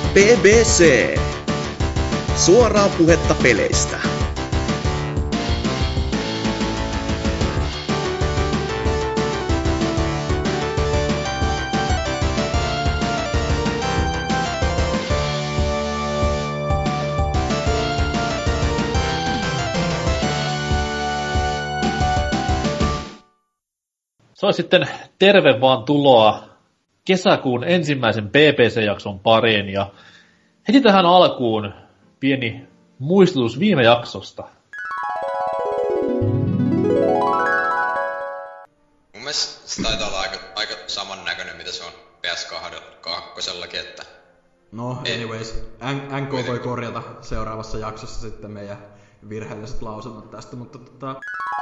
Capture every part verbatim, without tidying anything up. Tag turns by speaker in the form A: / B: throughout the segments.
A: P B C. Suoraa puhetta peleistä.
B: Se on sitten terve vaan tuloa kesäkuun ensimmäisen B B C-jakson pariin, ja heti tähän alkuun pieni muistutus viime jaksosta.
C: Mun mielestä se taitaa olla aika, aika samannäköinen, mitä se on P S kakkosellakin, että...
D: No, anyways, N K voi korjata seuraavassa jaksossa sitten meidän virheelliset lausunnot tästä, mutta tota...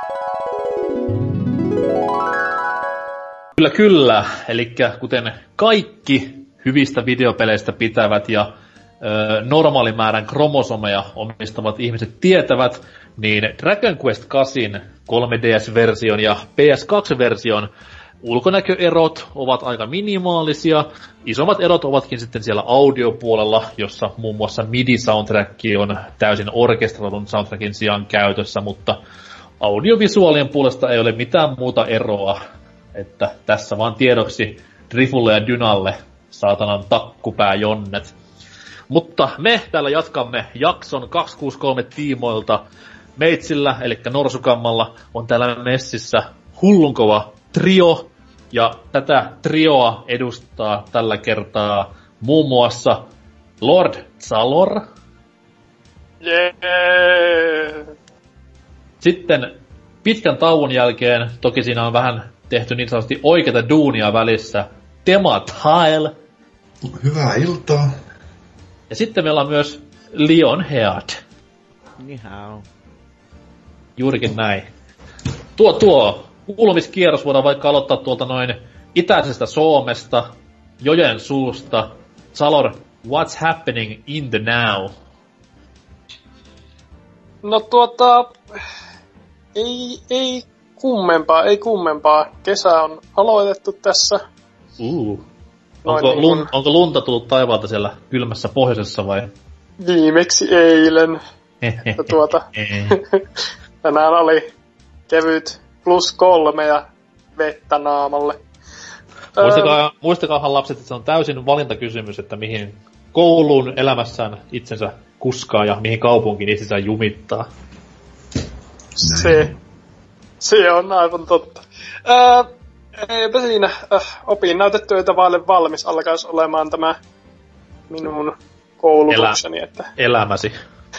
B: Kyllä, kyllä. Elikkä kuten kaikki hyvistä videopeleistä pitävät ja ö, normaalimäärän kromosomeja omistavat ihmiset tietävät, niin Dragon Quest kahdeksan kolme D S-version ja P S kaksi-version ulkonäköerot ovat aika minimaalisia. Isommat erot ovatkin sitten siellä audiopuolella, jossa muun muassa MIDI-soundtrack on täysin orkestroidun soundtrackin sijaan käytössä, mutta audiovisuaalien puolesta ei ole mitään muuta eroa. Että tässä vaan tiedoksi Drifulle ja Dynalle, saatanan takkupääjonnet. Mutta me täällä jatkamme jakson kaksisataakuusikymmentäkolme tiimoilta. Meitsillä, eli Norsukammalla, on täällä messissä hullunkova trio. Ja tätä trioa edustaa tällä kertaa muun muassa Lord Zalor.
E: Yeah.
B: Sitten pitkän tauon jälkeen, toki siinä on vähän tehty niin sanotusti oikeata duunia välissä, Tema Tile.
F: Hyvää iltaa.
B: Ja sitten meillä on myös Lionhead.
G: Ni hao.
B: Juurikin näin. Tuo tuo kuulumiskierros voidaan vaikka aloittaa tuolta noin itäisestä Suomesta, jojen suusta. Salor, what's happening in the now?
E: No tuota... Ei, ei kummempaa, ei kummempaa. Kesä on aloitettu tässä.
B: Uh.
E: Noin
B: Onko,
E: niin
B: lun,
E: kun...
B: onko lunta tullut taivaalta siellä kylmässä pohjoisessa vai?
E: Viimeksi eilen. Ja tuota... Tänään oli kevyt plus kolme ja vettä naamalle.
B: Muistakaa, öö... muistakaahan lapset, että se on täysin valintakysymys, että mihin kouluun elämässään itsensä kuskaa ja mihin kaupunkiin itsensä jumittaa.
E: Se, se on aivan totta. Öö, eipä siinä. Äh, opinnäytetyötä vaille valmis alkaisi olemaan tämä minun koulutukseni.
B: Elä,
E: että...
B: Elämäsi.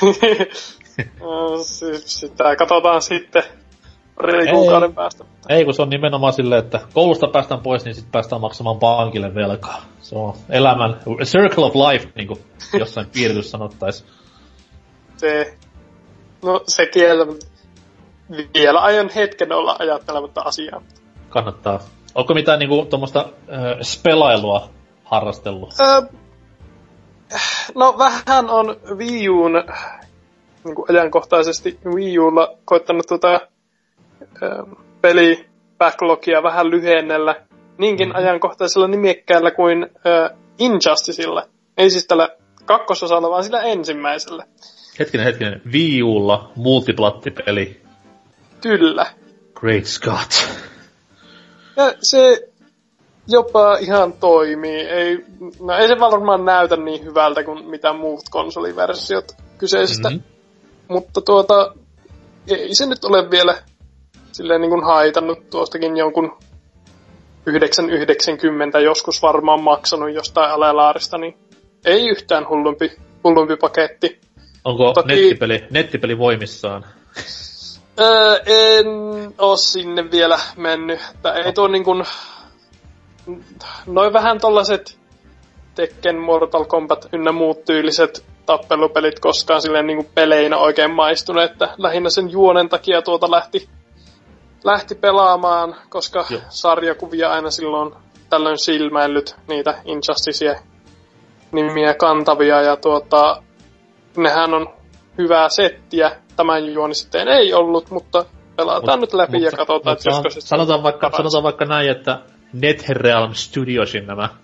E: Sitä katsotaan sitten pari kuukauden päästä.
B: Ei, kun se on nimenomaan silleen, että koulusta päästään pois, niin sitten päästään maksamaan pankille velkaa. Se on elämän, a circle of life, niin kuin jossain piiritys sanottais. Se,
E: no se kieltä, vielä aion hetken olla ajattelematta asiaa.
B: Kannattaa. Onko mitään niinku tommoista äh, spelailua harrastellut?
E: Öö, no vähän on Wii U:n niinku ajankohtaisesti Wii U:lla koittanut tuota ö, pelibacklogia vähän lyhennellä niinkin mm-hmm. ajankohtaisella nimikkäällä kuin ö, Injusticella. Ei siis tällä kakkososalla, vaan sillä ensimmäisellä.
B: Hetkinen, hetkinen. Wii U:lla multiplattipeli.
E: Kyllä.
B: Great Scott.
E: Ja se jopa ihan toimii. Ei, no ei se varmaan näytä niin hyvältä kuin mitä muut konsoliversiot kyseisestä. Mm-hmm. Mutta tuota, ei se nyt ole vielä silleen niin kuin haitannut tuostakin jonkun yhdeksän yhdeksänkymmentä joskus varmaan maksanut jostain alelaarista, niin ei yhtään hullumpi, hullumpi paketti.
B: Onko Toki... nettipeli, nettipeli voimissaan?
E: Öö, en oo sinne vielä mennyt. Tää ei tuo niin kuin... Noin vähän tollaset Tekken, Mortal Kombat ynnä muut tyyliset tappelupelit koskaan silleen niin kuin peleinä oikein maistuneet, että lähinnä sen juonen takia tuota lähti, lähti pelaamaan, koska Joo. sarjakuvia aina silloin tällöin silmäillyt niitä Injusticeja nimiä kantavia, ja tuota, nehän on hyvää settiä. Tämän juoni sitten ei ollut, mutta pelataan mut, nyt läpi mutta, ja katsotaan, että josko se...
B: Sanotaan vaikka, sanotaan vaikka näin, että NetherRealm Studiosin nämä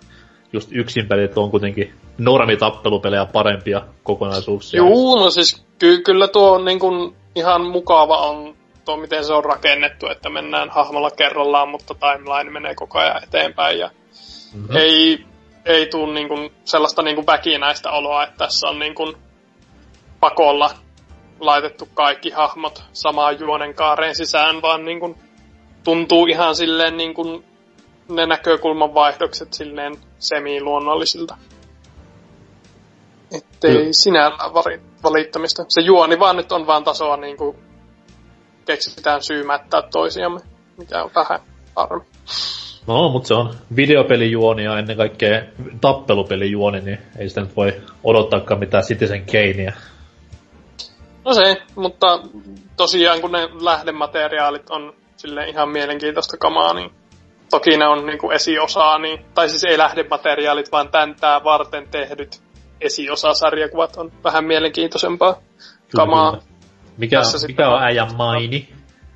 B: just yksinpelit on kuitenkin normitappelupelejä parempia kokonaisuuksia.
E: Juu, no siis ky- kyllä tuo on niin kuin ihan mukava on tuo, miten se on rakennettu, että mennään hahmolla kerrallaan, mutta timeline menee koko ajan eteenpäin ja mm-hmm. ei, ei tule niin kuin sellaista niin kuin väkinäistä oloa, että tässä on niin kuin pakolla laitettu kaikki hahmot samaan juonen kaareen sisään, vaan niin kuin tuntuu ihan silleen niin kuin ne näkökulman vaihdokset silleen semi-luonnollisilta. Ettei mm. sinällään valittamista. Se juoni vaan nyt on vaan tasoa niin kuin keksitään syymättää toisiamme, mikä on vähän harmi.
B: No, mutta se on videopelijuoni ja ennen kaikkea tappelupelijuoni, niin ei sitä nyt voi odottaakaan mitään Citizen Kaneä.
E: No se, mutta tosiaan kun ne lähdemateriaalit on silleen ihan mielenkiintoista kamaa, niin toki ne on niinku esiosaa, niin, tai siis ei lähdemateriaalit, vaan tän tää varten tehdyt esiosasarjakuvat on vähän mielenkiintoisempaa kyllä, kamaa.
B: Kyllä. Mikä, mikä on äijän maini?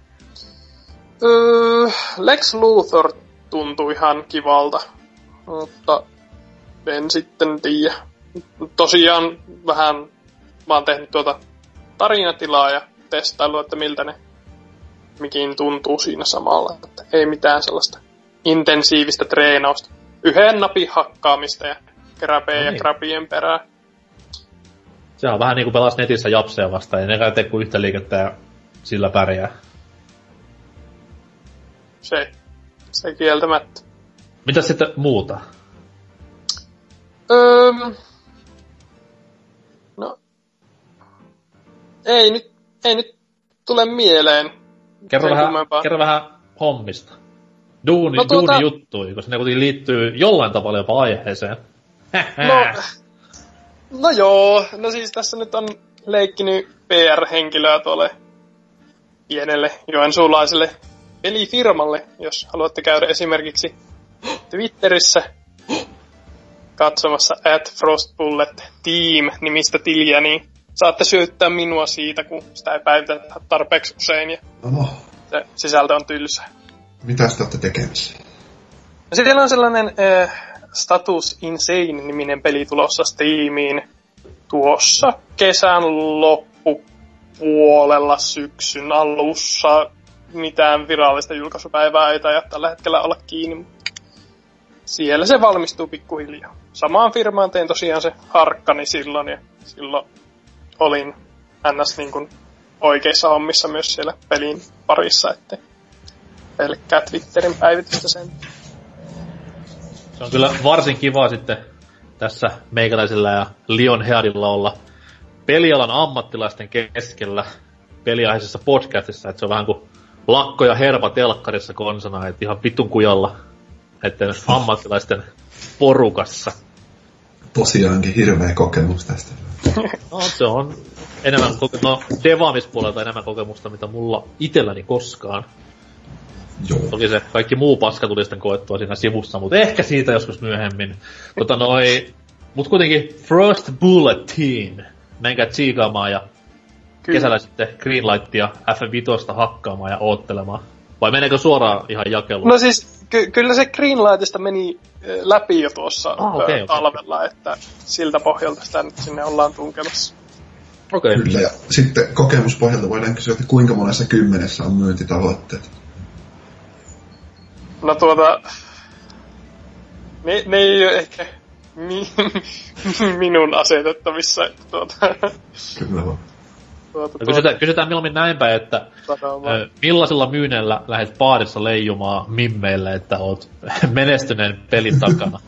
E: Öö, Lex Luthor tuntui ihan kivalta, mutta en sitten tiedä. Tosiaan vähän mä oon tehnyt tuota tarinatilaa ja testaillut, että miltä ne mikin tuntuu siinä samalla. Että ei mitään sellaista intensiivistä treenausta. Yhden napin hakkaamista ja kräpeen no niin. ja krapien perään.
B: Se on vähän niinku pelas netissä japseja vastaan, ja ne kai tee kuin yhtä liikettä ja sillä pärjää.
E: Se, se kieltämättä.
B: Mitäs sitten muuta?
E: Öö, no, ei nyt, ei nyt tule mieleen.
B: Kerro vähän, kerro vähän hommista. Duuni, no, tuota... duuni juttui, koska ne kuitenkin liittyy jollain tavalla jopa aiheeseen.
E: No, no joo, no siis tässä nyt on leikkinyt P R-henkilöä tuolle pienelle joensuulaiselle pelifirmalle, jos haluatte käydä esimerkiksi Twitterissä katsomassa at frostbullet team-nimistä tiliä, niin saatte syöttää minua siitä, kun sitä ei päivitetä tarpeeksi usein ja
F: Oho.
E: se sisältö on tylsä.
F: Mitä sitä olette tekemässä?
E: No siellä on sellainen äh, Status Insane-niminen peli tulossa Steamiin tuossa kesän loppupuolella syksyn alussa. Mitään virallista julkaisupäivää ei taida tällä hetkellä olla kiinni. Siellä se valmistuu pikkuhiljaa. Samaan firmaan tein tosiaan se harkkani silloin ja silloin olin ns. Niin kuin oikeissa hommissa myös siellä pelin parissa, ettei pelkkää Twitterin päivitystä sen.
B: Se on kyllä varsin kiva sitten tässä meikäläisellä ja Lionheadilla olla pelialan ammattilaisten keskellä peliaiheisessa podcastissa, että se on vähän kuin lakko ja herpa telkkarissa konsana, että ihan vitun kujalla näiden ammattilaisten porukassa.
F: Tosiaankin hirveä kokemus tästä.
B: No se on enemmän koke- no, devaamispuolelta enemmän kokemusta, mitä mulla itselläni koskaan.
F: Joo.
B: Toki se kaikki muu paska tuli sitten koettua siinä sivussa, mutta ehkä siitä joskus myöhemmin. Tota noi, mut kuitenkin First Bullet Team. Menkää tsiikaamaan ja kyllä. Kesällä sitten Greenlightia F viisi hakkaamaan ja oottelemaan. Vai meneekö suoraan ihan jakeluun?
E: No siis, ky- kyllä se Greenlightista meni läpi jo tuossa ah, okay, talvella, okay. Että siltä pohjalta sitä nyt sinne ollaan tunkemassa.
B: Okei. Okay.
F: Kyllä, ja sitten kokemuspohjalta voidaan kysyä, että kuinka monessa kymmenessä on myyntitavoitteet?
E: No tuota, ne, ne ei ole ehkä mi, minun asetettavissa. Tuota.
F: Kyllä vaan.
E: Tuota, tuota.
B: Kysytään, kysytään mieluummin näinpä, että ö, millaisilla myynneillä lähdet baarissa leijumaan mimmeille, että oot menestyneen pelin takana?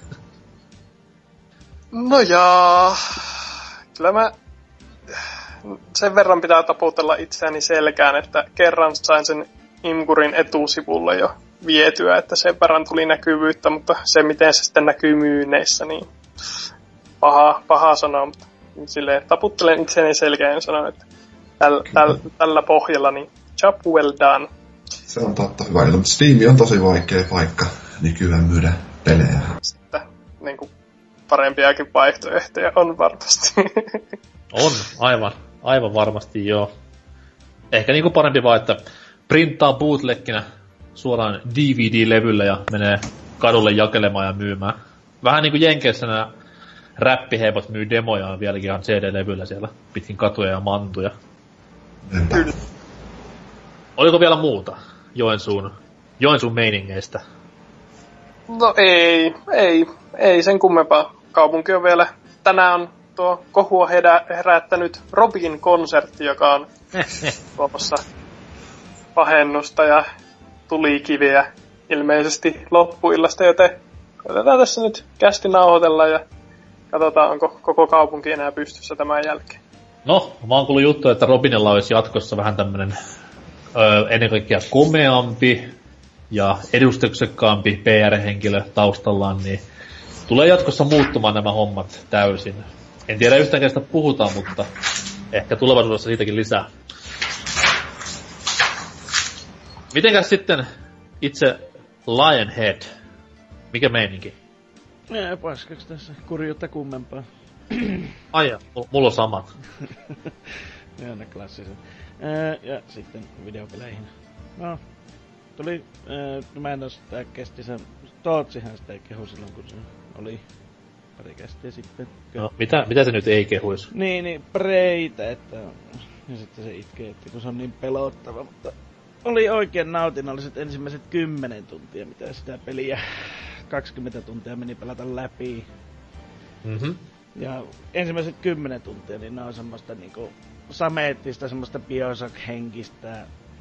E: No jaa, kyllä mä sen verran pitää taputella itseäni selkään, että kerran sain sen Imgurin etusivulle jo vietyä, että sen verran tuli näkyvyyttä, mutta se miten se sitten näkyy myynneissä, niin paha, paha sanoa, mutta silleen taputtelen itseäni selkään ja sanon, että täl, täl, tällä pohjalla niin job well done.
F: Se on totta hyvä, mutta Steam on tosi vaikea paikka nykyään myydä pelejä.
E: Sitten niin kuin parempiakin vaihtoehtoja on varmasti.
B: On, aivan, aivan varmasti joo. Ehkä niinku parempi vaan, että printtaa bootlegginä suoraan D V D-levyllä ja menee kadulle jakelemaan ja myymään. Vähän niinku Jenkeissä nää räppiheipot myy demojaan vieläkin ihan C D-levyllä siellä pitkin katuja ja mantuja.
F: Kyllä.
B: Oliko vielä muuta Joensuun, Joensuun meiningeistä?
E: No ei, ei, ei sen kummempaa. Kaupunki on vielä, tänään on tuo kohua herä, herättänyt Robin konsertti, joka on tuomassa pahennusta ja tulikiviä ilmeisesti loppuillasta, joten koitetaan tässä nyt kästi nauhoitella ja katsotaan, onko koko kaupunki enää pystyssä tämän jälkeen.
B: No, mä oon kuullut juttu, että Robinilla olisi jatkossa vähän tämmönen öö, ennen kaikkea komeampi ja edustuksekkaampi P R-henkilö taustallaan, niin tulee jatkossa muuttumaan nämä hommat täysin. En tiedä yhtään kestä puhutaan, mutta ehkä tulevaisuudessa siitäkin lisää. Mitenkäs sitten itse Lionhead? Mikä meininki?
G: Ei, paskaksi tässä kurjuutta kummempaa.
B: Ai ja, mulla on samat.
G: Ja ne klassiset. Ää, ja sitten videopeleihin. No, tuli, ää, mä en oo sitä kesti sen, Tootsihan sitä ei kehu silloin kun se oli pari kästiä sitten.
B: No, mitä, mitä se nyt ei kehuis?
G: Niin, niin, Preitä, että ja sitten se itkee, että kun se on niin pelottava, mutta oli oikein nautinnolliset ensimmäiset kymmenen tuntia, mitä sitä peliä kaksikymmentä tuntia meni pelata läpi.
B: Mhm.
G: Ja ensimmäiset kymmenen tuntia, niin ne on semmoista niinku sameettista, semmoista Bioshock-henkistä.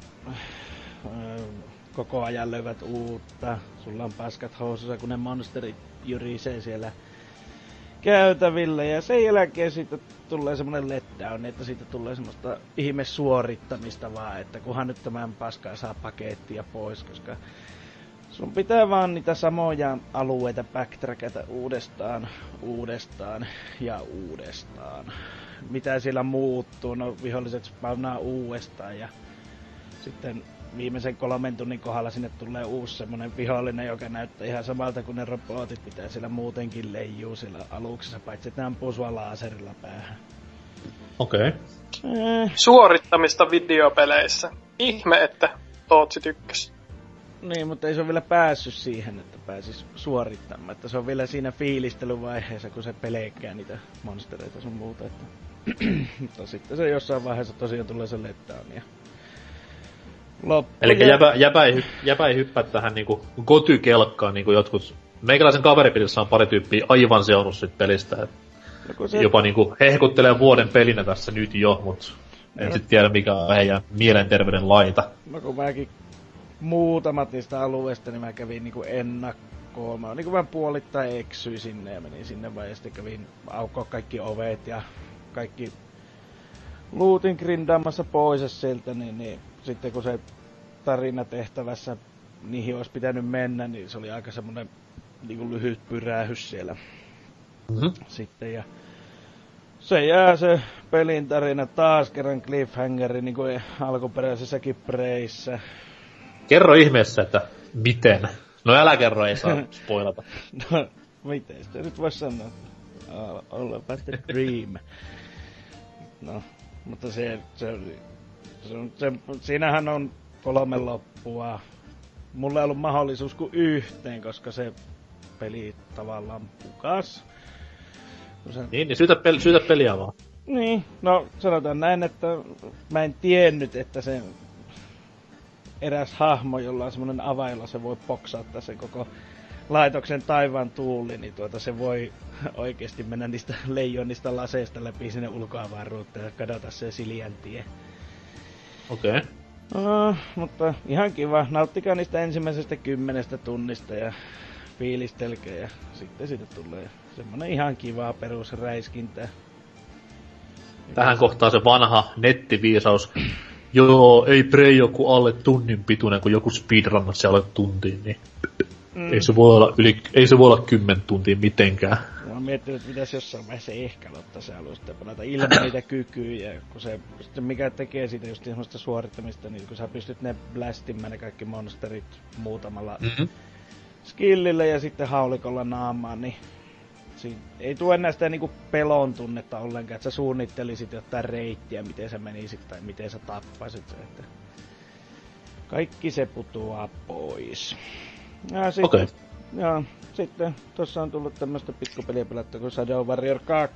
G: Öö, koko ajan löyvät uutta. Sulla on paskat housussa, kun ne monsterit jyrisee siellä käytävillä. Ja sen jälkeen siitä tulee semmonen letdown, että siitä tulee semmoista ihme suorittamista vaan, että kunhan nyt tämän paskaa saa pakettia pois, koska sun pitää vaan niitä samoja alueita backtrackata uudestaan, uudestaan ja uudestaan. Mitä siellä muuttuu? No viholliset spawnaa uudestaan ja sitten viimeisen kolmen tunnin kohdalla sinne tulee uusi semmonen vihollinen, joka näyttää ihan samalta kuin ne robotit, mitä siellä muutenkin leijuu siellä aluksessa, paitsi että ne ampuu sua laaserilla päähän.
B: Okei. Okay.
G: Eh.
E: Suorittamista videopeleissä. Ihme, että Tootsi tykkäs.
G: Niin, mutta ei se ole vielä päässyt siihen, että pääsis suorittamaan. Että se on vielä siinä fiilistelyvaiheessa, kun se peleekää niitä monstereita sun muuta. Että mutta sitten se jossain vaiheessa tosiaan tulee se letdown ja loppu.
B: Elikkä jäpä, jäpä, ei, jäpä ei hyppää tähän niinku goty-kelkkaan niinku jotkut. Meikäläisen kaveripiirissä on pari tyyppiä aivan seonnut sit pelistä. No, se jopa niinku hehkuttelee vuoden pelinä tässä nyt jo, mut en no. sit tiedä mikä on heidän mielenterveyden laita.
G: No kun mäkin muutamat niistä alueista, niin mä kävin niinku ennakkoon. Mä niinku vähän puolittain eksyin sinne ja menin sinne vaan ja sitten kävin aukkoa kaikki ovet ja kaikki lootin grindaamassa pois sieltä, niin, niin sitten kun se tarinatehtävässä niihin olisi pitänyt mennä, niin se oli aika semmonen niinku lyhyt pyrähys siellä. Mm-hmm. Sitten ja se jää se pelin tarina taas kerran cliffhangeri niin kuin alkuperäisessäkin Preissä.
B: Kerro ihmeessä, että miten. No älä kerro, ei saa spoilata.
G: No, miten sitä nyt vois sanoa? All about the dream. No, mutta se, se, se, se, siinähän on kolme loppua. Mulla ei ollut mahdollisuus kuin yhteen, koska se peli tavallaan pukas. Se...
B: Niin, niin syytä, peli, syytä peliä vaan.
G: Niin, no sanotaan näin, että mä en tiennyt, että se eräs hahmo, jolla on semmonen availla, se voi poksauttaa sen koko laitoksen taivaan tuuli, niin tuota se voi oikeesti mennä niistä leijonista laseista läpi sinne ulkoavaruuteen ja kadota se Siljan tie.
B: Okei. Okay.
G: No, mutta ihan kiva. Nauttikaa niistä ensimmäisestä kymmenestä tunnista ja fiilistelkää ja sitten siitä tulee semmonen ihan kiva perusräiskintä.
B: Tähän kohtaa se vanha nettiviisaus. Joo, ei Prey joku alle tunnin pituinen, kun joku speedrunnat se alle tuntiin, niin mm. ei se voi olla yli, ei se voi olla kymmen tuntia mitenkään.
G: Mä oon miettinyt, että pitäis jossain vaiheessa ehkä aloittaa se alus, että pelata ilman niitä kykyjä, kun se, mikä tekee siitä just semmoista suorittamista, niin kun sä pystyt ne blastimään ne kaikki monsterit muutamalla mm-hmm. skillillä ja sitten haulikolla naamaan, niin siinä ei tule enää sitä niinku pelon tunnetta ollenkaan, että sä suunnittelisit jotain reittiä, miten sä menisit tai miten sä tappaisit se, että kaikki se putoaa pois. Ja sitten okay. joo, sitten tossa on tullut tämmöstä pikkupeliä pelattua kuin Shadow Warrior kaksi,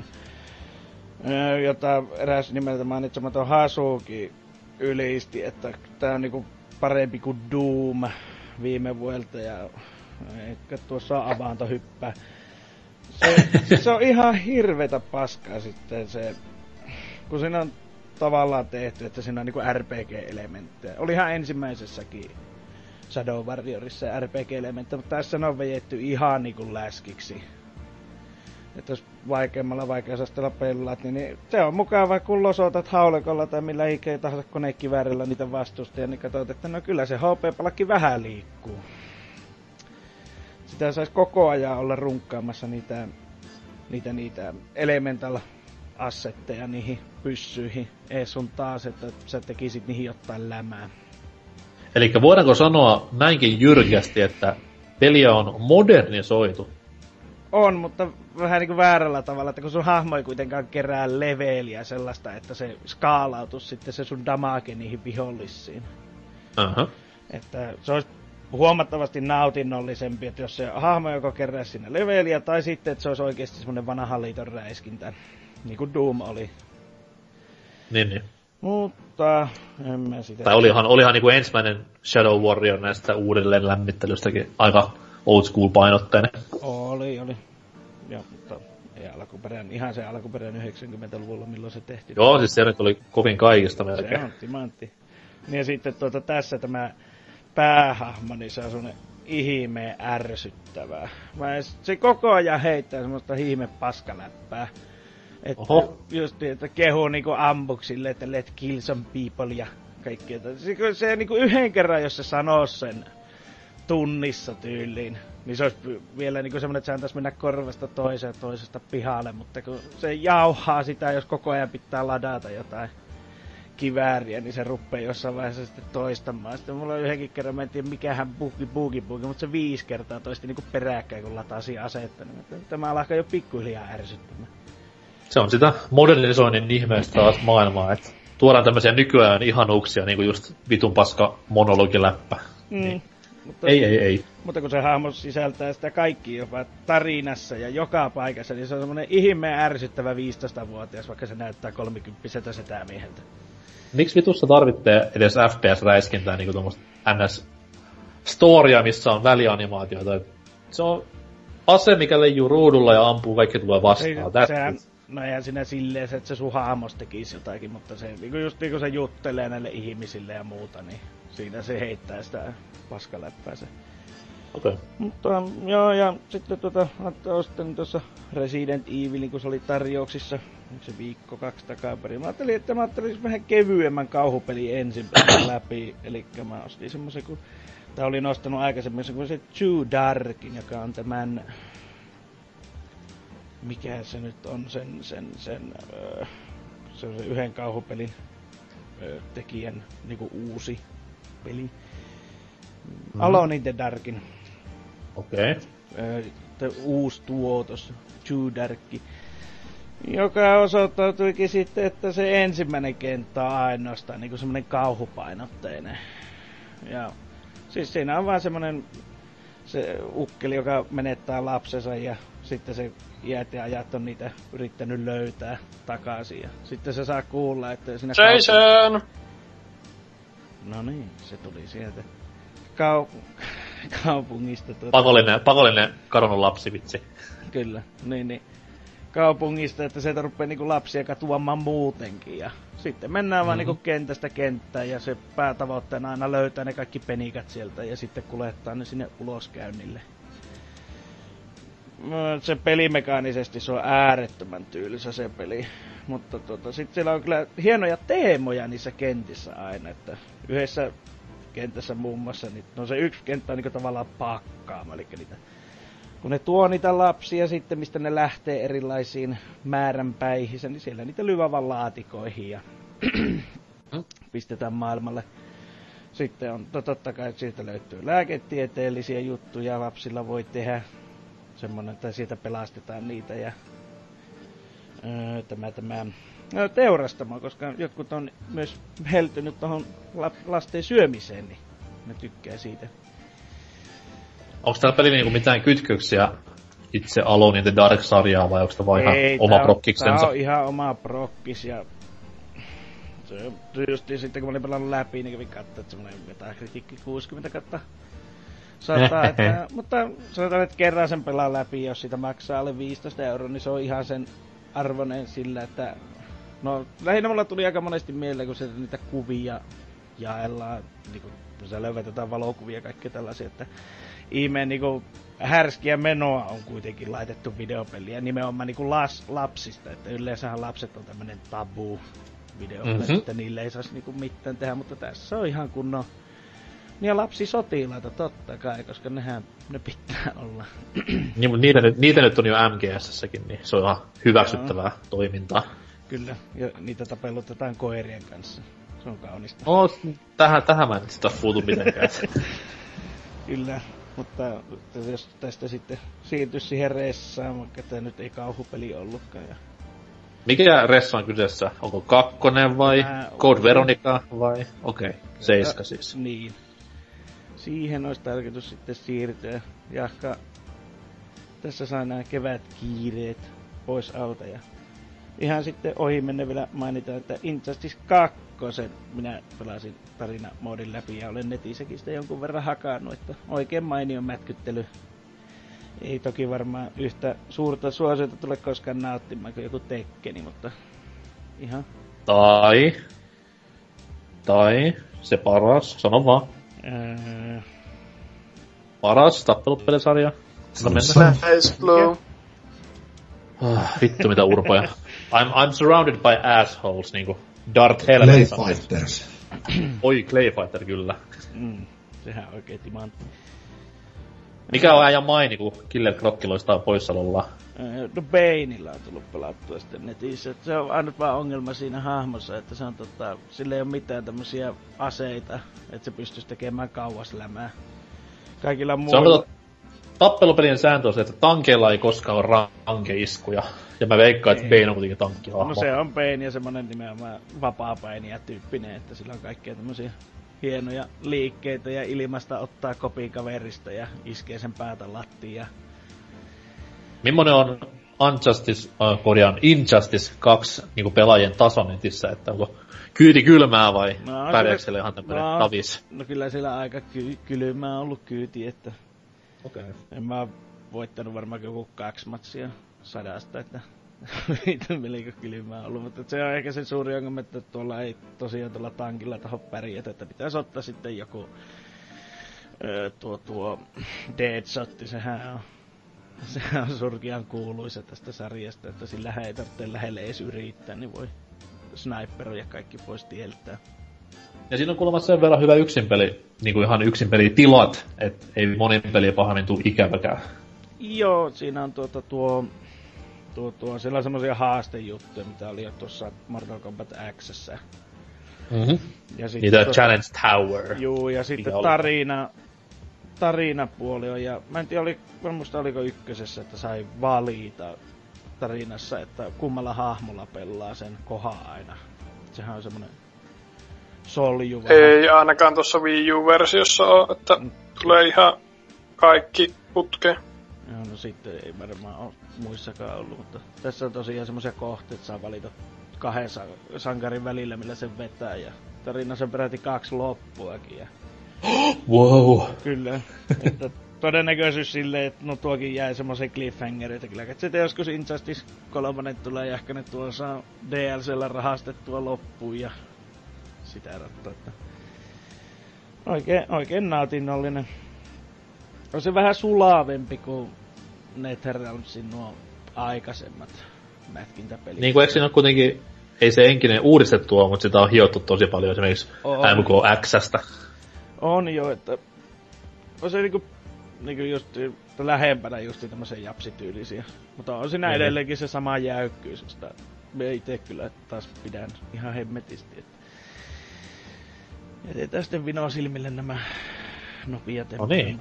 G: jota eräs nimeltä mainitsematon Hasuki ylisti, että tää on niinku parempi kuin Doom viime vuodelta ja eikä tuossa on avaantohyppää. Se, se on ihan hirvetä paskaa sitten se, kun siinä on tavallaan tehty, että siinä on niinku R P G-elementtejä. Olihan ensimmäisessäkin Shadow Warriorissa R P G-elementtejä, mutta tässä ne on vejetty ihan niinku läskiksi. Että jos vaikeammalla vaikeusasteella pelaat, niin, niin se on mukava, kun losotat haulikolla tai millä ikinä tahansa konekiväärillä niitä vastustajia, niin katsot, että no kyllä se H P-palakki vähän liikkuu. Sitä saisi koko ajan olla runkkaamassa niitä, niitä, niitä elemental-assetteja niihin pyssyihin ees sun taas, että sä tekisit niihin jotain lämää.
B: Elikkä voidaanko sanoa näinkin jyrkästi, että peliä on modernisoitu?
G: On, mutta vähän niinku väärällä tavalla, että kun sun hahmo ei kuitenkaan kerää leveliä sellaista, että se skaalautus sitten se sun damage niihin vihollisiin.
B: Uh-huh.
G: Että se olisi huomattavasti nautinnollisempi, että jos se hahmo joko kerää sinne leveliä, tai sitten, että se olisi oikeesti semmonen vanhan liiton räiskintä, niin kuin Doom oli.
B: Niin, niin.
G: Mutta en mä sitä...
B: Tai olihan, olihan niinku ensimmäinen Shadow Warrior näistä uudelleen lämmittelystäkin aika old school painotteinen.
G: Oli, oli. Joo, mutta ei alkuperän, ihan se alkuperän yhdeksänkymmentäluvulla, milloin se tehtiin.
B: Joo, siis se nyt oli kovin kaikista melkein.
G: Se on timantti. Niin ja sitten tuota, tässä tämä päähahmo, niin se on semmonen ihmeen ärsyttävää. Mä edes, se koko ajan heittää semmoista ihme paskaläppää. Että
B: Oho.
G: just niin, että kehuu niinku ambuksille, että let kill some people ja kaikkea. Se, se niinku yhden kerran, jos se sanoo sen tunnissa tyyliin, niin se olisi vielä niinku semmonen, että se antaisi mennä korvasta toiseen toisesta pihalle, mutta kun se jauhaa sitä, jos koko ajan pitää ladata jotain kivääriä, niin se ruppee jossain vaiheessa sitten toistamaan. Sitten mulla yhdenkin kerran, mä en tiedä mikähän bugi bugi bugi, mutta se viisi kertaa toisti niinku peräkkäin, kun latasi asetta. Niin tämä alkaa jo pikkuhiljaa ärsyttämään.
B: Se on sitä modernisoinnin ihmeestä taas maailmaa, että tuodaan tämmöisiä nykyään ihanuuksia, niinku just vitun paska monologiläppä.
G: Mm.
B: Niin.
G: Mutta,
B: ei, ei, ei.
G: Mutta kun se hahmo sisältää sitä kaikki jopa tarinassa ja joka paikassa, niin se on semmonen ihmeen ärsyttävä viisitoistavuotias, vaikka se näyttää kolmikymppiseltä setämieheltä.
B: Miksi vitussa tarvitsee edes F P S-räiskintää niinku tommoista N S-storia, missä on välianimaatioita? Se on ase, mikä leijuu ruudulla ja ampuu, kaikki tulee vastaan.
G: Ei, sehän, no eihän siinä silleen, että se sun hahmos tekisi jotakin, mutta se niinku just niinku se juttelee näille ihmisille ja muuta, niin siinä se heittää sitä paskaläppää se.
B: Okei. Okay.
G: Mutta joo, ja sitten tuota, ostin tuossa Resident Evilin, kun se oli tarjouksissa, se viikko kaksi takaperin. Mä ajattelin, että mä ajattelin vähän kevyemmän kauhupeli ensin läpi, elikkä mä ostin semmosen, kun tää oli nostanut aikaisemmin se, kun se Too Darkin, joka on tämän, mikä se nyt on sen, sen, sen, öö, se on se yhden kauhupelin öö, tekijän niinku uusi peli. Mm. Alone in the Darkin.
B: Okei.
G: Okay. Uusi tuotos, Too Darkki, joka osoittautuikin sitten, että se ensimmäinen kenttä on ainoastaan niinku semmonen kauhupainotteinen. Ja siis siinä on vaan semmonen se ukkeli, joka menettää lapsensa ja sitten se iät ja ajat on niitä yrittänyt löytää takaisin. Ja sitten se saa kuulla, että siinä
E: Jason!
G: Kaup- no niin, se tuli sieltä. Kaup- kaupungista. Tuota...
B: Pakollinen, pakollinen kadonnut lapsi, vitsi.
G: Kyllä, niin, niin. Kaupungista, että sieltä rupeaa niinku lapsia katuamaan muutenkin. Ja sitten mennään mm-hmm. vaan niinku kentästä kenttään ja se päätavoitteena aina löytää ne kaikki penikat sieltä ja sitten kuljettaa ne sinne uloskäynnille. Se pelimekaanisesti se on äärettömän tyylisä se peli. Mutta tota, sitten siellä on kyllä hienoja teemoja niissä kentissä aina, että yhdessä kentässä muun muassa, niin, no se yksi kenttä on niin tavallaan pakkaama, eli niitä, kun ne tuo niitä lapsia sitten, mistä ne lähtee erilaisiin määränpäihin, niin siellä niitä lyvävän laatikoihin ja pistetään maailmalle. Sitten on totta kai, että siitä löytyy lääketieteellisiä juttuja, lapsilla voi tehdä semmonen, että siitä pelastetaan niitä ja öö, tämä, tämä no, teurastamo, koska jotkut on myös heltynyt tohon la- lasten syömiseen, niin ne tykkää siitä.
B: Onko täällä pelillä niinku mitään kytköksiä itse Alone in the Dark-sarjaa vai onko tämä vaan ihan
G: Ei,
B: oma
G: tää on-
B: prokkiksensa?
G: Tää on ihan oma prokkis ja... Se justiin sitten kun mä olin pelannut läpi, niin kävin katsoa, että semmonen Metacritic kuusikymmentä kautta sata, että, mutta sanotaan, että kerran sen pelaa läpi, jos sitä maksaa alle viisitoista euroa, niin se on ihan sen arvoinen sillä, että... No, lähinnä mulla tuli aika monesti mieleen, kun sieltä niitä kuvia jaellaan, niinku, sä löydät jotain valokuvia ja kaikkea tällaisia, että ihmeen niinku härskiä menoa on kuitenkin laitettu videopeliä nimenomaan niinku las, lapsista, että yleensähän lapset on tämmönen tabu videopeli, mm-hmm. että niille ei saisi niinku mitään tehdä, mutta tässä on ihan kunnon niin lapsisotilaita totta kai, koska nehän ne pitää olla.
B: Niin, mutta niitä, niitä nyt on jo M G S:ssäkin, niin se on ihan hyväksyttävää Joo. toimintaa.
G: Kyllä, ja niitä tapellutetaan koirien kanssa. Se on kaunista.
B: No, tähän, tähän mä en sitä puutu mitenkään.
G: Kyllä, mutta jos tästä sitten siirtyisi siihen Ressaan, vaikka tämä nyt ei kauhupeli ollutkaan. Ja...
B: Mikä Ressa on kyseessä? Onko kakkonen vai Ää, Code Veronica vai? Okei, okay. seiska siis.
G: Niin. Siihen olisi tarkoitus sitten siirtyä. Jahka tässä saa nämä kevätkiireet pois alta. Ja ihan sitten ohi menne vielä mainitaan, että Injustice kaksi minä pelasin tarinamoodin läpi ja olen netissäkin sitä jonkun verran hakannut, että oikein mainio mätkyttely. Ei toki varmaan yhtä suurta suosiota tule koskaan nauttimaan kuin joku Tekkeni, mutta ihan...
B: Tai... Tai... Se paras, sano vaan.
G: Öö...
B: Paras tappelupelisarja.
E: Blue.
B: Ah, vittu mitä urpoja. I'm, I'm surrounded by assholes, niinku Darth Helmet.
F: Clay Fighters.
B: Oi, Clay Fighter, kyllä.
G: Mm, sehän on oikein timantti.
B: Mikä on äijän maini, kun Killer Croc loistaa poissaolollaan?
G: No Baneillä on tullut pelattua sitten netissä. Se on ainut vaan ongelma siinä hahmossa, että se on tota, sillä ei ole mitään tämmösiä aseita, että se pystyisi tekemään kauas lämää. Kaikilla muilla...
B: Se on tota, tappelupelien sääntö on se, että tankeilla ei koskaan ole rankeiskuja. Ja mä veikkaan, että Bane on kuitenkin tankkihahmo.
G: No se on Bane ja semmonen nimenomaan vapaa-painia tyyppinen, että sillä on kaikkea tämmösiä hienoja liikkeitä ja ilmasta ottaa kopin kaverista ja iskee sen päätä lattiin.
B: Mimmonen on Unjustice, äh, korjaan Injustice kaksi niinku pelaajien taso netissä, että onko kyyti kylmää vai no, pärjääkö siellä ihan tämmönen no, tavis?
G: No kyllä siellä aika ky- kylmää on ollut kyyti, että
B: okei. Okay.
G: En mä oo voittanut varmaan joku kaksi matsia sadasta, että melko kylmää on ollut, mutta se on ehkä se suuri ongelma, että tuolla ei tosiaan tuolla tankilla taho pärjätä, että pitäisi ottaa sitten joku öö, tuo tuo Deadshotti, sehän on sehän on surkean kuuluisa tästä sarjasta, että sillä ei tarvitse lähelle edes yrittää, niin voi sniperoja kaikki pois tieltää.
B: Ja siinä on kuulemma sen verran hyvä yksinpeli, niinku ihan yksinpeli tilat, et ei monin peliä pahemmin tuu ikäväkään.
G: Joo, siinä on tuota tuo Tuo, tuo, siellä on semmosia haastejuttuja, mitä oli jo tuossa Mortal Kombat X:ssä.
B: Mm-hmm. Ja niitä tuota, Challenge Tower.
G: Juu, ja sitten tarina, tarinapuoli on, ja mä en tiedä, oli, varmusta oliko ykkösessä, että sai valita tarinassa, että kummalla hahmolla pelaa sen kohan aina. Sehän on semmonen solju vähän.
E: Ei ainakaan tuossa Wii U-versiossa oo, että mm. tulee ihan kaikki putkeen.
G: Joo, no sitten ei varmaan ole muissakaan ollut, mutta tässä on tosiaan semmosia kohteita, että saa valita kahden sankarin välillä, millä sen vetää, ja tarinassa on peräti kaksi loppuakin. Ja...
B: Wow!
G: Kyllä, että todennäköisyys silleen, että no tuokin jäi semmosen cliffhangereita kyllä, että sitten joskus Injustice kolme tulee ja ehkä ne tuo saa D L C:llä rahastettua loppuun ja sitä erottaa, että oikein, oikein nautinnollinen. On se vähän sulavempi kuin NetherRealmsin nuo aikaisemmat mätkintäpelit.
B: Niin kuin eikö siinä ole kuitenkin, ei se enkinen uudistettu ole, mutta sitä on hiottu tosi paljon esimerkiksi M K X:stä.
G: On jo, että on se niinku, niinku just lähempänä justi tämmösen japsityylisiä. Mutta on siinä mm. edelleenkin se sama jäykkyys, josta me ite kyllä taas pidän ihan hemmetisti. Että jätetään sitten vinosilmille nämä nopeat
B: no niin.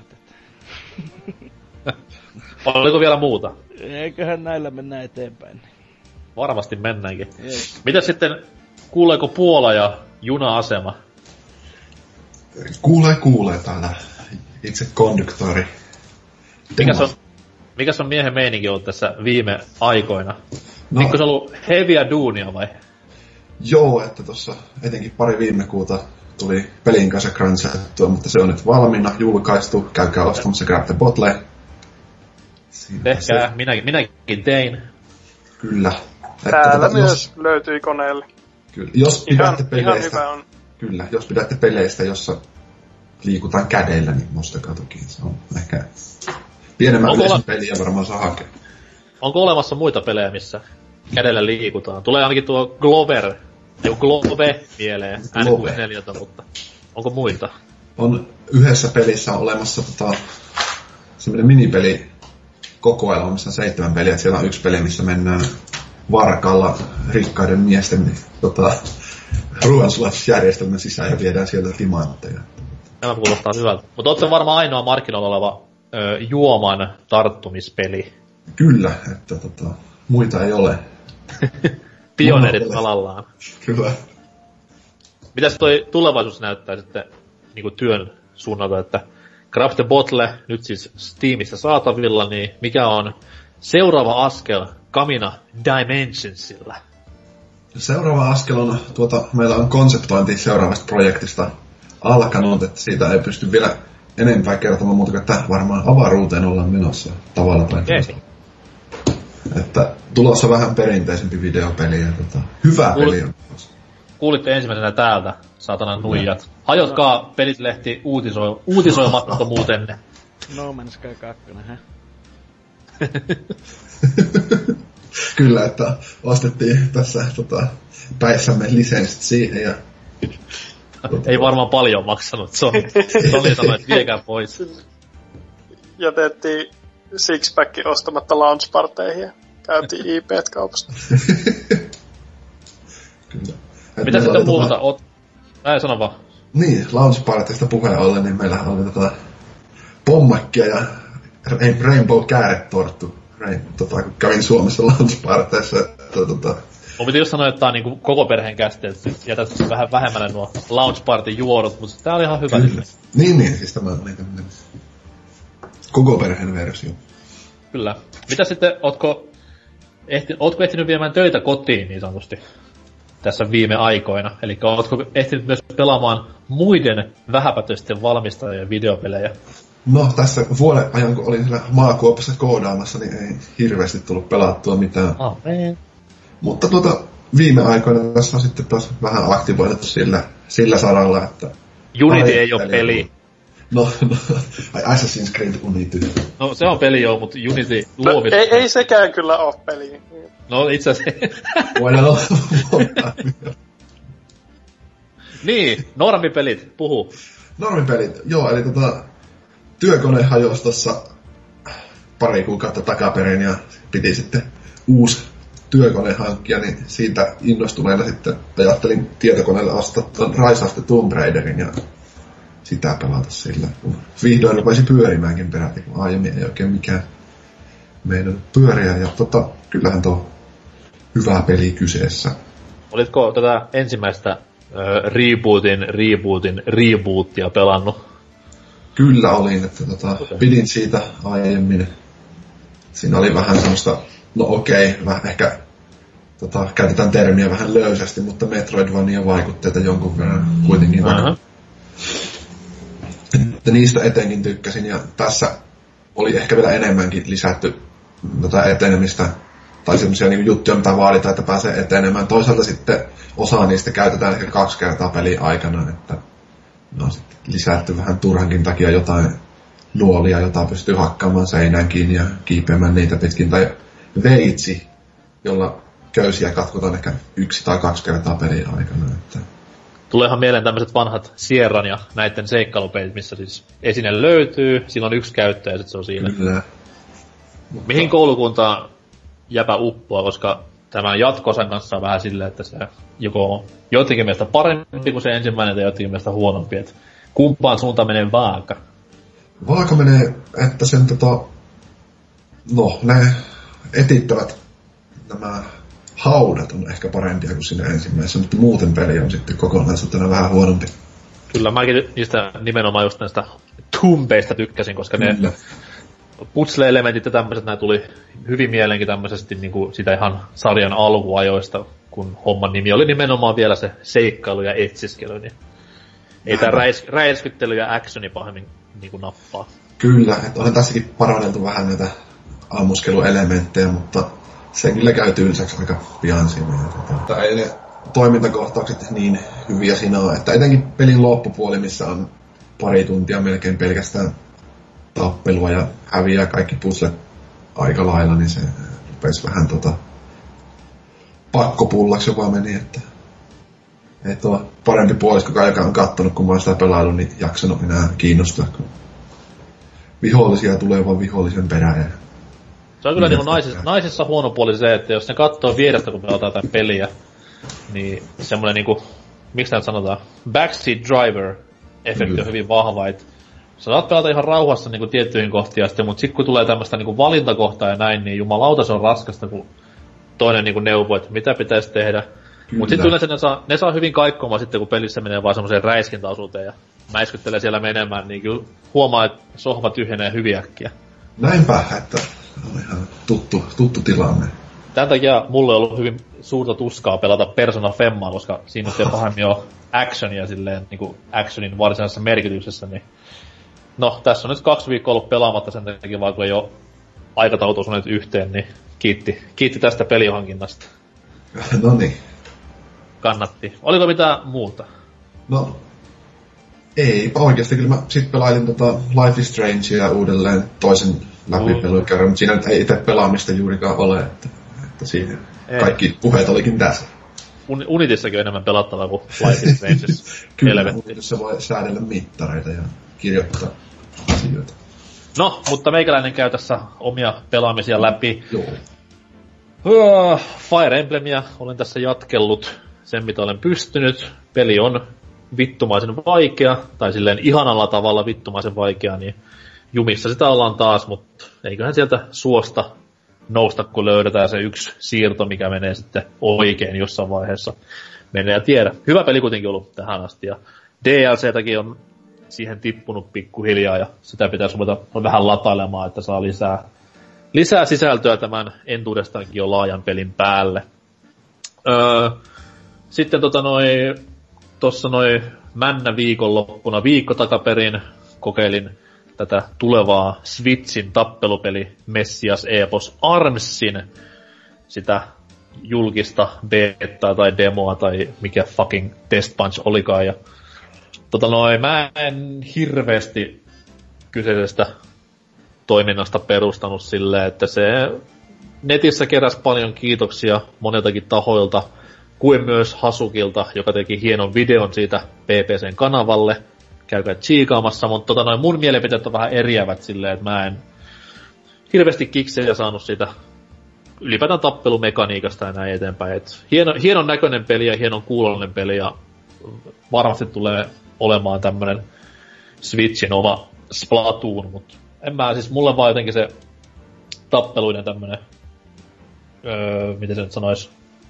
B: Oliko vielä muuta?
G: Eiköhän näillä mennä eteenpäin.
B: Varmasti mennäänkin. Yes. Mitäs sitten, kuuleeko Puola ja juna-asema?
F: Kuulee, kuulee täällä. Itse konduktori
B: Mikäs on, mikäs on miehen meininki ollut tässä viime aikoina? No. Eikö se ollut heviä duunia vai?
F: Joo, että tossa etenkin pari viime kuuta tuli pelin kanssa crunchattua, mutta se on nyt valmiina, julkaistu. Käykää ostamassa Grab the Bottle.
B: Tehkää, minäkin, minäkin tein.
F: Kyllä.
E: Täällä tota, myös jos, löytyi koneelle.
F: Kyllä, jos pidätte
E: ihan,
F: peleistä,
E: ihan hyvä on.
F: Kyllä, jos pidätte peleistä, jossa liikutaan kädellä, niin nostakaa toki. Se on ehkä pienemmän yleisön peliä varmaan saa hakea.
B: Onko olemassa muita pelejä, missä kädellä liikutaan? Tulee ainakin tuo Glover, joku Glove mieleen, N kuusikymmentäneljä, mutta onko muita?
F: On yhdessä pelissä on olemassa tota, semmoinen minipeli kokoelma, missä on seitsemän peliä. Siellä on yksi peli, missä mennään varkalla rikkaiden miesten niin, tota, ruoansulatusjärjestelmän sisään ja viedään sieltä timantteja.
B: Tämä kuulostaa hyvältä. Mutta ootko varmaan ainoa markkinoilla oleva ö, juoman tarttumispeli?
F: Kyllä, että tota, muita ei ole.
B: Pioneerit alallaan.
F: Kyllä.
B: Mitäs toi tulevaisuus näyttää sitten niinku työn suunnalta, että Grab the Bottle nyt siis Steamissa saatavilla, niin mikä on seuraava askel Kamina Dimensionsilla?
F: Seuraava askel on, tuota, meillä on konseptointi seuraavasta projektista alkanut, että siitä ei pysty vielä enempää kertomaan muuta kuin, että varmaan avaruuteen ollaan menossa tavalla tai toisella. Että tulossa vähän perinteisempi videopeli ja tota, hyvä Kuulit, peli on.
B: Kuulitte ensimmäisenä täältä, saatanan nuijat. Hajotkaa Pelitlehti uutisoi, uutisoimattomuutenne.
G: No Man's Sky kaksi, hä?
F: Kyllä, että ostettiin tässä tota, päissämme lisenssit siihen ja...
B: Tota, ei varmaan paljon maksanut, Sony. Sony sanoi, että viekää pois.
E: Jätettiin sixpacki ostamatta launchparteihin ja käytiin I P-kaupasta.
F: Kyllä.
B: Mitä sitten muuta? Tota... Oot... Näin sano vaan.
F: Niin, launchparteista puheen ollen, niin meillä oli tota pommakkia ja Rainbow Carrot-torttu. Rain, tota, kun kävin Suomessa launchparteissa. Tota...
B: Mun piti just sanoa, että tää on niinku koko perheen käsite, että jätät vähän vähemmälle nuo launchpartin juorut, mutta tää oli ihan hyvä.
F: Kyllä. Niin, niin, siis tämä oli tämmönen koko perheen versio.
B: Kyllä. Mitä sitten, ootko, ehti, ootko ehtinyt viemään töitä kotiin niin sanotusti tässä viime aikoina? Eli ootko ehtinyt myös pelaamaan muiden vähäpätöisten valmistajien videopelejä?
F: No, tässä vuoden ajan, kun olin siellä maakuopassa koodaamassa, niin ei hirveästi tullut pelattua mitään.
B: Oh,
F: Mutta tuota, viime aikoina tässä on sitten taas vähän aktivoitettu sillä, sillä saralla, että...
B: Unity ei oo peli.
F: No, no, Assassin's Creed Unity.
B: No se on peli joo, mutta Unity luomis...
E: No, ei, ei sekään kyllä oo peli.
B: No itse asiassa...
F: Voidaan olla...
B: Niin, normipelit, puhu.
F: Normipelit, joo, eli tota... Työkone hajosi tossa pari kuukautta takaperin ja piti sitten uusi työkone hankkia, niin siitä innostuneena sitten ajattelin tietokoneelle ostaa tuon Rise of the Tomb Raiderin ja sitä pelata sillä. Kun vihdoin rupesi pyörimäänkin peräti, kun aiemmin ei oikein mikään meidän pyöriä. Ja tota, kyllähän tuo hyvä peli kyseessä.
B: Olitko tätä ensimmäistä äh, rebootin, rebootin, rebootia pelannut?
F: Kyllä olin, että tota, okay. Pidin siitä aiemmin. Siinä oli vähän semmoista, no okei, okay, vähän ehkä tota, käytetään termiä vähän löysästi, mutta Metroidvania vaikutteita jonkun verran kuitenkin. Uh-huh. Että niistä etenkin tykkäsin, ja tässä oli ehkä vielä enemmänkin lisätty tota etenemistä, tai semmoisia niin juttuja, mitä vaaditaan, että pääsee etenemään. Toisaalta sitten osa niistä käytetään ehkä kaksi kertaa pelin aikana, että no sitten lisätty vähän turhankin takia jotain nuolia, jota pystyy hakkaamaan seinään kiinni ja kiipeämään niitä pitkin, tai veitsi, jolla köysiä katkotaan ehkä yksi tai kaksi kertaa pelin aikana. Että...
B: Tuleehan mieleen tämmöiset vanhat Sierran ja näiden seikkailupelit, missä siis esine löytyy, siinä on yksi käyttäjä ja sitten se on siinä.
F: Kyllä. Mutta...
B: Mihin koulukuntaan jäpä uppoa, koska tämän jatko-osan kanssa on vähän silleen, että se joko on jotenkin mielestä parempi kuin se ensimmäinen tai jotenkin mielestä huonompi, että kumpaan suuntaan menee vaaka?
F: Vaaka menee, että sen tota... No, ne etittävät nämä haudat on ehkä parempia kuin siinä ensimmäisessä, mutta muuten peli on sitten kokonaisuutena vähän huonompi.
B: Kyllä, mäkin niistä nimenomaan just näistä tumpeista tykkäsin, koska Kyllä. ne puzzle-elementit ja tämmöiset, nää tuli hyvin mielenki tämmöisesti niinku sitä ihan sarjan alkuajoista, kun homman nimi oli nimenomaan vielä se seikkailu ja etsiskely, niin ei tää räis, räiskyttely ja actioni pahemmin niinku nappaa.
F: Kyllä, että on tässäkin paranneltu vähän näitä ammuskeluelementtejä, mutta se kyllä käy tylsäksi aika pian siinä. Mutta ei ne toimintakohtaukset niin hyviä siinä ole, että etenkin pelin loppupuoli, missä on pari tuntia melkein pelkästään tappelua ja häviää kaikki puzzlet aika lailla, niin se rupesi vähän tota pakkopullaksi jopa meni, että ei tuo parempi puolisko, joka on kattonut, kun mä oon sitä pelaillut, niin jaksanut enää kiinnostua, kun vihollisia tulee vaan vihollisen perään.
B: Se on kyllä niinku naisissa, naisissa huono puoli se, että jos ne kattoo vierestä, kun pelataan jotain peliä, niin semmonen niinku, miksi näitä sanotaan, backseat driver-efekti on hyvin vahva, et sä saat pelata ihan rauhassa niinku tiettyihin kohtiin asti, mut sit kun tulee tämmöstä niinku valintakohtaa ja näin, niin jumalauta se on raskasta, kun toinen niinku neuvoo, että mitä pitäisi tehdä. Kyllä. Mut sit yleensä ne saa, ne saa hyvin kaikkomaan sitten, kun pelissä menee vaan semmoseen räiskintäosuuteen ja mäiskyttelee siellä menemään, niin kyllä huomaa, että sohva tyhjenee hyvin äkkiä.
F: Näinpä, että on ihan tuttu, tuttu tilanne.
B: Tän takia mulle on ollut hyvin suurta tuskaa pelata Persona Femmaa, koska siinä nyt ei pahemmin ole actionia silleen, niinku actionin varsinaisessa merkityksessä, niin no, tässä on nyt kaksi viikkoa ollut pelaamatta sen takia, vaan kun ei oo aikataulut osuneet yhteen, niin kiitti, kiitti tästä pelihankinnasta.
F: No niin.
B: Kannatti. Oliko mitään muuta?
F: No, ei oikeesti. Kyllä mä sit pelailin tota Life is Strangea uudelleen toisen läpipelukerran, mutta siinä nyt ei itse pelaamista juurikaan ole, että, että siinä ei. Kaikki puheet olikin tässä.
B: Un- Unitissakin on enemmän pelattavaa kuin Life is Strangeissa.
F: Kyllä, Unitissa voi säädellä mittareita ja kirjoittaa asioita.
B: No, mutta meikäläinen käy tässä omia pelaamisia läpi.
F: Joo.
B: Uh, Fire Emblemia olen tässä jatkellut sen, mitä olen pystynyt. Peli on vittumaisen vaikea, tai silleen ihanalla tavalla vittumaisen vaikea, niin jumissa sitä ollaan taas, mutta eiköhän sieltä suosta nousta, kun löydetään se yksi siirto, mikä menee sitten oikein jossain vaiheessa. Menee ja tiedä. Hyvä peli kuitenkin ollut tähän asti, ja D L C:täkin on siihen tippunut pikkuhiljaa, ja sitä pitäisi ruveta vähän latailemaan, että saa lisää, lisää sisältöä tämän entuudestaankin jo laajan pelin päälle. Öö, sitten tota noi, tossa noi männä viikonloppuna viikko takaperin kokeilin tätä tulevaa Switchin tappelupeli Messias Epos Armsin, sitä julkista betaa tai demoa tai mikä fucking test punch olikaan. Ja tota noin, mä en hirveästi kyseisestä toiminnasta perustanut silleen, että se netissä keräsi paljon kiitoksia moneltakin tahoilta, kuin myös Hasukilta, joka teki hienon videon siitä P P C:n kanavalle. Käykää tsiikaamassa, mutta tota noin mun mielipiteet on vähän eriävät silleen, että mä en hirveästi kiksejä saanut siitä ylipäätään tappelumekaniikasta ja näin eteenpäin. Et hieno, hienon näköinen peli ja hienon kuulollinen peli ja varmasti tulee olemaan tämmönen Switchin oma Splatoon, mutta en mä, siis mulle vaan jotenkin se tappeluiden tämmönen, öö, miten se nyt sanois,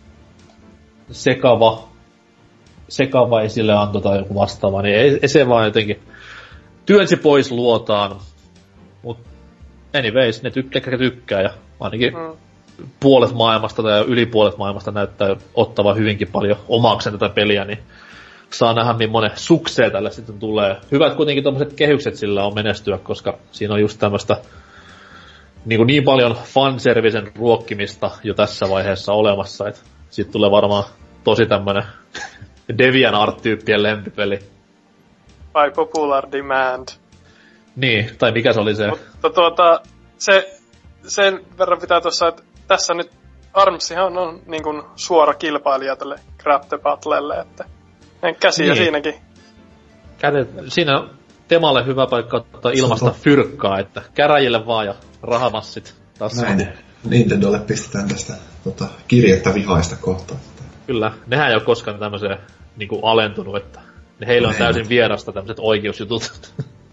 B: sekava, sekava esille anto tai joku vastaava, niin ei, ei se vaan jotenkin työnsi pois luotaan. Mut anyways, ne tykkää, tykkää ja ainakin mm. puolet maailmasta tai yli puolet maailmasta näyttää ottavan hyvinkin paljon omakseen tätä peliä, niin saa nähdä millainen suksee tälle sitten tulee. Hyvät kuitenkin tommoset kehykset sillä on menestyä, koska siinä on just tämmöstä niin, niin paljon fanservisen ruokkimista jo tässä vaiheessa olemassa, että siitä tulee varmaan tosi tämmönen DeviantArt-tyyppien lempipeli.
E: By popular demand.
B: Niin, tai mikä se oli se?
E: Mutta tuota, se, sen verran pitää tuossa, että tässä nyt Armsihan on, on niin kuin suora kilpailija tälle Grab the Battlelle, että käsiä niin. Siinäkin.
B: Kädet, siinä on Temalle hyvä paikka ottaa ilmasta fyrkkaa, että käräjille vaan ja rahamassit.
F: Näin, Nintendolle pistetään tästä tota, kirjettä vihaista kohtaa.
B: Kyllä, nehän ei ole koskaan tämmöiseen niinku alentunut, että heillä on Näin. täysin vierasta tämmöiset oikeusjutut.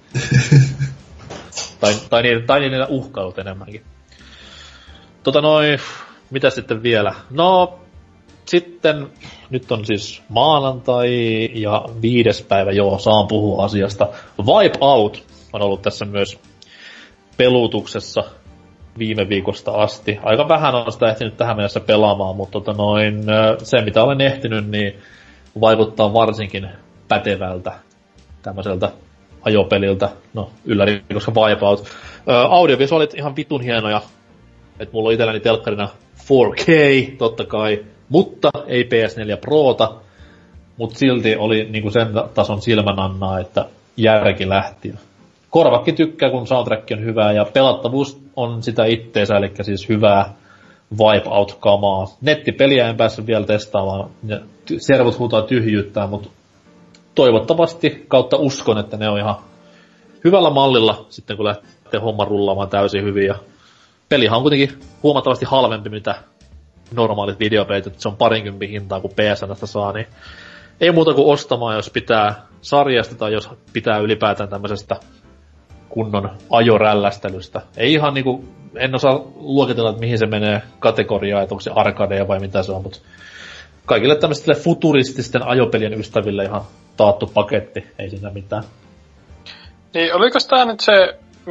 B: tai, tai, niin, tai niillä uhkailut enemmänkin. Tota noin, mitä sitten vielä? No, sitten nyt on siis maanantai ja viides päivä, joo, saan puhua asiasta. Wipeout on ollut tässä myös pelutuksessa viime viikosta asti. Aika vähän on sitä ehtinyt tähän mennessä pelaamaan, mutta tota noin, se mitä olen ehtinyt, niin vaikuttaa varsinkin pätevältä tämmöiseltä ajopeliltä. No, ylläri, koska Wipeout. Audiovisuaalit ihan vitun hienoja. Et mulla on itselläni telkkarina four K, totta kai, mutta ei P S neljä Prota. Mut silti oli niinku sen tason silmänannaa, että järki lähti. Korvakin tykkää, kun soundtrack on hyvää, ja pelattavuus on sitä itteensä, eli siis hyvää Wipeout-kamaa. Nettipeliä en päässyt vielä testaamaan, servut huutaa tyhjyyttää, mutta toivottavasti kautta uskon, että ne on ihan hyvällä mallilla sitten, kun lähtee homma rullaamaan täysin hyvin. Ja pelihan on kuitenkin huomattavasti halvempi, mitä normaalit videopelit, että se on parinkympin hintaa, kun P S N:stä saa, niin ei muuta kuin ostamaan, jos pitää sarjasta tai jos pitää ylipäätään tämmöisestä kunnon ajorällästelystä. Ei ihan niinku, en osaa luokitella, että mihin se menee kategoriaan, että onko se arcadeja vai mitä se on, mutta kaikille tämmöisille futurististen ajopelien ystäville ihan taattu paketti, ei siinä mitään.
E: Niin, oliko tää nyt se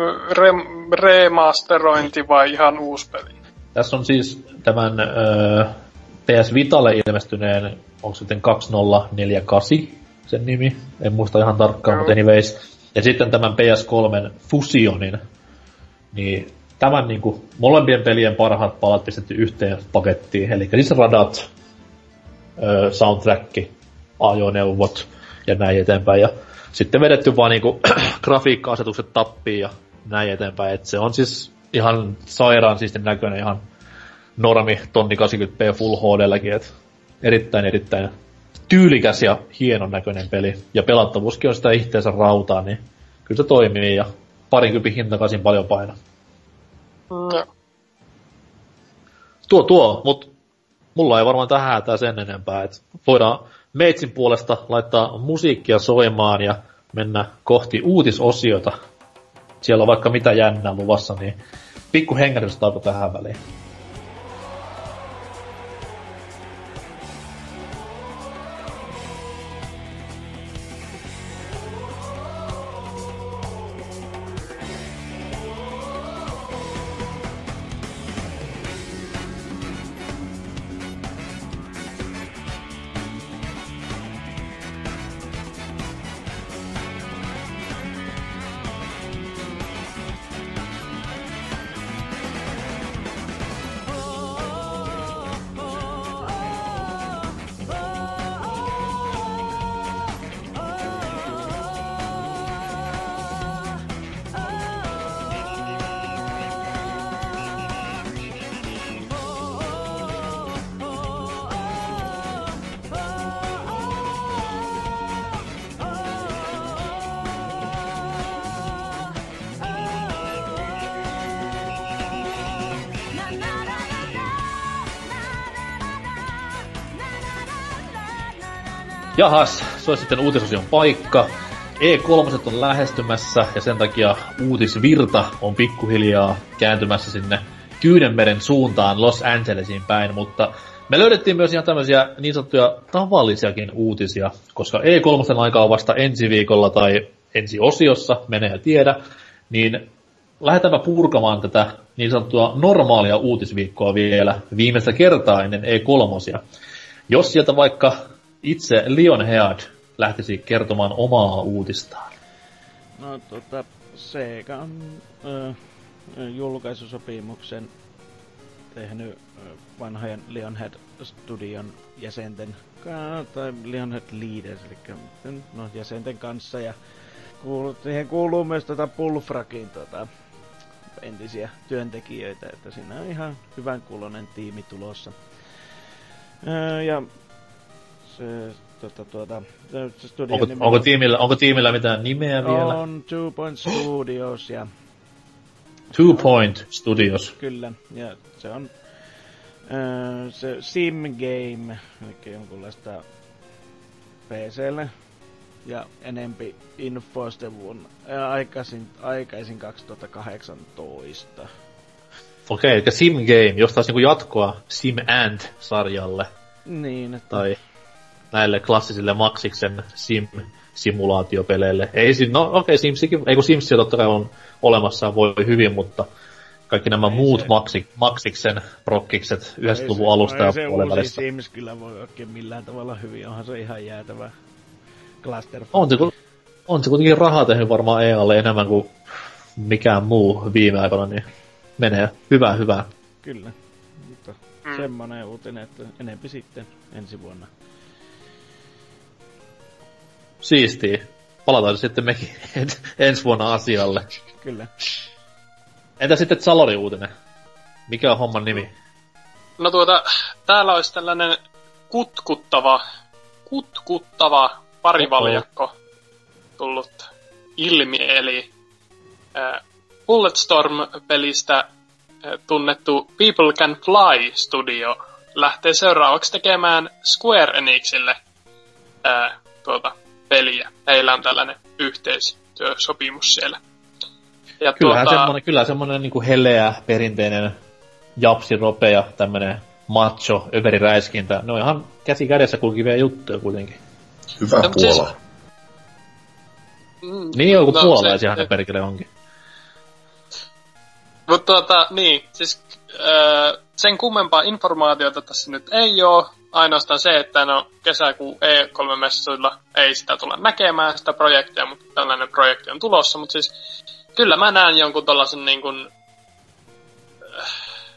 E: re- remasterointi vai ihan uusi peli?
B: Tässä on siis tämän öö, P S Vitalle ilmestyneen, onko sitten kaksituhattaneljäkymmentäkahdeksan sen nimi, en muista ihan tarkkaan, no. Mutta anyways. Ja sitten tämän P S kolmen Fusionin, niin tämän niinku molempien pelien parhaat palat pistetty yhteen pakettiin, eli siis radat, öö, soundtrack, ajoneuvot ja näin eteenpäin. Ja sitten vedetty vaan niinku grafiikka-asetukset tappiin ja näin eteenpäin, et se on siis ihan sairaan siistin näköinen, ihan normi tonni kahdeksankymmentä p Full H D:lläkin, et erittäin erittäin tyylikäs ja hienon näköinen peli. Ja pelattavuuskin on sitä ihteensä rautaa, niin kyllä se toimii ja parinkympin hintakaisin paljon paino.
E: No.
B: Tuo tuo, mut mulla ei varmaan tähän hätää sen enempää, et voidaan meitsin puolesta laittaa musiikkia soimaan ja mennä kohti uutisosiota. Siellä on vaikka mitä jännää luvassa, niin pikku hengähdystauko tähän väliin. Jahas, se on sitten uutisosion paikka. E kolme on lähestymässä ja sen takia uutisvirta on pikkuhiljaa kääntymässä sinne Tyynenmeren suuntaan Los Angelesiin päin, mutta me löydettiin myös ihan tämmöisiä niin sanottuja tavallisiakin uutisia, koska E kolme aika on vasta ensi viikolla tai ensi osiossa, mene ja tiedä, niin lähdetäänpä purkamaan tätä niin sanottua normaalia uutisviikkoa vielä viimeistä kertaa ennen E kolme. Jos sieltä vaikka itse Lionhead lähtisi kertomaan omaa uutistaan.
G: No tota, Sega on ö, julkaisusopimuksen tehnyt ö, vanhojen Lionhead Studion jäsenten, tai Lionhead Leaders, eli no, jäsenten kanssa, ja kuulu, siihen kuuluu myös tota Bullfrogin tota, entisiä työntekijöitä, että siinä on ihan hyvän kuuloinen tiimi tulossa. Ö, ja se, tuota, tuota, se
B: onko, nimi... onko, tiimillä, onko tiimillä mitään nimeä vielä?
G: On Two Point Studios ja...
B: Two Point Studios.
G: Kyllä, ja se on äh, se Sim Game, eli jonkunlaista P C:lle ja enempi info sitten vuonna äh, aikaisin, aikaisin kaksituhattakahdeksantoista.
B: Okei, eli Sim Game, jos taas niinku jatkoa Sim and-sarjalle.
G: Niin, että...
B: Tai näille klassisille Maxiksen Sim simulaatiopeleille. Ei siinä, no okei, okay, Simsikin, ei kun Simsia totta kai on olemassa voi hyvin, mutta kaikki nämä ei muut se maksik, maksiksen prokkikset yhdeksänkymmentäluvun alusta ja puolen välistä.
G: Ei se uusi Sims kyllä voi oikein millään tavalla hyvin, onhan se ihan jäätävä cluster.
B: On se, on se kuitenkin rahaa tehnyt varmaan E A:lle enemmän kuin mikään muu viime aikoina, niin menee hyvää hyvää.
G: Kyllä, mutta mm. semmonen uutinen, että enempi sitten ensi vuonna.
B: Siistii. Palataan sitten mekin ensi vuonna asialle.
G: Kyllä.
B: Entä sitten Salori-uutinen? Mikä on homman nimi?
E: No tuota, täällä olisi tällainen kutkuttava, kutkuttava parivaljakko tullut ilmi, eli äh, Bulletstorm-pelistä äh, tunnettu People Can Fly Studio lähtee seuraavaksi tekemään Square Enixille äh, tuota peliä. Heillä on tällainen yhteistyösopimus siellä. Ja
B: kyllähän
E: tuota,
B: semmonen, kyllä semmonen niinku heleä, perinteinen japsi, ropea, tämmönen macho, överiräiskintä. Ne on ihan käsi kädessä kulkivia juttuja kuitenkin.
F: Hyvä no, Puola. Siis,
B: mm, niin joku no, puolalaisiahan ne perkele onkin.
E: Mutta tuota, niin, siis äh, sen kummempaa informaatiota tässä nyt ei oo. Ainoastaan se, että no kesäkuun E kolme-messuilla ei sitä tulla näkemään, sitä projektia, mutta tällainen projekti on tulossa. Mutta siis kyllä mä näen jonkun tollasen niin kuin, äh,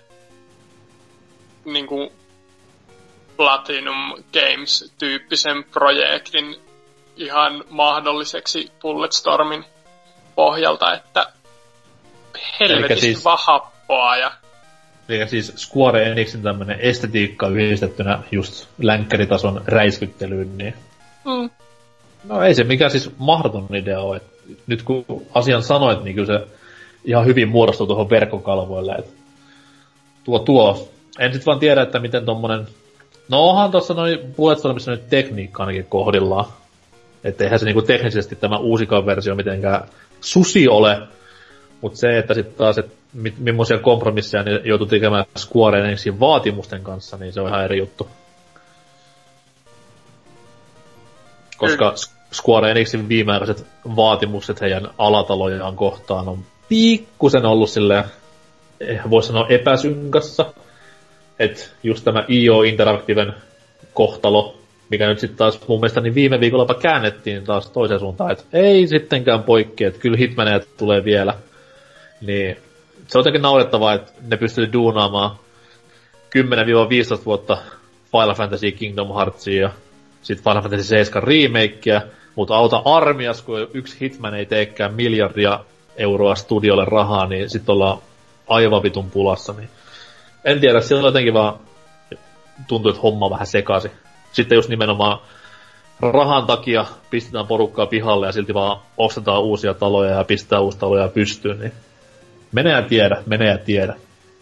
E: niin kuin Platinum Games-tyyppisen projektin ihan mahdolliseksi Bulletstormin pohjalta, että helvetisti siis vaan happoa ja
B: eli siis Square Enixin tämmönen estetiikka yhdistettynä just länkkäritason räiskyttelyyn, niin
E: mm.
B: no ei se mikään siis mahdoton idea ole. Et nyt kun asian sanoit, niin kyllä se ihan hyvin muodostuu tuohon verkkokalvoille. Et tuo tuo. En sit vaan tiedä, että miten tommonen no onhan tossa noin Bulletstormissa nyt tekniikka ainakin kohdillaan. Että eihän se niinku teknisesti tämä uusikaan versio mitenkään susi ole. Mut se, että sit taas, et mi- millaisia kompromisseja ne joutuu tekemään Square Enixin vaatimusten kanssa, niin se on ihan eri juttu. Koska mm. Square Enixin viimeaikaiset vaatimukset heidän alatalojaan kohtaan on pikkusen ollut silleen, voisi sanoa epäsynkassa. Et just tämä I O Interactiven kohtalo, mikä nyt sitten taas mun mielestä niin viime viikolla käännettiin taas toiseen suuntaan, että ei sittenkään poikkea, että kyllä Hitmaneet tulee vielä. Niin se on jotenkin naurettavaa, että ne pystyy duunaamaan kymmenen viisitoista vuotta Final Fantasy Kingdom Heartsia ja sit Final Fantasy seitsemän remakea, mutta auta armias, kun yksi Hitman ei teekään miljardia euroa studiolle rahaa, niin sit ollaan aivan vitun pulassa. Niin en tiedä, siellä jotenkin vaan tuntuu, että homma on vähän sekaisin. Sitten just nimenomaan rahan takia pistetään porukkaa pihalle ja silti vaan ostetaan uusia taloja ja pistetään uusia taloja pystyyn, niin mene ja tiedä, mene ja tiedä.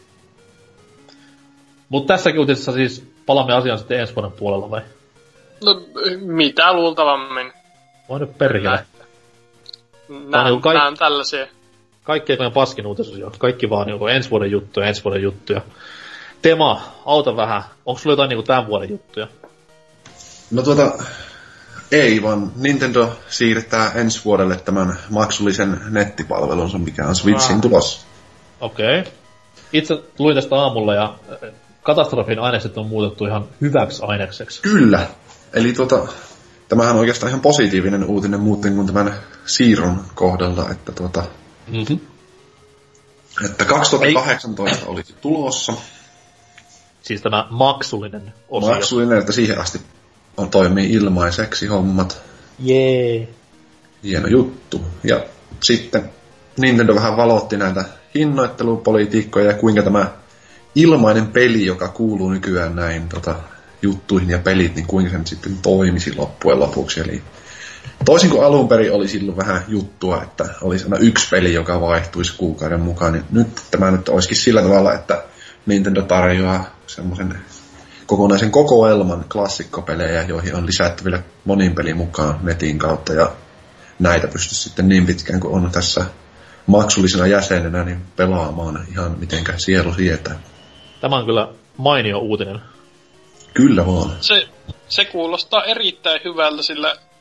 B: Mutta tässäkin uutisessa siis palaamme asiaan sitten ensi vuoden puolella vai?
E: No mitä luultavammin.
B: Voi nyt perkele.
E: Näin, kaik- näin tällaisia.
B: Kaikki ei paskin uutisuus jo. Kaikki vaan niinku ensi vuoden juttuja, ensi vuoden juttuja. Tema, auta vähän. Onko sulla jotain niinku tämän vuoden juttuja?
F: No tuota, ei vaan Nintendo siirtää ensi vuodelle tämän maksullisen nettipalvelunsa, mikä on Switchin tulossa.
B: Okei. Okay. Itse luin tästä aamulla ja katastrofin ainekset on muutettu ihan hyväksi ainekseksi.
F: Kyllä. Eli tuota, tämähän on oikeastaan ihan positiivinen uutinen muuten kuin tämän siirron kohdalla, että tuota,
B: mm-hmm.
F: että kaksituhattakahdeksantoista ei olisi tulossa.
B: Siis tämä maksullinen osio.
F: Maksullinen, että siihen asti on toimii ilmaiseksi hommat.
B: Jee. Yeah.
F: Hieno juttu. Ja sitten Nintendo vähän valotti näitä hinnoittelupolitiikkoja ja kuinka tämä ilmainen peli, joka kuuluu nykyään näin tota, juttuihin ja pelit, niin kuinka se nyt sitten toimisi loppujen lopuksi. Eli toisin kuin alun perin oli silloin vähän juttua, että olisi aina yksi peli, joka vaihtuisi kuukauden mukaan, niin nyt tämä nyt olisikin sillä tavalla, että Nintendo tarjoaa semmoisen kokonaisen kokoelman klassikkopelejä, joihin on lisätty vielä monin pelin mukaan netin kautta, ja näitä pystyisi sitten niin pitkään kuin on tässä maksullisena jäsenenä niin pelaamaan ihan mitenkä sielu sietää.
B: Tämä on kyllä mainio uutinen.
F: Kyllä vaan.
E: Se, se kuulostaa erittäin hyvältä, sillä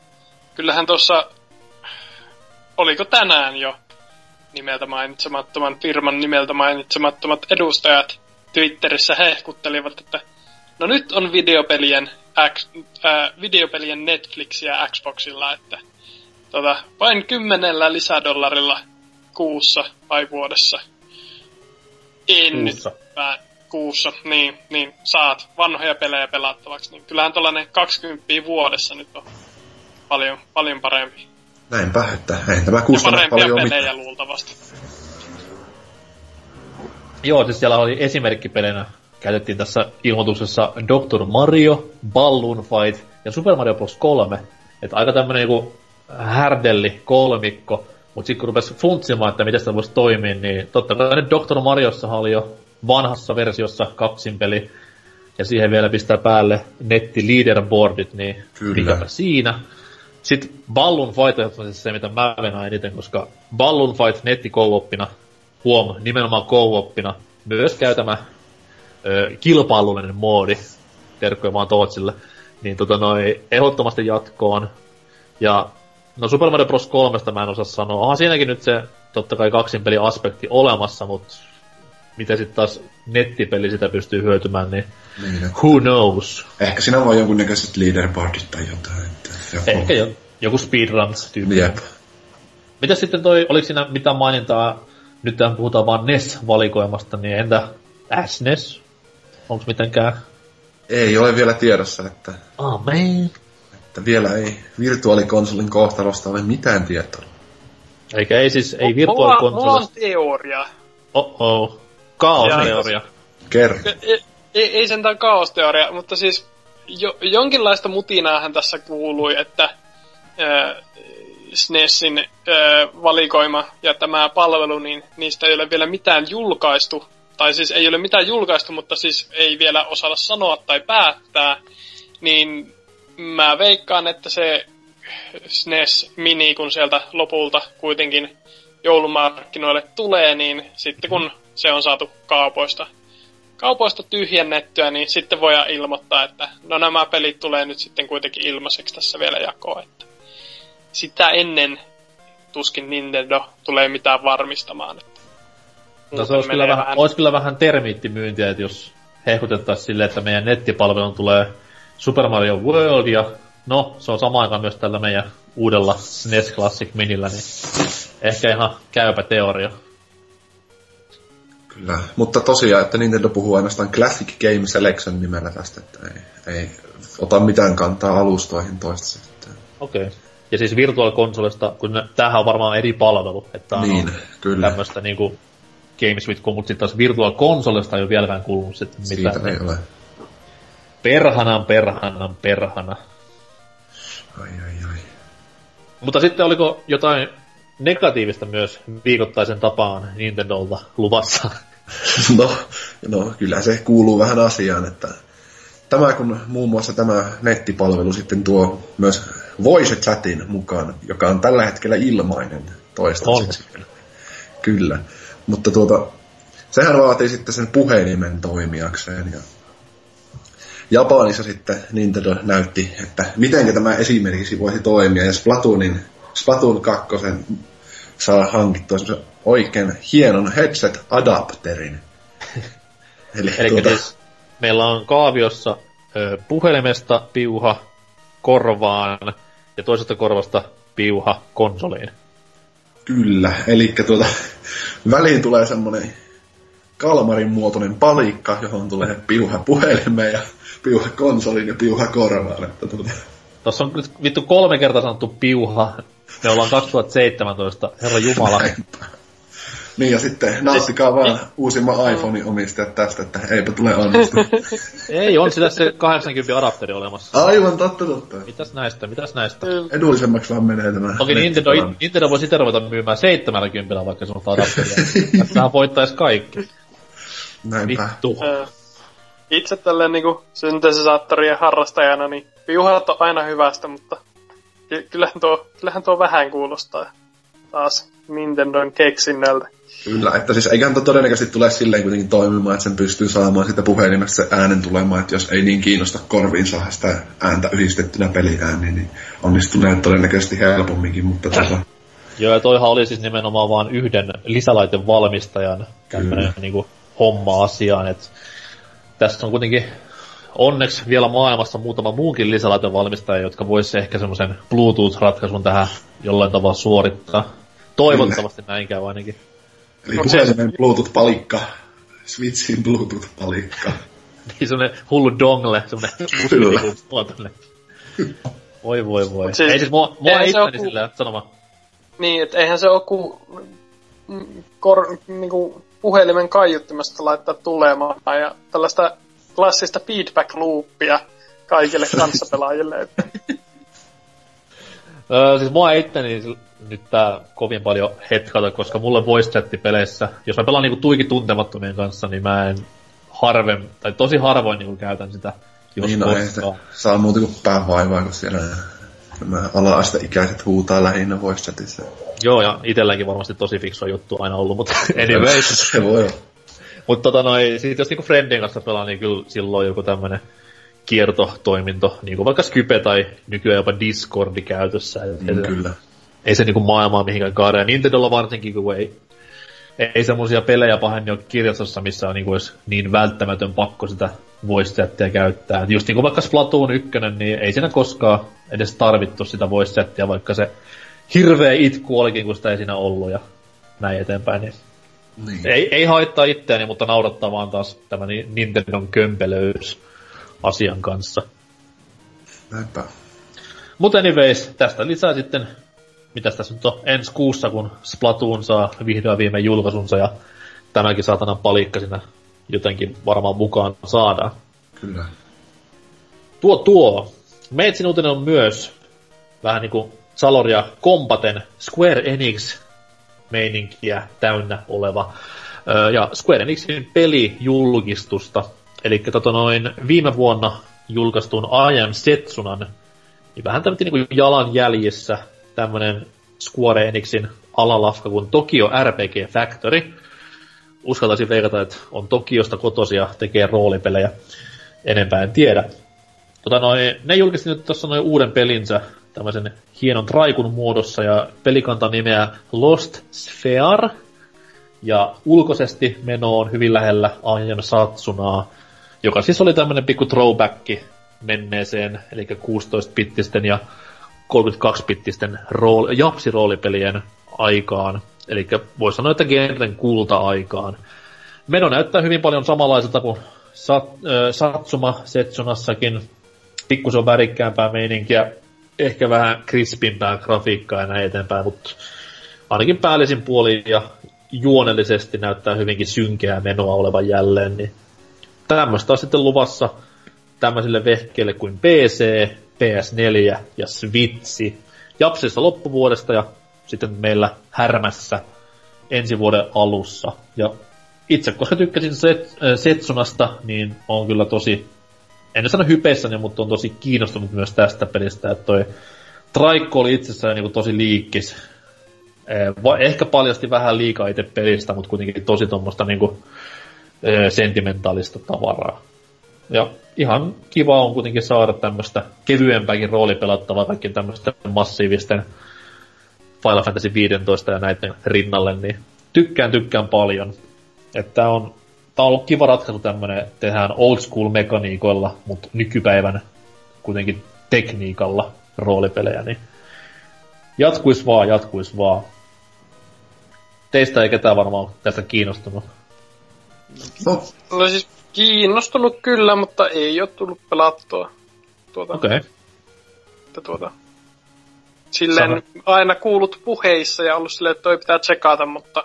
E: kyllähän tuossa, oliko tänään jo nimeltä mainitsemattoman firman nimeltä mainitsemattomat edustajat Twitterissä hehkuttelivat, että no nyt on videopelien, X, äh, videopelien Netflixiä Xboxilla, että tota, vain kymmenellä lisädollarilla kuussa vai vuodessa. En
B: Kuussa.
E: nyt mä, kuussa, niin, niin saat vanhoja pelejä pelattavaksi, niin kyllähän tollanen kaksikymmentä vuodessa nyt on paljon, paljon parempi.
F: Näinpä, että ei tämä
E: Ja
F: kustanna
E: parempia
F: paljon
E: pelejä
F: mitään.
E: luultavasti.
B: Joo, siis siellä oli esimerkkipelinä, käytettiin tässä ilmoituksessa doctor Mario, Balloon Fight ja Super Mario Bros. kolme. Että aika tämmönen niinku härdelli kolmikko, mut sit kun rupes funtsimaan, että miten sitä voisi toimia, niin totta kai nyt doctor Mariossahan oli jo vanhassa versiossa kaksinpeli, ja siihen vielä pistää päälle netti leaderboardit, niin
F: Kyllä.
B: mikäpä siinä. Sitten Balloon Fight on se, mitä mä venään eniten, koska Balloon Fight netti co-oppina, huom, nimenomaan co-oppina, myös käy tämä ö, kilpailullinen moodi, terkkoja vaan Tootsille, niin tota noi, ehdottomasti jatkoon. Ja no Super Mario Bros. kolmesta mä en osaa sanoa. Onhan siinäkin nyt se totta kai kaksinpeli-aspekti olemassa, mut miten sit taas nettipeli sitä pystyy hyötymään, niin
F: Niin, että
B: who knows?
F: ehkä siinä on jonkunnäköiset leaderboardit tai jotain. Että joku...
B: Ehkä jo, joku speedrun-tyyppi.
F: Jep.
B: Mitäs sitten toi, oliko siinä mitään mainintaa, nyt tähän puhutaan vaan N E S-valikoimasta, niin entä S N E S? Onko mitenkään?
F: Ei ole vielä tiedossa, että,
B: Oh man.
F: että vielä ei virtuaalikonsolin kohtalosta ole mitään tietoa.
B: Eikä ei siis, ei
E: Mulla, mulla on
B: virtuaalikonsolista.
E: teoria.
B: Oh-oh. Kaosteoria.
F: Kerro.
E: Ei, ei, ei sentään kaosteoria, mutta siis jo, jonkinlaista mutinaahan tässä kuului, että äh, S N E Sin äh, valikoima ja tämä palvelu, niin niistä ei ole vielä mitään julkaistu. Tai siis ei ole mitään julkaistu, mutta siis ei vielä osata sanoa tai päättää. Niin mä veikkaan, että se S N E S Mini, kun sieltä lopulta kuitenkin joulumarkkinoille tulee, niin sitten kun se on saatu kaupoista, kaupoista tyhjennettyä, niin sitten voidaan ilmoittaa, että no nämä pelit tulee nyt sitten kuitenkin ilmaiseksi tässä vielä jakoon. Että sitä ennen tuskin Nintendo tulee mitään varmistamaan. Että
B: No se olisi kyllä, vähän, vähän... olisi kyllä vähän termiittimyyntiä, että jos hehkutettaisiin silleen, että meidän nettipalvelun tulee Super Mario World ja no, se on samaan aikaan myös tällä meidän uudella S N E S Classic Minillä, niin ehkä ihan käypä teoria.
F: Kyllä, mutta tosiaan, että Nintendo puhuu ainoastaan Classic Game Selection nimellä tästä, että ei, ei ota mitään kantaa alustoihin toistaiseksi.
B: Okei. Okay. Ja siis virtuaalikonsolista, kun ne, tämähän on varmaan eri palvelu, että
F: niin,
B: on
F: kyllä.
B: tämmöistä niinku Games with Go, mutta sitten taas virtuaalikonsolista ei ole vieläkään kuulunut sitten mitään.
F: Siitä ei ole.
B: Perhanan, perhanan, perhana.
F: Ai, ai, ai.
B: Mutta sitten oliko jotain negatiivista myös viikoittaisen tapaan Nintendolta luvassa?
F: No, no, kyllä se kuuluu vähän asiaan, että tämä kun muun muassa tämä nettipalvelu sitten tuo myös Voice Chatin mukaan, joka on tällä hetkellä ilmainen toistaiseksi. Kyllä, mutta tuota, sehän vaatii sitten sen puhelimen toimijakseen ja Japanissa sitten Nintendo näytti, että miten tämä esimerkiksi voisi toimia, ja Splatoonin, Splatoon kaksi saa hankittua semmoisen oikein hienon headset-adapterin. Eli
B: Eli
F: tuota...
B: siis meillä on kaaviossa ö, puhelimesta piuha korvaan ja toisesta korvasta piuha konsoliin.
F: Kyllä, eli tuota, väliin tulee semmoinen kalmarin muotoinen palikka, johon tulee piuha puhelimeen ja piuha konsoliin ja piuha korvaan. Että tuota...
B: Tossa on nyt vittu kolme kertaa sanottu piuha. Me ollaan kaksituhattaseitsemäntoista, herra jumala.
F: Näinpä. Niin ja sitten nauttikaa vaan uusimman iPhonein omistajat tästä, että eipä tule onnistua.
B: Ei, on sitä se kahdeksankymmentä adapteri olemassa.
F: Aivan totta totta.
B: Mitäs näistä, mitäs näistä?
F: Edullisemmaksi vaan menee tämä.
B: Toki Nintendo, Nintendo voi sitä ruveta myymään seitsemänkymmentä vaikka semmoista adapteria. Tästähän voittais kaikki.
F: Näinpä.
B: Vittu.
E: Itse tälleen niinku syntesisaattorien harrastajana, niin piuhat on aina hyvästä, mutta ky- kyllähän tuo, kyllähän tuo vähän kuulostaa taas Nintendon keksinnöltä.
F: Kyllä, että siis eiköhän todennäköisesti tule silleen kuitenkin toimimaan, että sen pystyy saamaan sitä puhelimesta se äänen tulemaan, että jos ei niin kiinnosta korviin saada sitä ääntä yhdistettynä peliääniin, niin onnistuu todennäköisesti helpomminkin, mutta tota...
B: Joo, ja toihan oli siis nimenomaan vaan yhden lisälaitevalmistajan tämmönen niinku homma asiaan, että tässä on kuitenkin onneksi vielä maailmassa muutama muunkin lisälaitevalmistaja, jotka vois ehkä semmoisen Bluetooth-ratkaisun tähän jollain tavalla suorittaa. Toivottavasti näin käy ainakin.
F: Eli puhelimen Bluetooth-palikka. Switchin Bluetooth-palikka.
B: Niin semmonen hullu dongle, semmonen pusli. Voi voi voi.
E: Siis,
B: ei siis mua, mua ei itteni
E: ku...
B: sillä, sanoma.
E: Niin, et eihän se oo ku... Kor... niinku puhelimen kaiuttimesta laittaa tulemaan ja tällaista klassista feedback-loopia kaikille kanssapelaajille.
B: öö, siis mua itteni nyt tää kovin paljon hetkata, koska mulle voice chatti peleissä, jos mä pelaan niinku tuiki tuntemattomien kanssa, niin mä en harven, tai tosi harvoin niinku käytän sitä, jos
F: niin, no ei sitä saa muuta kuin päävaivaa, kun siellä nämä ala-asteikäiset huutaa lähinnä voice chatissa.
B: Joo, ja itselläänkin varmasti tosi fiksua juttu aina ollut, mutta anyway.
F: Se voi olla.
B: Mutta tota noi, sit jos niinku friendien kanssa pelaa, niin kyllä silloin joku tämmönen kiertotoiminto, niinku vaikka Skype tai nykyään jopa Discordi käytössä.
F: Mm, kyllä.
B: Ei se niinku maailmaa mihinkään kaada. Ja Nintendolla varsinkin, kun ei, ei semmosia pelejä pahemmin ole kirjastossa, missä on niinku niin välttämätön pakko sitä voice chattia käyttää. Et just niinku vaikka Splatoon yksi, niin ei siinä koskaan edes tarvittu sitä voice chattia, vaikka se hirveä itku olikin, kun sitä ei siinä ollut ja näin eteenpäin. Niin niin. Ei, ei haittaa itseäni, mutta naurattaa vaan taas tämä Nintendon kömpelöys asian kanssa.
F: Näinpä.
B: Mutta anyways, tästä lisää sitten, mitäs tässä nyt on ensi kuussa, kun Splatoon saa vihdoin viimein julkaisunsa ja tämäkin saatanan palikka siinä jotenkin varmaan mukaan saadaan.
F: Kyllä. Tuo
B: tuo. Meitsin uutinen on myös vähän niinku Saloria Kompaten Square Enix meininkiä täynnä oleva. Öö, ja Square Enixin pelijulkistusta. Elikkä tota noin viime vuonna julkaistun I Am Setsunan, niin vähän tämmöinen niinku jalanjäljissä tämmönen Square Enixin alalafka kuin Tokyo R P G Factory. Uskaltaisin veikata, että on Tokiosta kotoisia, tekee roolipelejä. Enempää en tiedä. Tota noin, ne julkisti nyt tossa noin uuden pelinsä tämmöisen hienon traikun muodossa ja pelikanta nimeä Lost Sphere. Ja ulkoisesti meno on hyvin lähellä I Am Satsunaa, joka siis oli tämmönen pikku throwbacki menneeseen, eli kuusitoista-bittisten ja kolmekymmentäkaksi-bittisten rool- japsiroolipelien aikaan. Eli voisi sanoa, että genren kulta-aikaan. Meno näyttää hyvin paljon samanlaiselta kuin Sat, äh, Satsuma Setsunassakin. Pikkusen on värikkäämpää meininkiä, ehkä vähän krispimpää grafiikkaa ja näin eteenpäin, mutta ainakin päällisin puolin ja juonellisesti näyttää hyvinkin synkeää menoa olevan jälleen. Niin tämmöistä on sitten luvassa tämmöisille vehkeille kuin P C, P S neljä ja Switchi. Japsissa loppuvuodesta ja sitten meillä Härmässä ensi vuoden alussa. Ja itse, koska tykkäsin set, äh, Setsunasta, niin on kyllä tosi, en sano hypeissäni, mutta on tosi kiinnostunut myös tästä pelistä. Että toi traikko oli itsessään niin kuin tosi liikkis. Eh, va, ehkä paljasti vähän liikaa itse pelistä, mutta kuitenkin tosi tommoista niin kuin, eh, sentimentaalista tavaraa. Ja ihan kiva on kuitenkin saada tämmöistä kevyempääkin roolipelattavaa kaikkien tämmöisten massiivisten Final Fantasy viisitoista ja näiden rinnalle, niin tykkään tykkään paljon. Että tää on, tää on ollut kiva ratkaisu tämmönen, tehdään old school mekaniikoilla, mutta nykypäivän kuitenkin tekniikalla roolipelejä, niin jatkuis vaan, jatkuis vaan. Teistä ei ketään varmaan tästä kiinnostunut.
E: No, no siis kiinnostunut kyllä, mutta ei oo tullut pelattua. Tuota,
B: Okei.
E: Okay. Tuota, silleen Sano. aina kuulut puheissa ja ollut silleen, että toi pitää tsekata, mutta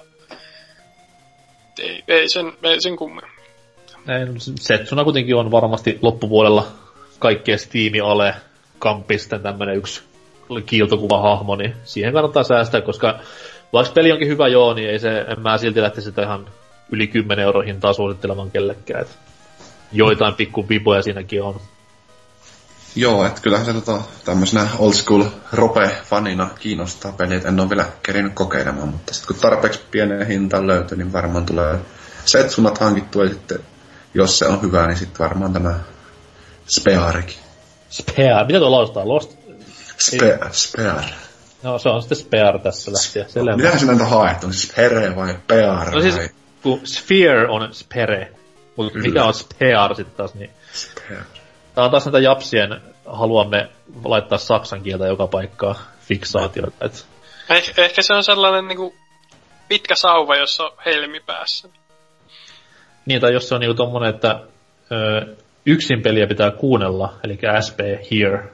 E: ei, ei sen, ei sen kummemmin.
B: Setsuna kuitenkin on varmasti loppuvuodella kaikkien Steam-ale kampisten tämmönen yksi kiiltokuva hahmo, niin siihen kannattaa säästää, koska vaikka peli onkin hyvä joo, niin ei se, en mä silti lähtisi sitä ihan yli kymmenen euro hintaa suosittelemaan kellekään. Et joitain pikku vipoja siinäkin on.
F: Joo, että kyllähän se tota, tämmöisenä old school rope-fanina kiinnostaa pelit. En ole vielä kerinyt kokeilemaan, mutta sitten kun tarpeeksi pieneen hintaan löytyy, niin varmaan tulee setsunat hankittua ja sitten jos se on hyvä, niin sitten varmaan tämä Spearikin.
B: Spear, mitä tuo lausutaan? Lost?
F: Spear, Spear.
B: No se on sitten Spear tässä lähtiä.
F: Mitähän se näitä haet? On siis Pere vai Pear?
B: No siis, kun Sphere on Spere, mutta mikä on Spear sitten taas, niin...
F: Spear.
B: Tää on taas näitä japsien, haluamme laittaa saksan kieltä joka paikkaan fiksaatioita. Et...
E: Eh, ehkä se on sellainen niinku pitkä sauva, jossa on helmi päässä.
B: Niin, tai jos se on niinku tommonen, että ö, yksin peliä pitää kuunnella, eli S P here.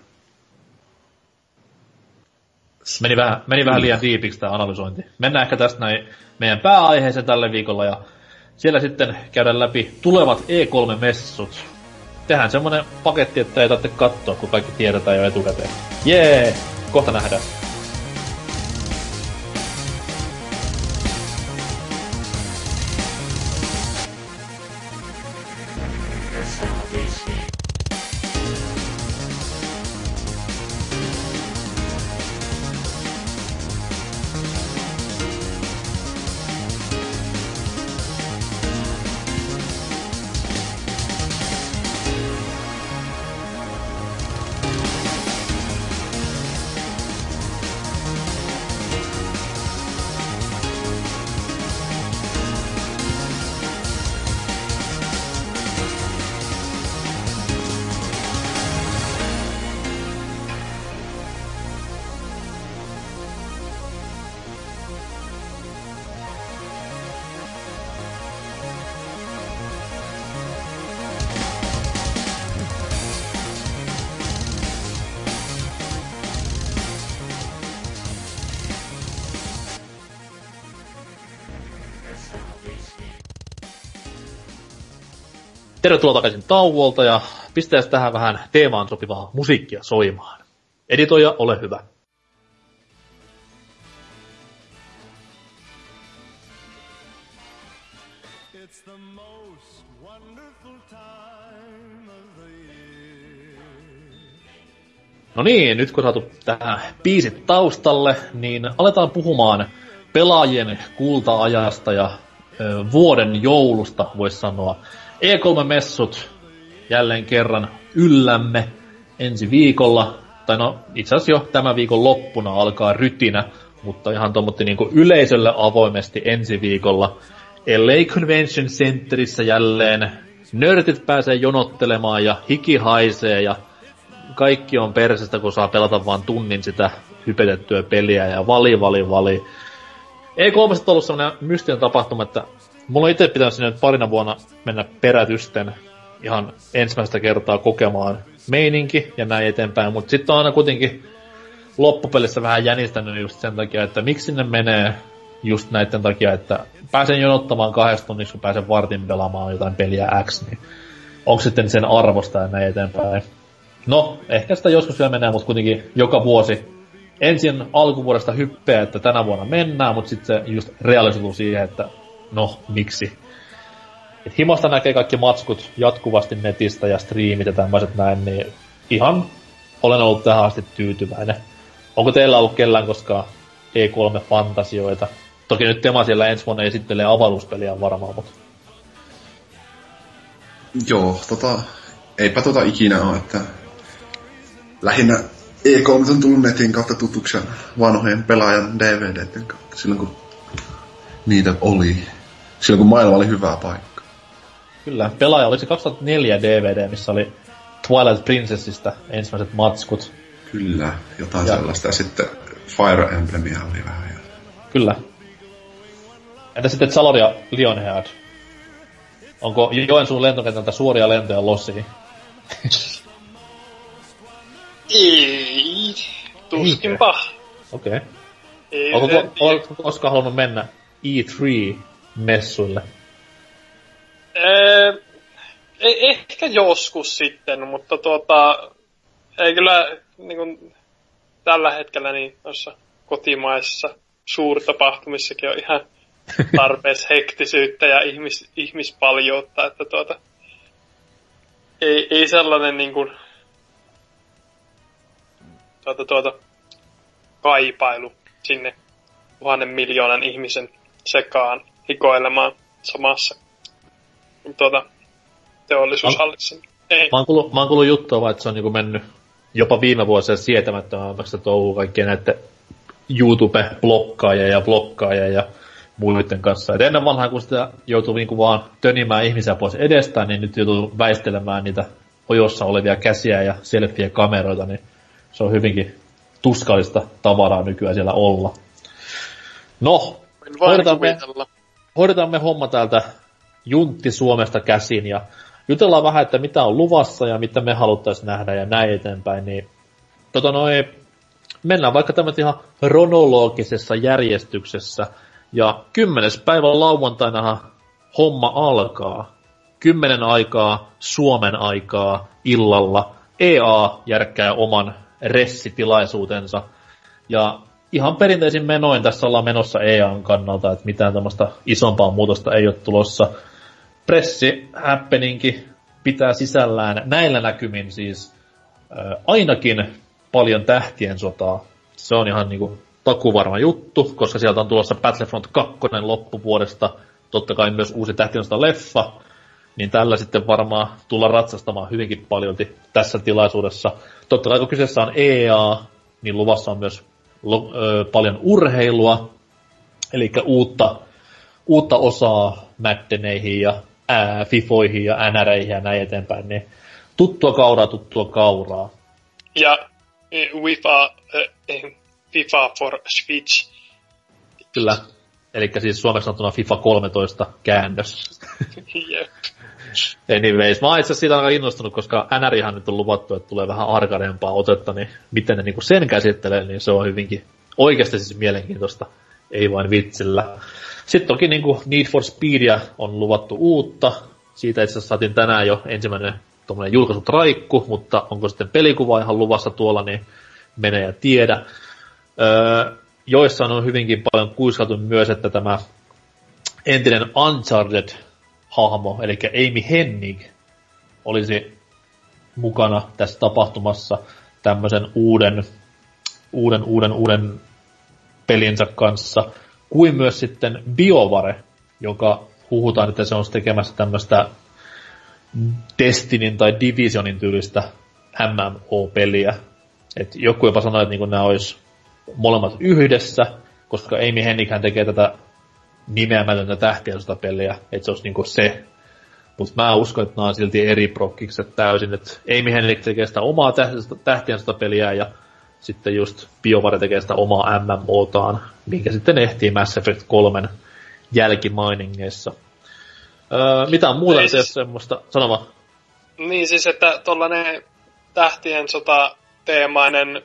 B: Meni vähän, meni vähän liian diipiksi tää analysointi. Mennään ehkä tästä näin meidän pääaiheeseen tälle viikolla, ja siellä sitten käydään läpi tulevat E kolme -messut. Tehdään semmonen paketti, että ei tarvitse katsoa, kun kaikki tiedetään jo etukäteen. Jee! Kohta nähdään. Tervetuloa takaisin tauolta ja pistäis tähän vähän teemaan sopivaa musiikkia soimaan. Editoija, ole hyvä. No niin, nyt kun saatu tähän biisit taustalle, niin aletaan puhumaan pelaajien kulta-ajasta ja ö, vuoden joulusta, voisi sanoa. E kolme -messut jälleen kerran yllämme ensi viikolla, tai no itse asiassa jo tämän viikon loppuna alkaa rytinä, mutta ihan tommotti niinku yleisölle avoimesti ensi viikolla. L A Convention Centerissä jälleen nörtit pääsee jonottelemaan ja hiki haisee ja kaikki on persestä, kun saa pelata vaan tunnin sitä hypetettyä peliä ja vali, vali, vali. E kolme on ollut sellainen mystinen tapahtuma, että mulla on itse pitänyt sinne parina vuonna mennä perätysten ihan ensimmäistä kertaa kokemaan meininki ja näin eteenpäin, mutta sitten on aina kuitenkin loppupelissä vähän jänistänyt just sen takia, että miksi sinne menee just näiden takia, että pääsen jonottamaan kahdesta tunniksi, kun pääsen vartin pelaamaan jotain peliä X, niin onko sitten sen arvosta ja näin eteenpäin. No, ehkä sitä joskus vielä menee, mutta kuitenkin joka vuosi ensin alkuvuodesta hyppeä, että tänä vuonna mennään, mutta sitten se just realisoituu siihen, että no, miksi? Et himosta näkee kaikki matskut jatkuvasti netistä ja striimit ja tämmöiset näin, niin ihan olen ollut tähän asti tyytyväinen. Onko teillä ollut kellään koskaan E kolme -fantasioita? Toki nyt Tema siellä ensi vuonna esittelee avaruuspeliä varmaan, mutta...
F: Joo, tota... Eipä tota ikinä oo, että... Lähinnä E kolme on tullut netin kautta tutuksi vanhojen pelaajan D V D:ten kautta, silloin kun niitä oli. Silloin kun maailma oli hyvä paikka.
B: Kyllä, pelaaja oli se kaksituhattaneljä D V D, missä oli Twilight Princessista ensimmäiset matskut.
F: Kyllä, jotain ja sellaista. Ja sitten Fire Emblemia oli vähän. Ja...
B: Kyllä. Entä sitten Zalor ja Lionhead? Onko Joensuun lentokentältä suoria lentoja Lossiin?
E: Ei, tuskinpa.
B: Okei. Okay. Onko, onko koskaan halunnut mennä E kolme -messuille?
E: Ee, ehkä joskus sitten, mutta tuota, ei kyllä niin kuin, tällä hetkellä niin noissa kotimaisissa suurtapahtumissakin on ihan tarpeeksi hektisyyttä ja ihmis, ihmispaljoutta, että tuota, ei, ei sellainen niin kuin tuota, tuota, kaipailu sinne tuhannen miljoonan ihmisen sekaan hikoilemaan samassa tuota, teollisuushallissa. Ei.
B: Mä oon kuullut, mä oon kuullut juttua vaan, että se on niinku mennyt jopa viime vuosina sietämättömämmäksi touhuu kaikkien näiden YouTube-blokkaajia ja blokkaajia ja muiden kanssa. Et ennen vanhaa, kun sitä joutuu niinku vaan tönimään ihmisiä pois edestään, niin nyt joutuu väistelemään niitä ojossa olevia käsiä ja selfie kameroita, niin se on hyvinkin tuskallista tavaraa nykyään siellä olla. No, hoidetaan me, hoidetaan me homma täältä Juntti Suomesta käsin ja jutellaan vähän, että mitä on luvassa ja mitä me haluttais nähdä ja näin eteenpäin, niin tota noi, mennään vaikka tämmöt ihan kronologisessa järjestyksessä. Ja kymmenes päivä lauantainahan homma alkaa. Kymmenen aikaa, Suomen aikaa, illalla. E A järkkää oman ressitilaisuutensa. Ja ihan perinteisin menoin tässä ollaan menossa E A:n kannalta, että mitään tämmöistä isompaa muutosta ei ole tulossa. Pressi-happeningi pitää sisällään näillä näkymin siis äh, ainakin paljon tähtien sotaa. Se on ihan niinku takuvarma juttu, koska sieltä on tulossa Battlefront kaksi loppuvuodesta, totta kai myös uusi tähtien sota leffa, niin tällä sitten varmaan tullaan ratsastamaan hyvinkin paljolti tässä tilaisuudessa. Totta kai kun kyseessä on E A, niin luvassa on myös lo, ö, paljon urheilua, eli uutta, uutta osaa Maddeneihin ja ää, Fifoihin ja N Reihin ja näin eteenpäin, niin tuttua kauraa, tuttua kauraa.
E: Ja FIFA, äh, FIFA for Switch.
B: Kyllä, eli siis suomeksi sanottuna FIFA kolmetoista käännös.
E: Jep.
B: Anyways, mä oon itse asiassa siitä aika innostunut, koska N Rihan nyt on luvattu, että tulee vähän arkadeempaa otetta, niin miten ne niinku sen käsittelee, niin se on hyvinkin oikeasti siis mielenkiintoista, ei vain vitsillä. Sitten toki niinku Need for Speedia on luvattu uutta, siitä itse asiassa saatiin tänään jo ensimmäinen tommonen julkaisutraikku, mutta onko sitten pelikuva ihan luvassa tuolla, niin mene ja tiedä. Öö, joissain on hyvinkin paljon kuiskaltu myös, että tämä entinen Uncharted-hahmo, eli Amy Hennig, olisi mukana tässä tapahtumassa tämmöisen uuden, uuden, uuden, uuden pelinsä kanssa, kuin myös sitten BioWare, joka huhutaan, että se on tekemässä tämmöistä Destinyn tai Divisionin tyylistä M M O-peliä. Et joku jopa sanoi, että niinku nämä olisi molemmat yhdessä, koska Amy Hennighän tekee tätä nimeämätöntä tähtien sota peliä, että se olisi niinku se. Mutta mä uskon, että nämä on silti eri prokkikset täysin, että Amy Hennig tekee sitä omaa tähtien sota peliä ja sitten just BioWare tekee sitä omaa M M O:taan, minkä sitten ehtii Mass Effect kolmen jälkimainingeissa. Öö, mitään muuta ei siis semmoista, sano vaan.
E: Niin siis, että tollanen tähtien sota teemainen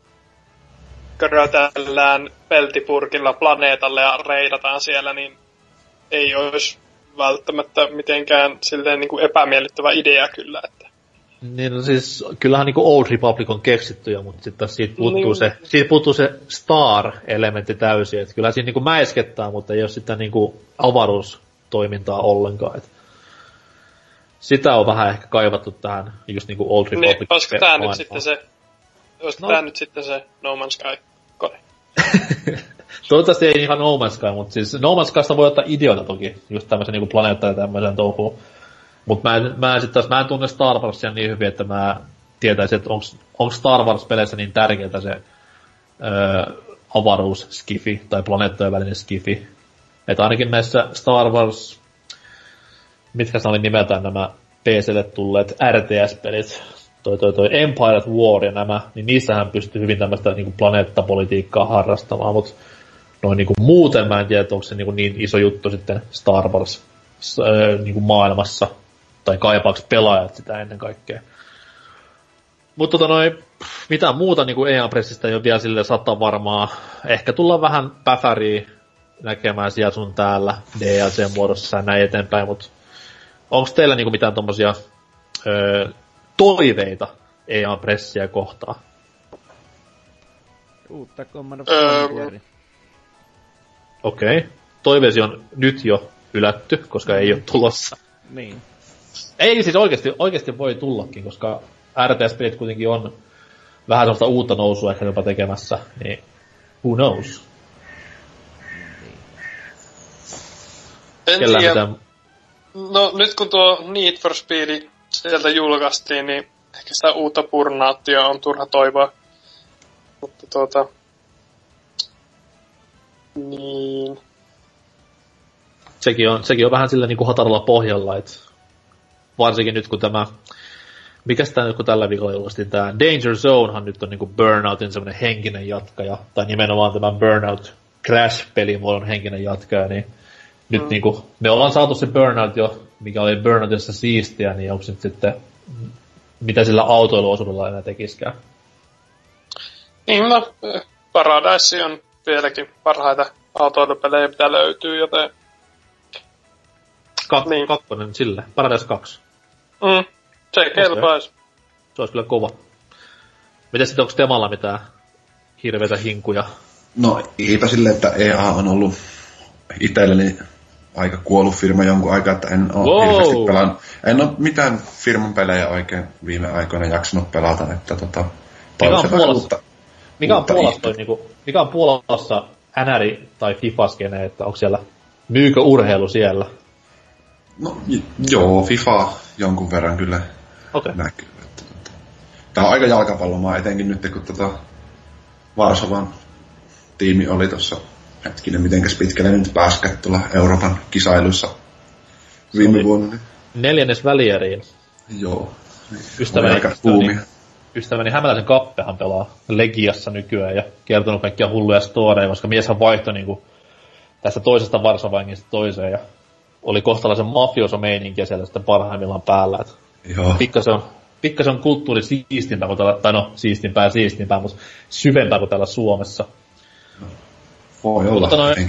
E: körötellään peltipurkilla planeetalle ja reidataan siellä, niin ei olisi välttämättä mitenkään silleen niin kuin epämiellyttävä idea kyllä. Että.
B: Niin no siis, kyllähän niin kuin Old Republic on keksitty, mutta sitten siitä puuttuu, niin. se, siitä puuttuu se Star-elementti täysin. Että kyllä siinä niin kuin mäiskettää, mutta ei ole sitä niin kuin avaruustoimintaa ollenkaan. Et sitä on vähän ehkä kaivattu tähän just niin kuin Old Republic.
E: Niin, olisiko tää nyt sitten se, olisiko no. tää nyt sitten se No Man's Sky-kone?
B: Toivottavasti ei ihan No Man's Sky, mutta siis No Man's Skysta voi ottaa ideoita toki, just tämmösen niinku planeetta ja tämmösen touhuun. Mut mä en, mä en sit taas, mä en tunne Star Warsia niin hyvin, että mä tietäisin, että onks, onks Star Wars-peleissä niin tärkeää se öö, avaruus-skifi tai planeettojen välinen skifi. Että ainakin näissä Star Wars, mitkä oli nimeltään nämä P C:lle tulleet R T S-pelit, toi toi toi Empire at War ja nämä, niin niissähän pystyy hyvin tämmöistä niinku planeettapolitiikkaa harrastamaan, mut noin niinku muuten mä en tiedä, onko se niinku niin iso juttu sitten Star Wars äh, niinku maailmassa, tai kaipaaks pelaajat sitä ennen kaikkea. Mutta tota noin, mitään muuta niinku E A-pressistä ei ole vielä silleen sata varmaa. Ehkä tullaan vähän päfäriä näkemään siellä sun täällä D L C-muodossa ja näin eteenpäin, mut onko teillä niinku mitään tommosia öö, toiveita E A-pressiä kohtaan?
G: Uutta Command of
E: Öö,
B: Okei. Okay. Toiveesi on nyt jo hylätty, koska mm. ei ole tulossa.
G: Niin.
B: Ei siis oikeesti, oikeesti voi tullakin, koska R T S-pelit kuitenkin on vähän sellaista uutta nousua ehkä jopa tekemässä, niin who knows?
E: En
B: Kellään
E: tiedä.
B: mitään...
E: No nyt kun tuo Need for Speed sieltä julkaistiin, niin ehkä sitä uutta Burnouttia on turha toivoa. Mutta tuota... Niin...
B: Sekin on, sekin on vähän sillä niinku hataralla pohjalla, et varsinkin nyt kun tämä... Mikäs tää nyt kun tällä viikolla julkaistiin tää Danger Zonehan nyt on niinku Burnoutin semmonen henkinen jatkaja, tai nimenomaan tämä Burnout Crash-pelimuodon henkinen jatkaja, niin nyt mm. niinku, me ollaan saatu se Burnout jo, mikä oli Burnoutissa siistiä, niin onko nyt sitten, mitä sillä autoiluosuudella enää tekiskään?
E: Niin, no, Paradise on vieläkin parhaita autoilupelejä, mitä löytyy, joten...
B: Kak-
E: niin.
B: Kakkonen sille, Paradise kaksi.
E: Mm, se kelpaisi.
B: Se olisi kyllä kova. Miten sitten, onko Temalla mitään hirveitä hinkuja?
F: No eipä silleen, että E A on ollut itselleni aika kuollut firma jonkun aikaa, että en ole
B: wow.
F: hirveästi pelannut. En ole mitään firman pelejä oikein viime aikoina jaksanut pelata, että tota...
B: Mikä on Puolassa,
F: uutta,
B: mikä on
F: uutta
B: Puolassa, toi, niinku, mikä on Puolassa N R tai FIFA-skene, että onko siellä, myykö urheilu siellä?
F: No j- joo, FIFA jonkun verran kyllä
B: okay.
F: näkyy. Että, tota, tää on aika jalkapallomaa, etenkin nyt kun tota Varsovan tiimi oli tuossa hetkinen, mitenkäs pitkälle nyt pääskät tuolla Euroopan kisailuissa viime vuonna. Niin...
B: Neljännes välieriin.
F: Joo.
B: Ystäväni,
F: aika kuumia.
B: Ystäväni Hämäläisen Kappehan pelaa Legiassa nykyään ja kertonut kaikkia hulluja storeja, koska mieshän vaihtoi niinku tästä toisesta Varsovangista toiseen ja oli kohtalaisen mafioso-meininkiä siellä sitten parhaimmillaan päällä. Et
F: Joo.
B: Pikkasen on, pikkasen on kulttuuri siistimpää kuin täällä, tai no siistimpää ja siistimpää, mutta syvempää kuin täällä Suomessa.
F: Voi olla.
B: Mutta noin,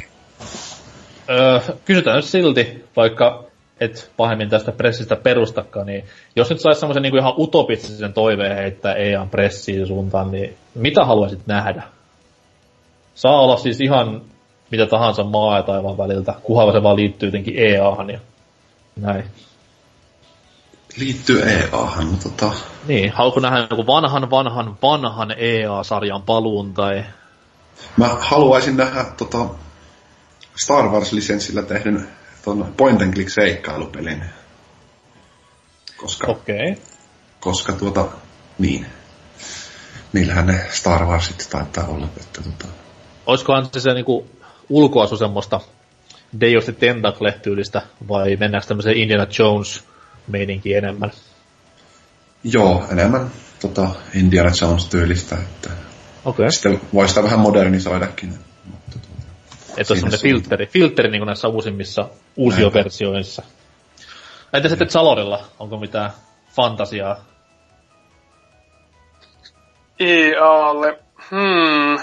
B: öö, kysytään nyt silti, vaikka et pahemmin tästä pressistä perustakaan, niin jos nyt saisi semmoisen niin ihan utopistisen toiveen heittää E A:n pressiin suuntaan, niin mitä haluaisit nähdä? Saa olla siis ihan mitä tahansa maa ja taivaan väliltä, kunhan se vaan liittyy jotenkin E A:han ja näin.
F: Liittyy E A:han, no tota...
B: Niin, haluatko nähdä joku vanhan, vanhan, vanhan E A-sarjan paluun tai...
F: Mä haluaisin nähdä tota Star Wars-lisenssillä tehdyn ton point and click seikkailupelin. Koska...
B: Okei. Okay.
F: Koska tuota... Niin. Niillähän ne Star Warsit taitaa olla, että tota...
B: Oiskohan se se niinku ulkoasu semmoista Day of the Tentacle-tyylistä, vai mennäänkö tämmöiseen Indiana Jones-meininkiin enemmän?
F: Joo, enemmän tota Indiana Jones-tyylistä, että...
B: Okei. Okay.
F: Sitten voi sitä vähän modernisoidakin. Mutta tuota,
B: että on semmoinen filteri, filteri niin kuin näissä uusimmissa uusioversioissa. Entä sitten Zalorilla? Onko mitään fantasiaa?
E: E A:lle. Hmm.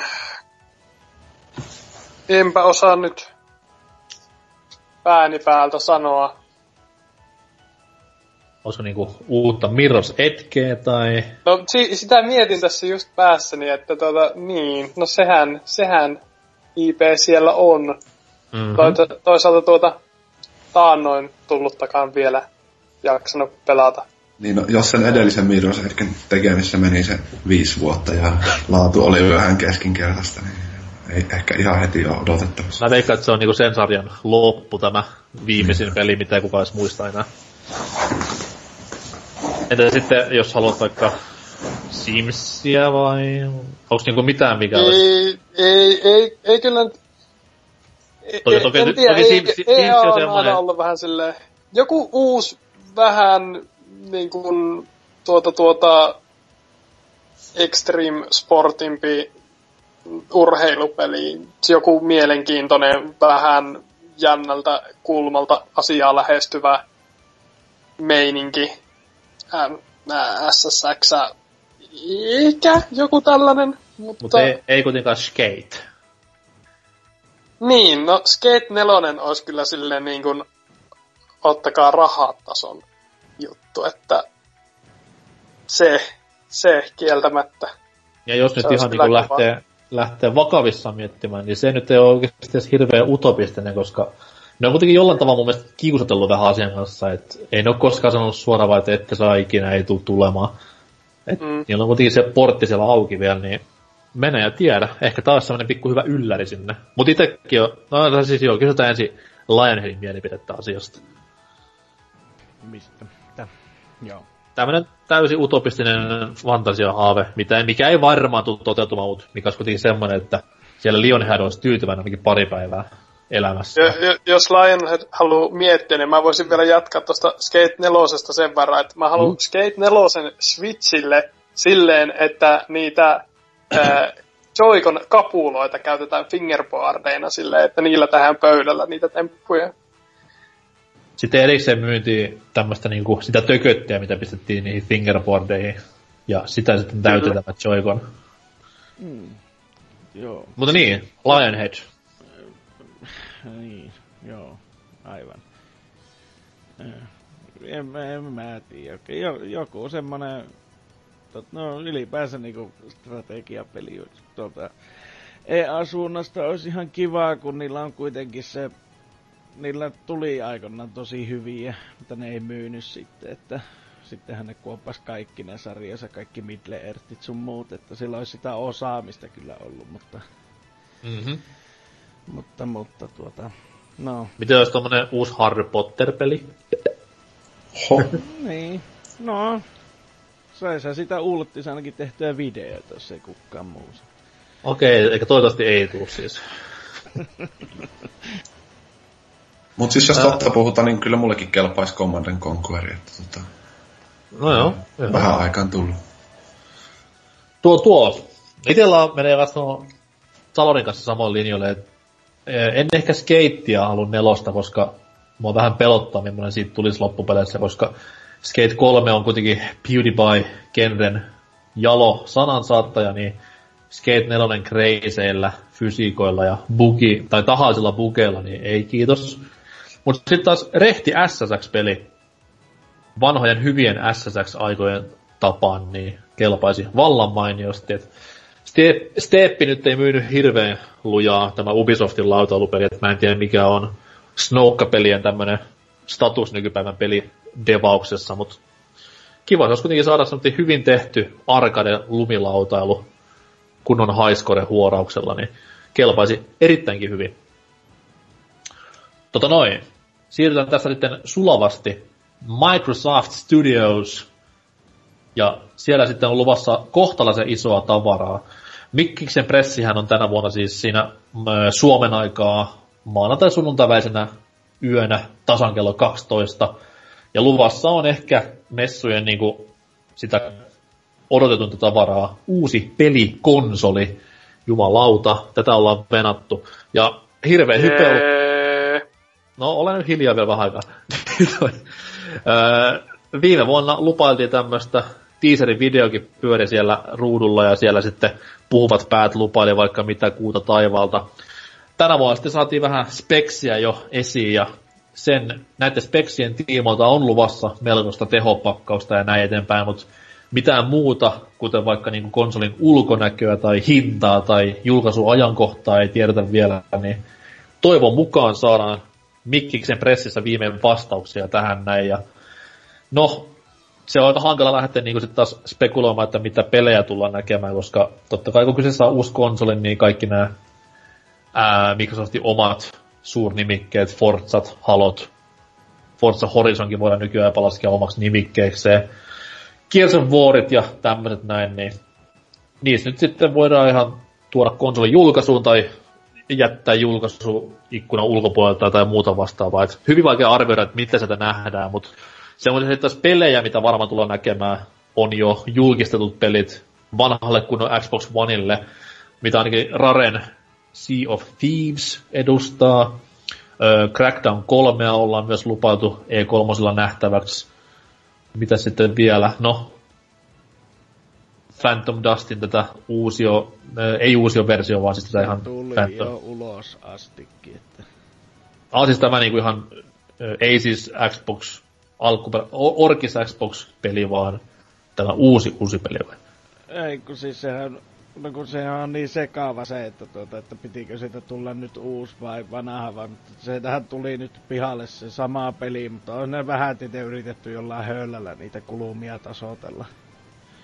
E: Enpä osaa nyt pääni päältä sanoa.
B: Olisiko niinku uutta Mirror's Edgeä tai...
E: No si- sitä mietin tässä just päässäni, että tota, niin, no sehän, sehän I P siellä on. Mm-hmm. Toita, toisaalta tuota taannoin tulluttakaan vielä jaksanut pelata.
F: Niin, no, jos sen edellisen Mirror's Edgen tekemissä meni se viisi vuotta ja laatu oli vähän keskinkertaista, niin ei ehkä ihan heti ole odotettavissa.
B: Mä veikkaan, että se on niinku sen sarjan loppu tämä viimeisin mm. peli, mitä ei kukaan edes muista enää. Entä sitten, jos haluat vaikka Simsia vai... Onks niinku mitään mikä
E: ei,
B: olisi?
E: Ei, ei, ei kyllä... Ei,
B: toki, toki,
E: en tiedä,
B: toki
E: ei,
B: Sims,
E: ei,
B: Sims
E: ei
B: on
E: on
B: semmoinen...
E: aina ollut vähän silleen... Joku uusi vähän niin kuin tuota tuota extreme sportimpi urheilupeli. Joku mielenkiintoinen, vähän jännältä kulmalta asiaa lähestyvä meininki. S S X, eikä joku tällainen, mutta...
B: Mutta ei, ei kuitenkaan Skate.
E: Niin, no Skate neljä olisi kyllä silleen niin kuin ottakaa rahatason juttu, että se, se kieltämättä.
B: Ja jos nyt ihan niin lähtee, lähtee vakavissaan miettimään, niin se nyt ei ole oikeasti edes hirveän utopistinen, koska ne on kuitenkin jollain tavalla mun mielestä kiusatellut vähän asian kanssa, että ei ne ole koskaan sanonut suoraan vaan, että ette saa ikinä, ei tule tulemaan. Et mm. niillä on kuitenkin se portti siellä auki vielä, niin mene ja tiedä. Ehkä taas semmonen pikku hyvä ylläri sinne. Mut itekin on, no siis joo, kysytään ensin Lionheadin mielipidettä asiasta.
G: Mistä? Mitä? Joo.
B: Tämmönen täysin utopistinen fantasia-haave, mitä, mikä ei varmaan tule toteutumaan, mutta mikä olisi kuitenkin semmoinen, että siellä Lionhead olisi tyytyväinen ainakin pari päivää elämässä.
E: Jo, jo, jos Lionhead haluaa miettiä, niin mä voisin vielä jatkaa tuosta Skate nelosesta sen verran, että mä haluan mm. Skate nelosen Switchille silleen, että niitä äh, Joy-Con kapuloita käytetään fingerboardeina silleen, että niillä tehdään pöydällä niitä temppuja.
B: Sitten erikseen myyntiin tämmöstä niinku sitä tököttiä, mitä pistettiin niihin fingerboardeihin. Ja sitä sitten täytetään Joy-Con.
G: Mm. Joo.
B: Mutta niin, Lionhead.
G: Niin, joo, aivan. En, en mä tiedä. Joku semmonen, no ylipäänsä niinku strategiapeli tuolta E A-suunnasta olisi ihan kivaa, kun niillä on kuitenkin se, niillä tuli aikoinaan tosi hyviä, mutta ne ei myynyt sitten, että sittenhän ne kuoppas kaikki ne sarjansa, kaikki Middle-Earthit sun muut, että sillä olisi sitä osaamista kyllä ollut, mutta...
B: Mhm.
G: Mutta, mutta tuota, no.
B: Miten olisi tommonen uusi Harry Potter-peli?
F: Ho.
G: Niin, no. Saisi sitä ulttis ainakin tehtyä videoita, jos ei kukaan muu.
B: Okei, eikä toivottavasti ei tuu siis.
F: Mut siis jos totta puhutaan, niin kyllä mullekin kelpaisi Command and Conquer, että tota...
B: No joo.
F: Vähän aikaan tullut.
B: Tuo tuo. Itellä menee vasta Salorin kanssa samoin linjoille, että en ehkä skeittiä halua nelosta, koska mua vähän pelottaa, millainen siitä tulisi loppupeleissä, koska Skate kolme on kuitenkin PewDiePie-genren jalo sanansaattaja, niin Skate neljä kreiseillä, fysiikoilla ja bugi, tai tahaisilla bugeilla, niin ei kiitos. Mutta sitten taas rehti S S X-peli, vanhojen hyvien S S X-aikojen tapaan, niin kelpaisi vallan mainiosti. Ste- Steppi nyt ei myynyt hirveän lujaa, tämä Ubisoftin lautailupeli, että mä en tiedä mikä on Snoukka-pelien tämmönen status nykypäivän peli devauksessa, mutta kiva, se olisi kuitenkin saada semmoinen hyvin tehty arcade-lumilautailu kunnon highscore-huorauksella, niin kelpaisi erittäinkin hyvin. Tota noin, siirrytään tässä sitten sulavasti Microsoft Studios, ja siellä sitten on luvassa kohtalaisen isoa tavaraa. Mikkiksen pressihän on tänä vuonna siis siinä Suomen aikaa maanantai-sunnuntaiväisenä yönä tasan kello kaksitoista. Ja luvassa on ehkä messujen niinku sitä odotetunta tavaraa. Uusi pelikonsoli. Jumalauta, tätä ollaan venattu. Ja hirveä hype on... No, olen nyt hiljaa vielä vähän aikaa. Viime vuonna lupailtiin tämmöstä, teaserin videokin pyöri siellä ruudulla ja siellä sitten puhuvat päät lupaili vaikka mitä kuuta taivaalta. Tänä vuonna sitten saatiin vähän speksiä jo esiin ja sen, näiden speksien tiimoilta on luvassa melkoista tehopakkausta ja näin eteenpäin, mutta mitään muuta, kuten vaikka niin kuin konsolin ulkonäköä tai hintaa tai julkaisuajankohtaa ei tiedetä vielä, niin toivon mukaan saadaan Mikkiksen pressissä viimein vastauksia tähän näin ja no, se on aika hankala lähteä niinku sit taas spekuloimaan, että mitä pelejä tullaan näkemään, koska totta kai kun kyseessä on uusi konsoli, niin kaikki nämä ää, Microsoftin omat suurnimikkeet, Forzat, Halot, Forza Horizonkin voidaan nykyään jopa laskea omaksi nimikkeekseen, Gears of Warit ja tämmöiset näin, niin niissä nyt sitten voidaan ihan tuoda konsolin julkaisuun tai jättää julkaisuikkunan ulkopuolelta tai muuta vastaavaa. Et hyvin vaikea arvioida, että mitä sieltä nähdään, mutta semmoisia taas pelejä, mitä varmaan tullaan näkemään, on jo julkistetut pelit vanhalle kunnon Xbox Oneille, mitä ainakin Raren Sea of Thieves edustaa. Öö, Crackdown kolme ollaan myös lupailtu E kolme nähtäväksi. Mitä sitten vielä? No, Phantom Dustin tätä uusio, äh, ei uusio versio, vaan siis tätä ihan
G: tuli
B: Phantom.
G: jo ulos astikin, että...
B: Ah, siis tämä niinku ihan, äh, ei siis Xbox, alkuperä, Orkis Xbox-peli, vaan tämä uusi, uusi peli vai?
G: Ei, kun siis sehän, no kun sehän on niin sekaava se, että, tuota, että pitikö siitä tulla nyt uusi vai vanha, vaan se tähän tuli nyt pihalle se sama peli, mutta on ne vähän tietysti yritetty jollain höylällä niitä kulumia tasoitella.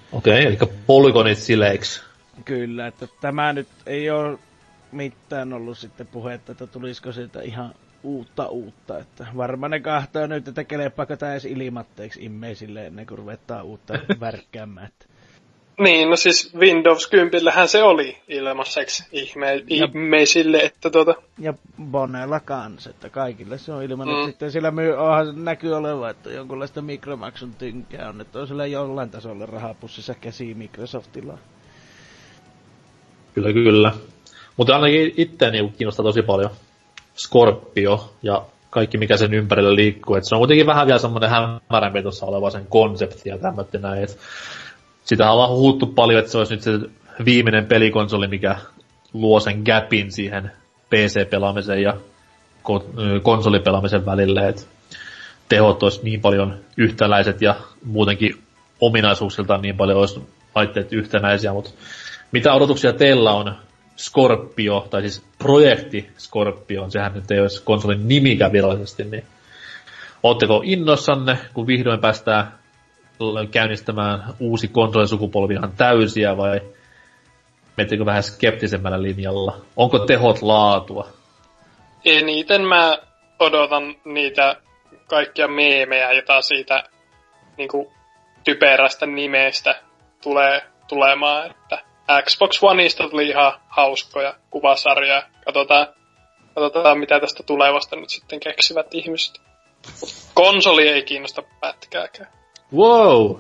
B: Okei, okay, eli polygonit sileiksi.
G: Kyllä, että tämä nyt ei ole mitään ollut sitten puhetta, että tulisiko siitä ihan uutta uutta, että varmaan ne kahtoo nyt, että kelepaako tää edes ilmatteeksi immeisille ennen kuin ruvetaan uutta värkkäämään. Että.
E: Niin, no siis Windows kymmenellähän se oli ilmaiseksi ihme- ihmeisille, että tota...
G: Ja Bonella kans, että kaikille se on ilman, mm. sitten sillä myy- onhan näkyy olevan, että jonkunlaista mikromaksun tynkää on, että on sillä jollain tasolla rahapussissa käsi Microsoftilla.
B: Kyllä, kyllä. Mutta ainakin itseäni niin kiinnostaa tosi paljon Scorpio ja kaikki mikä sen ympärillä liikkuu, että se on kuitenkin vähän vielä semmoinen hämärämpi tuossa oleva sen konsepti ja tämmöinen näin, että sitä ollaan huuttu paljon, että se olisi nyt se viimeinen pelikonsoli, mikä luo sen gapin siihen P C-pelaamisen ja konsolipelaamisen välille, että tehot olisi niin paljon yhtäläiset ja muutenkin ominaisuuksiltaan niin paljon olisi laitteet yhtenäisiä, mutta mitä odotuksia teillä on Scorpio, tai siis projekti Scorpio, sehän nyt ei olisi konsolin nimikään virallisesti, niin ootteko innossanne, kun vihdoin päästään käynnistämään uusi konsolisukupolvi ihan täysiä, vai menettekö vähän skeptisemmällä linjalla? Onko tehot laatua?
E: Eniten mä odotan niitä kaikkia meemejä, joita siitä niinku typerästä nimestä tulee tulemaan, että Xbox Oneista tuli ihan hauskoja kuvasarjoja. Katsotaan, katsotaan mitä tästä tulevasta nyt sitten keksivät ihmiset. Konsoli ei kiinnosta pätkääkään.
B: Wow!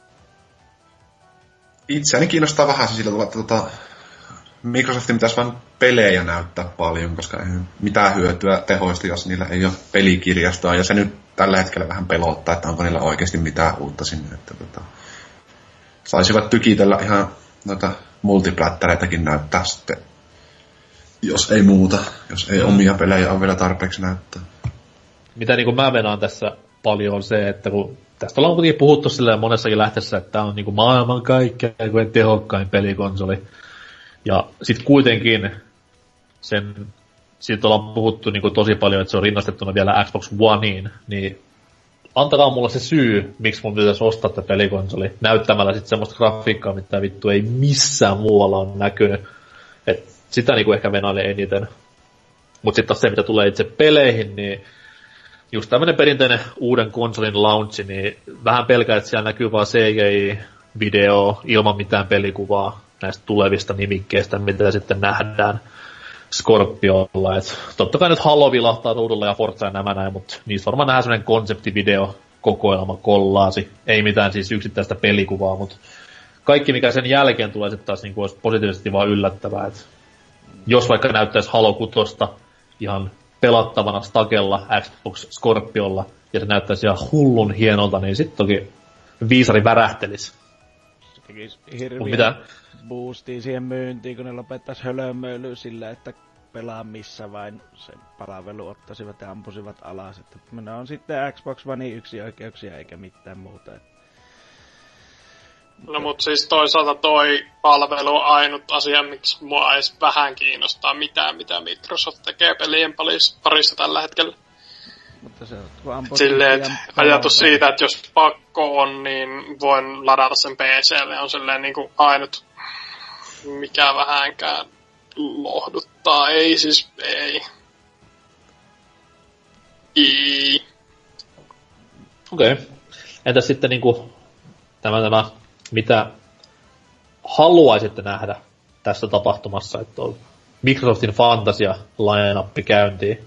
F: Itseäni kiinnostaa vähän se sillä tavalla, että tota, Microsoftin pitäisi vain pelejä näyttää paljon, koska ei mitään hyötyä tehoista, jos niillä ei ole pelikirjastoa. Ja se nyt tällä hetkellä vähän pelottaa, että onko niillä oikeasti mitään uutta sinne. Että tota, saisivat tykitellä ihan noita multiplättäreitäkin näyttää sitten, jos ei muuta, jos ei omia pelejä ole vielä tarpeeksi näyttää.
B: Mitä niin kuin mä venaan tässä paljon on se, että kun tästä ollaan kuitenkin puhuttu silleen monessakin lähteessä, että tämä on niin kuin maailman kaikkein tehokkain pelikonsoli. Ja sitten kuitenkin sen, siitä ollaan puhuttu niin kuin tosi paljon, että se on rinnastettuna vielä Xbox Oneiin, niin antakaa mulle se syy, miksi mun pitäisi ostaa tätä pelikonsoli, näyttämällä sitten semmoista grafiikkaa, mitä vittu ei missään muualla on näkynyt. Et sitä niinku ehkä venailee eniten. Mut sitten taas se, mitä tulee itse peleihin, niin just tämmönen perinteinen uuden konsolin launchi, niin vähän pelkää, että siellä näkyy vaan C G I-video ilman mitään pelikuvaa näistä tulevista nimikkeistä, mitä sitten nähdään Scorpiolla. Et totta kai nyt Halo vilahtaa ruudulla ja Forza ja nämä näin, mutta niistä varmaan nähdään semmoinen konseptivideo kokoelma kollaasi. Ei mitään siis yksittäistä pelikuvaa, mutta kaikki mikä sen jälkeen tulee sitten taas niin olisi positiivisesti vaan yllättävää. Et jos vaikka näyttäisi Halo kuusi ihan pelattavana stakella Xbox Scorpiolla ja se näyttäisi ihan hullun hienolta, niin sitten toki viisari värähtelisi.
G: Se tekisi hirviä boostia siihen myyntiin, kun ne lopettaisi hölömöilyä sillä, että pelaa missä vain sen palvelu ottaisivat ja ampusivat alas. Että minä on sitten Xbox One yksi oikeuksia eikä mitään muuta.
E: No mut siis toisaalta toi palvelu on ainut asia, miksi mua edes vähän kiinnostaa mitään, mitä Microsoft tekee pelien parissa tällä hetkellä.
G: Mutta se on
E: silleen, että ajatus siitä, että jos pakko on, niin voin ladata sen P C:lle, on silleen niinku ainut, mikä vähänkään lohduttaa. Ei siis, ei. Ei.
B: Okei. Okay. Entäs sitten niinku tämä, tämä, mitä haluaisitte nähdä tässä tapahtumassa, että on Microsoftin fantasia line-up käyntiin?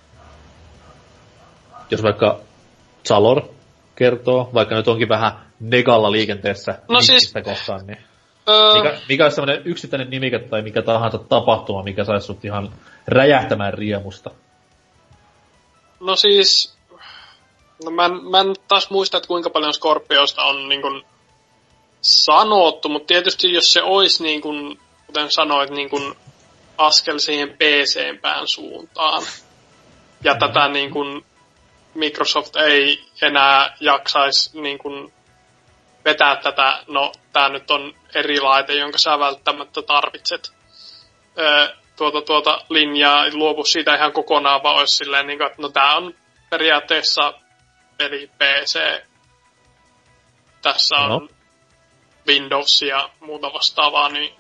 B: Jos vaikka Zalor kertoo, vaikka nyt onkin vähän negalla liikenteessä
E: no siis,
B: kohtaan, niin
E: öö,
B: mikä, mikä olisi sellainen yksittäinen nimike tai mikä tahansa tapahtuma, mikä saisi sut ihan räjähtämään riemusta?
E: No siis, no mä, en, mä en taas muista, että kuinka paljon Scorpiosta on niin kuin sanottu, mutta tietysti jos se olisi niin kuin, kuten sanoit, niin kuin askel siihen P C-pään suuntaan, ja mm. tätä niin kuin Microsoft ei enää jaksaisi niin kuin vetää tätä, no tää nyt on eri laite, jonka sä välttämättä tarvitset öö, tuota, tuota linjaa, luopu siitä ihan kokonaan, vaan olisi silleen, niin kuin, että no tää on periaatteessa peli P C. Tässä on, no. Windows ja muuta vastaavaa, niin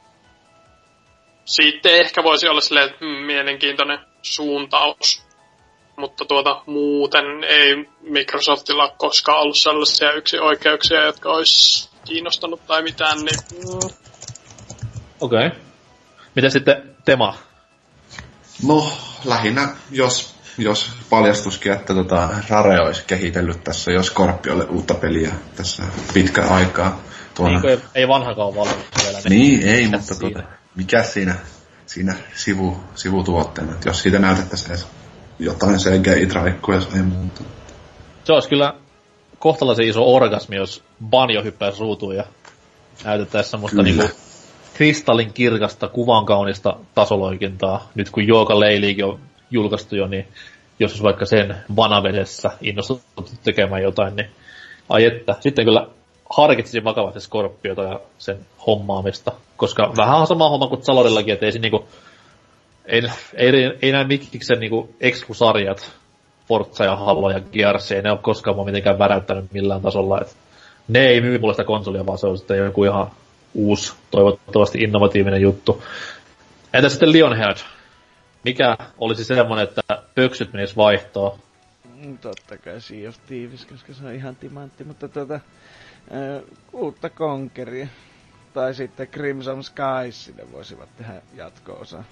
E: siitä ehkä voisi olla silleen, että hmm, mielenkiintoinen suuntaus. Mutta tuota muuten ei Microsoftilla ole koskaan ollut sellaisia yksi oikeuksia, jotka olisi kiinnostanut tai mitään, niin... Mm.
B: Okei. Okay. Mitä sitten Tema?
F: No, lähinnä jos, jos paljastuskin, että tota, Rare olisi kehitellyt tässä jo Scorpiolle uutta peliä tässä pitkän aikaa. Tuona...
B: Niin, ei, ei vanhakaan valmiin vielä.
F: Niin, ei, mutta tuota, mikä siinä, siinä sivu, sivutuotteena, että jos siitä näytettäisiin edes jotain C G I-traikkuja, se ei muuta.
B: Se olisi kyllä kohtalaisen iso orgasmi, jos Banjo hyppäisi ruutuun ja näytettäisiin semmoista niinku kristallin kirkasta, kuvan kaunista tasoloikintaa. Nyt kun Yooka-Layleekin on julkaistu jo, niin jos olisi vaikka sen vanavedessä innostuttu tekemään jotain, niin ai että. Sitten kyllä harkitsisin vakavasti Scorpiota ja sen hommaamista, koska vähän on sama homma kuin Salorillakin, että ei, niinku, ei, ei, ei näin Mikkiksen niinku Exku-sarjat, Forza ja Halo ja Gears, ei ne ole koskaan mua mitenkään väräyttänyt millään tasolla. Et ne ei myy mulle sitä konsolia, vaan se on sitten joku ihan uusi, toivottavasti innovatiivinen juttu. Entä sitten Lionhead? Mikä olisi semmonen, että pöksyt menis vaihtoon?
G: Totta kai Sea of Thieves, koska se on ihan timantti, mutta tuota... Äh, uutta Conqueria. Tai sitten Crimson Skies, sille voisivat tehdä jatko-osa.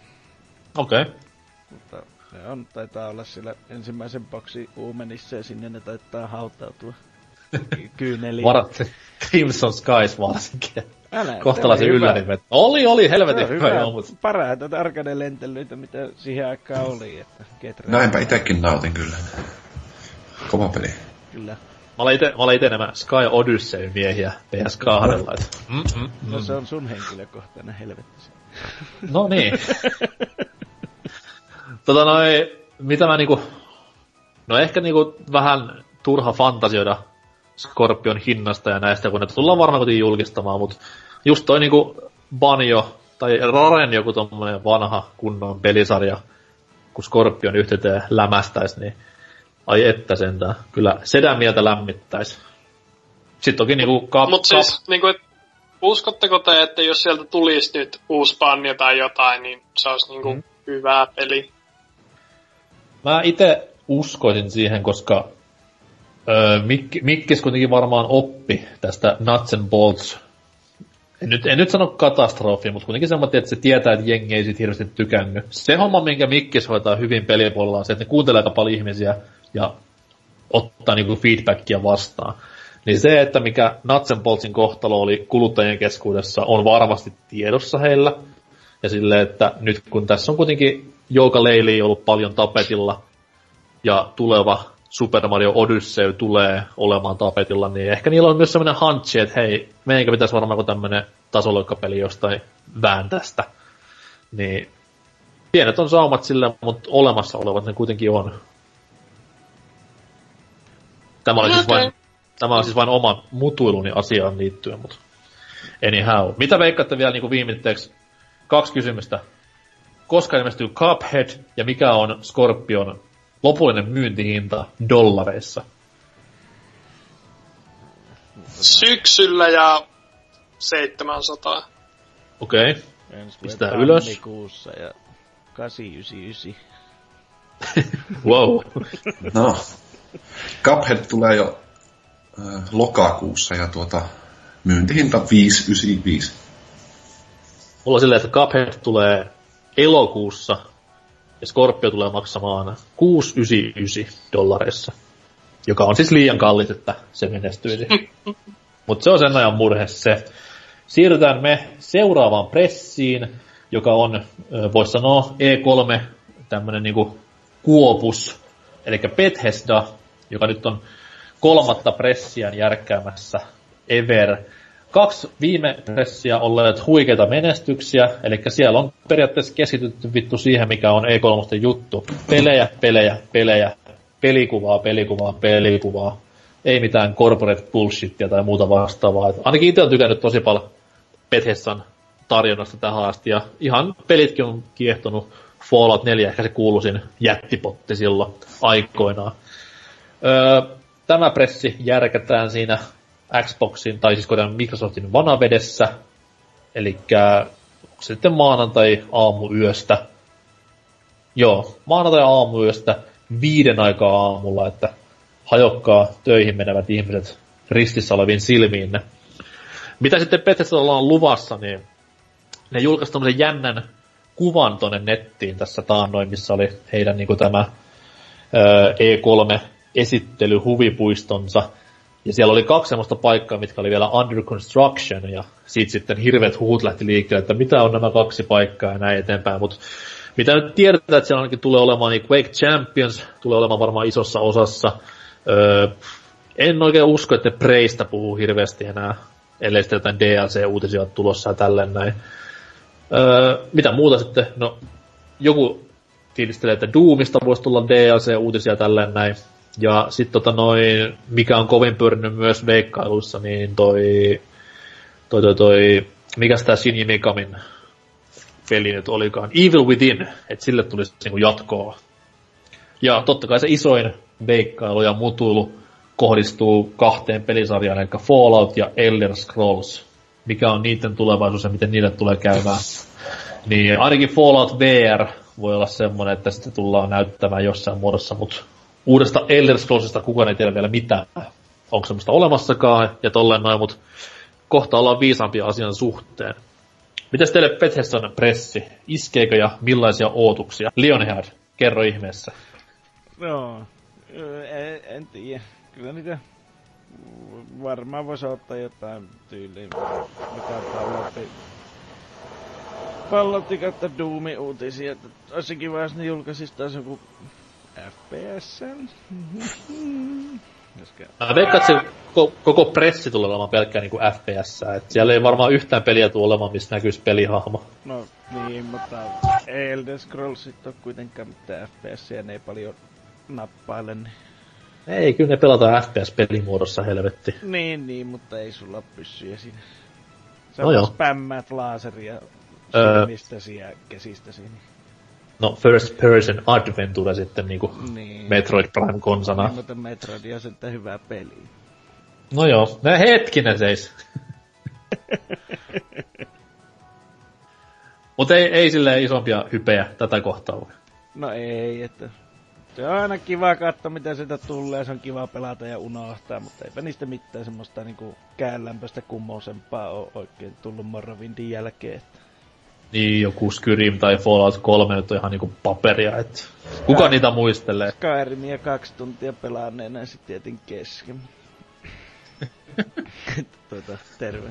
B: Okei. Okay.
G: Mutta ne on, taitaa olla siellä ensimmäisen boksi uumenissa ja sinne ne taitaa hautautua. Kyyneliin.
B: Varat Crimson Skies varsinkin.
G: Älä,
B: kohtalaisen yllärin veto. Oli, oli, helvetin hyvä, joo, mutta...
G: Parhaita arcade-lentelyitä, mitä siihen aikaan oli, että Ketra...
F: Näinpä itekin nautin kyllä. Kova peli.
G: Kyllä.
B: Mä olen ite, mä olen ite nämä Sky Odyssey-miehiä P S kahdella, et... Mm, mm, mm.
G: No se on sun henkilökohtainen helvetti.
B: No niin. tota noi, mitä mä niinku... No ehkä niinku vähän turha fantasioida Scorpion hinnasta ja näistä, kun ne tullaan varmaan kotiin julkistamaan, mut just toi niinku Banjo, tai Raren joku tommonen vanha kunnon pelisarja, kun Scorpion yhteyteen lämästäis, niin ai että sentään. Kyllä sedän mieltä lämmittäis. Sitten toki niinku kap...
E: Mut siis kap... niinku, et uskotteko te, että jos sieltä tulisi nyt uusi Banjo tai jotain, niin se olisi niinku mm. hyvä peli?
B: Mä ite uskoisin siihen, koska öö, Mik- Mikkis kuitenkin varmaan oppi tästä Nuts and Bolts. En nyt, en nyt sano katastrofi, mutta kuitenkin semmoinen, että se tietää, että jengi ei siitä hirveästi tykännyt. Se homma, minkä Mikkis hoitaa hyvin pelipuolella, on se, että ne kuuntelee aika paljon ihmisiä ja ottaa niinku feedbackia vastaan. Niin se, että mikä Nuts and Boltsin kohtalo oli kuluttajien keskuudessa, on varmasti tiedossa heillä. Ja silleen, että nyt kun tässä on kuitenkin Yooka-Laylee ollut paljon tapetilla, ja tuleva Super Mario Odyssey tulee olemaan tapetilla, niin ehkä niillä on myös semmoinen hunchi, että hei, meidänkä pitäisi varmaan joku tämmönen tasoloikkapeli jostain vääntästä. Niin pienet on saumat sillä, mutta olemassa olevat ne kuitenkin on. Tämä on, okay. siis, vain, tämä on siis vain oman mutuiluni asiaan liittyen, mutta anyhow. Mitä veikkaatte vielä niin viimeiseksi? Kaksi kysymystä. Koska ilmestyy Cuphead ja mikä on Scorpion lopullinen myyntihinta dollareissa?
E: Syksyllä ja seitsemänsataa.
B: Okei. Okay. Pistää ylös.
G: Tammikuussa ja kahdeksansataayhdeksänkymmentäyhdeksän.
B: Wow.
F: No. Cuphead tulee jo äh, lokakuussa ja tuota myyntihinta viisi yhdeksänkymmentäviisi.
B: Mulla on silleen, että Cuphead tulee elokuussa ja Scorpio tulee maksamaan kuusi yhdeksänkymmentäyhdeksän dollareissa, joka on siis liian kallis, että se menestyisi. Mutta se on sen ajan murhe se. Siirrytään me seuraavaan pressiin, joka on, voisi sanoa, E kolme, tämmönen niinku kuopus, eli Bethesda, joka nyt on kolmatta pressiään järkkäämässä ever. Kaksi viime pressiä olleet huikeita menestyksiä, eli siellä on periaatteessa keskitytty vittu siihen, mikä on E kolme juttu. Pelejä, pelejä, pelejä, pelikuvaa, pelikuvaa, pelikuvaa. Ei mitään corporate bullshittia tai muuta vastaavaa. Et ainakin itse on tykännyt tosi paljon Bethesdan tarjonnasta tähän asti, ja ihan pelitkin on kiehtonut. Fallout neljä, ehkä se kuuluisin jättipotti silloin aikoinaan. Öö, tämä pressi järkätään siinä Xboxin, tai siis koitan Microsoftin vanavedessä, elikkä sitten maanantai aamuyöstä. Joo, maanantai aamuyöstä viiden aikaa aamulla, että hajokkaa töihin menevät ihmiset ristissä oleviin silmiinne. Mitä sitten Bethesdalla on luvassa, niin ne julkaisi tommosen jännän kuvan tonne nettiin tässä taannoin, missä oli heidän niinku tämä ö, E kolme-esittely huvipuistonsa. Ja siellä oli kaksi semmoista paikkaa, mitkä oli vielä under construction, ja siitä sitten hirveät huut lähti liikkeelle, että mitä on nämä kaksi paikkaa ja näin eteenpäin. Mutta mitä nyt tiedetään, että siellä ainakin tulee olemaan, niin Quake Champions tulee olemaan varmaan isossa osassa. Öö, en oikein usko, että Preistä puhuu hirveästi enää, ellei sitten jotain D L C-uutisia ole tulossa ja tälleen näin. Öö, mitä muuta sitten? No, joku fiilistelee, että Doomista voisi tulla D L C-uutisia tälleen näin. Ja sit tota noin, mikä on kovin pyörinyt myös veikkailuissa, niin toi, toi, toi, toi mikäs tää Shinji Mikamin peli nyt olikaan, Evil Within, että sille tulisi niinku jatkoa. Ja totta kai se isoin veikkailu ja mutuilu kohdistuu kahteen pelisarjaan, eli Fallout ja Elder Scrolls. Mikä on niiden tulevaisuus ja miten niille tulee käymään. Niin ainakin Fallout V R voi olla semmonen, että sitten tullaan näyttämään jossain muodossa, mutta uudesta Elder Scrollsista kukaan ei tiedä vielä mitään. Onko semmoista olemassakaan ja tolleen noin, mutta kohta ollaan viisaampia asian suhteen. Mitäs teille Bethesdan pressi? Iskeekö ja millaisia ootuksia? Lionhead, kerro ihmeessä.
G: Joo, en, en tiedä. Kyllä niitä varmaan voisi ottaa jotain tyyliin, mitä pallotti. Pallotti kautta Doomin uutisia, että olisi kiva, jos ne julkaisis taas joku F P S.
B: Mä veikkaan, että se koko pressi tulee olemaan pelkkää niinku F P S, että siellä ei varmaan yhtään peliä tule olemaan, missä näkyisi pelihahmo.
G: No niin, mutta Elder Scrollsit on kuitenkaan mitään F P S, ja ne ei paljon nappaile, niin...
B: Ei, kyllä ne pelataan F P S-pelimuodossa, helvetti.
G: Niin, niin, mutta ei sulla pyssyjä siinä. Sä
B: no joo.
G: spämmäät laaseria silmistäsi öö... ja käsistäsi, niin...
B: No, First Person Adventure sitten niinku
G: niin.
B: Metroid Prime konsana.
G: Niin, mutta Metroid on sitten hyvä peli.
B: No joo, nää hetkinen seis. Mut ei, ei silleen isompia hypejä tätä kohtaa voi.
G: No ei, että... Se on aina kiva katsoa, mitä sitä tulee, se on kiva pelata ja unohtaa, mutta eipä niistä mitään semmoista niinku käänlämpöistä kummoisempaa oo oikein tullut Morrowindin jälkeen, että...
B: Niin, joku Skyrim tai Fallout kolme nyt on ihan niinku paperia, et kuka Sky... niitä muistelee?
G: Skyrimia kaksi tuntia pelaaneena ja sit tietin kesken. tuota, terve.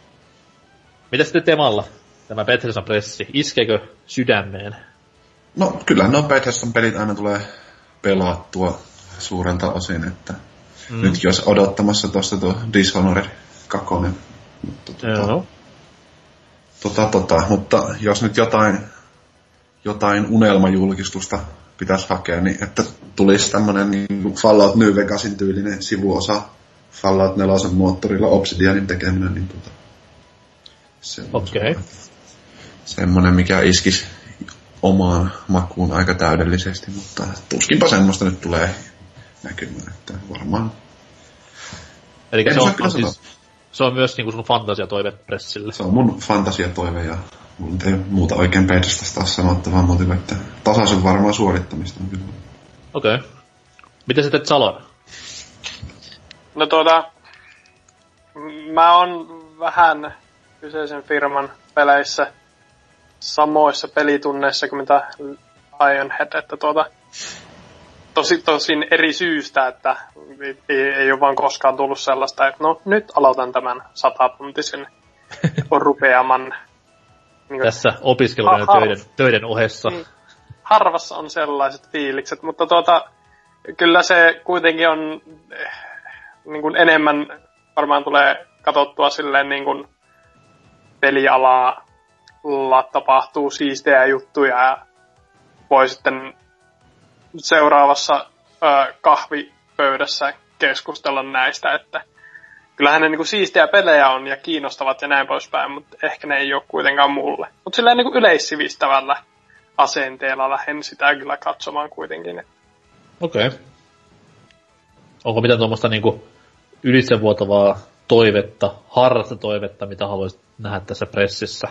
B: Mitä sitten Temalla? Tämä Bethesdan pressi, iskeekö sydämeen?
F: No, kyllähän nuo Bethesdan pelit aina tulee pelattua suurelta osin, että mm. nytkin olisi odottamassa tuosta tuo Dishonored kaksi. Mutta tuota,
B: Joo.
F: Tota, tota, mutta jos nyt jotain, jotain unelmajulkistusta pitäisi hakea, niin että tulisi tämmönen niin Fallout New Vegasin tyylinen sivuosa Fallout neljä moottorilla Obsidianin tekeminen, niin tuota,
B: Okei. Okay.
F: Semmonen, mikä iskisi omaan makuun aika täydellisesti, mutta tuskinpa semmoista nyt tulee näkymään, että varmaan...
B: Eli se on, on, siis, se on myös niinku sun fantasiatoive pressille.
F: Se on mun fantasiatoive ja mulla ei muuta oikein Bethesdasta taas sanottavaa muuta, että tasaisen varmaan suorittamista on kyllä.
B: Okei. Okay. Miten sitten Salon?
E: No tuota, mä oon vähän kyseisen firman peleissä samoissa pelitunneissa kuin mitä Lionhead, että tuota, tosi, tosin eri syystä, että ei, ei ole vaan koskaan tullut sellaista, että no nyt aloitan tämän satapuntisen rupeaman. Niin
B: tässä opiskelun ja töiden, töiden ohessa.
E: Niin, harvassa on sellaiset fiilikset, mutta tuota, kyllä se kuitenkin on niin kuin enemmän varmaan tulee katsottua silleen niin kuin pelialaa tapahtuu siistejä juttuja ja voi sitten seuraavassa ö, kahvipöydässä keskustella näistä, että kyllähän ne niinku siistejä pelejä on ja kiinnostavat ja näin poispäin, mutta ehkä ne ei ole kuitenkaan mulle. Mutta silleen niinku yleissivistävällä asenteella lähden sitä kyllä katsomaan kuitenkin.
B: Okei. Okay. Onko mitään tuommoista niinku ylitsevuotavaa toivetta, harrasta toivetta, mitä haluaisit nähdä tässä pressissä?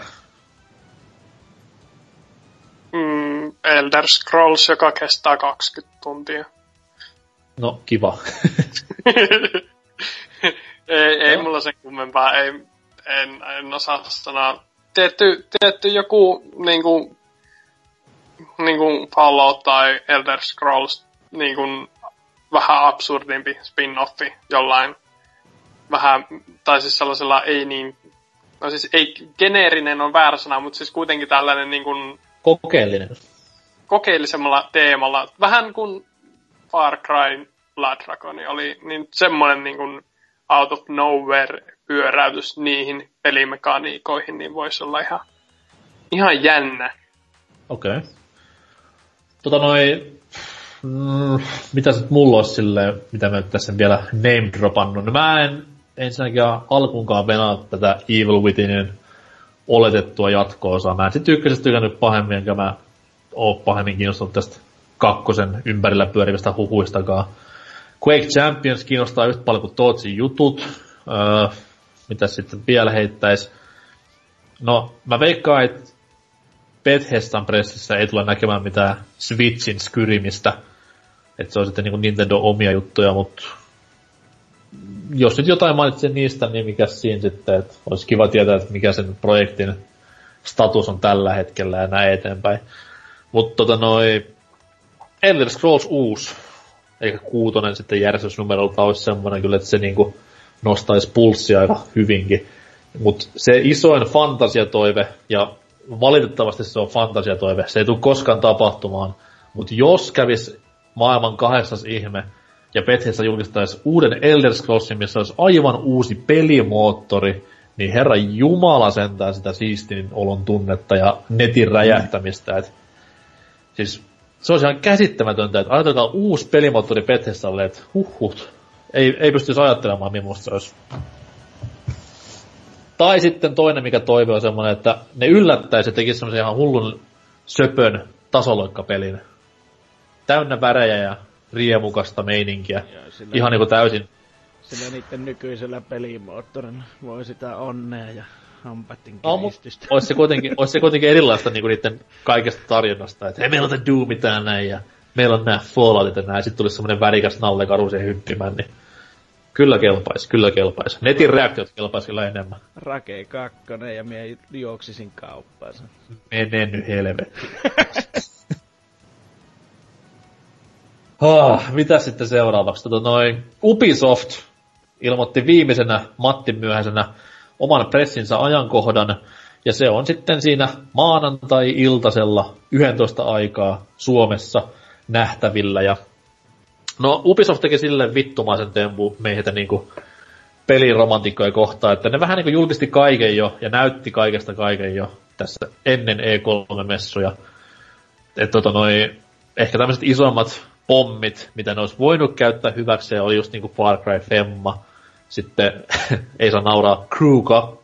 E: Mm, Elder Scrolls, joka kestää kaksikymmentä tuntia.
B: No, kiva.
E: ei, ei mulla sen kummempaa, ei, en, en osaa sanoa. Tietty, tietty joku niinku, niinku Fallout tai Elder Scrolls niinku vähän absurdimpi spin-offi jollain vähän, tai siis sellaisella ei niin, no siis ei, geneerinen on väärä sana, mutta siis kuitenkin tällainen niin kuin
B: kokeellinen.
E: Kokeellisemmalla teemalla, vähän kuin Far Cry Blood Dragon oli, niin semmoinen niin kuin out of nowhere pyöräytys niihin pelimekaniikoihin, niin voisi olla ihan, ihan jännä.
B: Okei. Okay. Tota noi, mm, mitä sit mulla olisi silleen, mitä mä nyt tässä vielä name dropannut, no mä en ensinnäkin alkuunkaan venaa tätä Evil Withinin oletettua jatko-osaa. Mä en sit ykkösestä tykännyt pahemmin, enkä mä oo pahemmin kiinnostunut tästä kakkosen ympärillä pyörivistä huhuistakaan. Quake Champions kiinnostaa yhtä paljon kuin Tootsin jutut. Öö, mitä sitten vielä heittäis? No, mä veikkaan, että Bethesdan pressissä ei tule näkemään mitään Switchin skyrimistä. Että se on sitten niinku Nintendo omia juttuja, mutta jos nyt jotain mainitsen niistä, niin mikä siinä sitten, että olisi kiva tietää, että mikä sen projektin status on tällä hetkellä ja näin eteenpäin. Mutta tota noi Elder Scrolls uusi, eikä kuutonen sitten järjestysnumerolta olisi semmoinen kyllä, että se niinku nostaisi pulssia aika hyvinkin. Mutta se isoin fantasiatoive, ja valitettavasti se on fantasiatoive, se ei tule koskaan tapahtumaan, mutta jos kävisi maailman kahdeksas ihme, ja Bethesda julkistaisi uuden Elder Scrollsin, missä olisi aivan uusi pelimoottori, niin herra jumala sentää sitä siistin olon tunnetta ja netin räjähtämistä. Et, siis se olisi ihan käsittämätöntä, että ajatellaan uusi pelimoottori Bethesdalle, että huhhut, ei, ei pystyisi ajattelemaan, millaista se olisi. Tai sitten toinen, mikä toive on semmoinen, että ne yllättäisi ja tekisi semmoisen ihan hullun söpön tasoloikkapelin. Täynnä värejä ja riemukasta meininkiä. Sillä ihan niinku täysin.
G: Sillä niitten nykyisellä pelimoottorilla voi sitä onnea ja hampaitten
B: no,
G: kiristystä.
B: Ois se kuitenkin, ois se kuitenkin erilaista niinku niitten kaikesta tarjonnasta, että hei, meillä on The Doom tää näin ja meillä on nää Falloutit ja näin. Sitten tulisi semmonen värikäs nallekaru siihen hyppimään, niin kyllä kelpais, kyllä kelpais. Netin reaktiot kelpais kyllä enemmän.
G: Rake kakkonen ja mie juoksisin kauppaansa.
B: Mene nyt helvettiin. Oh, mitä sitten seuraavaksi? Tota noin Ubisoft ilmoitti viimeisenä Mattin myöhäisenä oman pressinsä ajankohdan, ja se on sitten siinä maanantai-iltasella yksitoista aikaa Suomessa nähtävillä. Ja no Ubisoft teki silleen vittumaisen tempu meitä niinku peliromantikkoja kohtaan, että ne vähän niinku julkisti kaiken jo ja näytti kaikesta kaiken jo tässä ennen E kolme-messuja. Että tota noin, ehkä tämmöiset isommat pommit, mitä ne olisi voinut käyttää hyväkseen, oli just niinku Far Cry Femma. Sitten ei saa nauraa Crew kaksi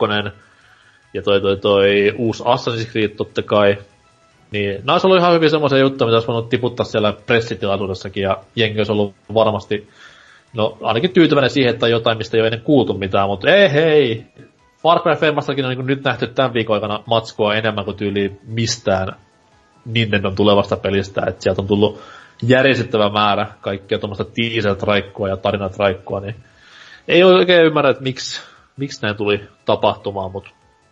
B: ja toi toi toi uusi Assassin's Creed totta kai. Niin, nämä olisi ollut ihan hyvin semmoisia juttuja, mitä olisi voinut tiputtaa siellä pressitilaisuudessakin, ja jengi olisi ollut varmasti, no ainakin tyytyväinen siihen, että on jotain, mistä ei ole ennen kuultu mitään, mutta ei hei! Far Cry Femmastakin on niin nyt nähty tämän viikon aikana matskua enemmän kuin tyyliin mistään Nintendon tulevasta pelistä, että sieltä on tullut järjestettävä määrä kaikkia tuommoista teaser-traikkua ja tarinat-traikkua, niin ei oikein ymmärrä, että miksi, miksi näin tuli tapahtumaan, mutta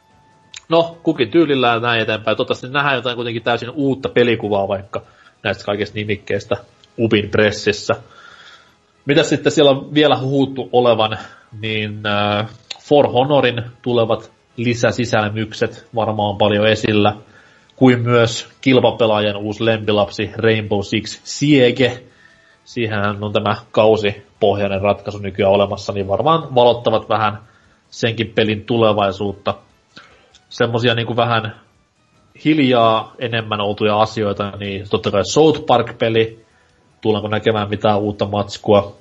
B: no, kukin tyylillään näin eteenpäin. Toivottavasti nähdään jotain kuitenkin täysin uutta pelikuvaa vaikka näistä kaikista nimikkeistä Ubin pressissä. Mitä sitten siellä on vielä huuttu olevan, niin äh, For Honorin tulevat lisäsisälmykset varmaan paljon esillä, kuin myös kilpapelaajan uusi lempilapsi Rainbow Six Siege. Siihenhän on tämä kausipohjainen ratkaisu nykyään olemassa, niin varmaan valottavat vähän senkin pelin tulevaisuutta. Semmosia niinku vähän hiljaa enemmän oltuja asioita, niin totta kai South Park-peli, tullaanko näkemään mitään uutta matskua.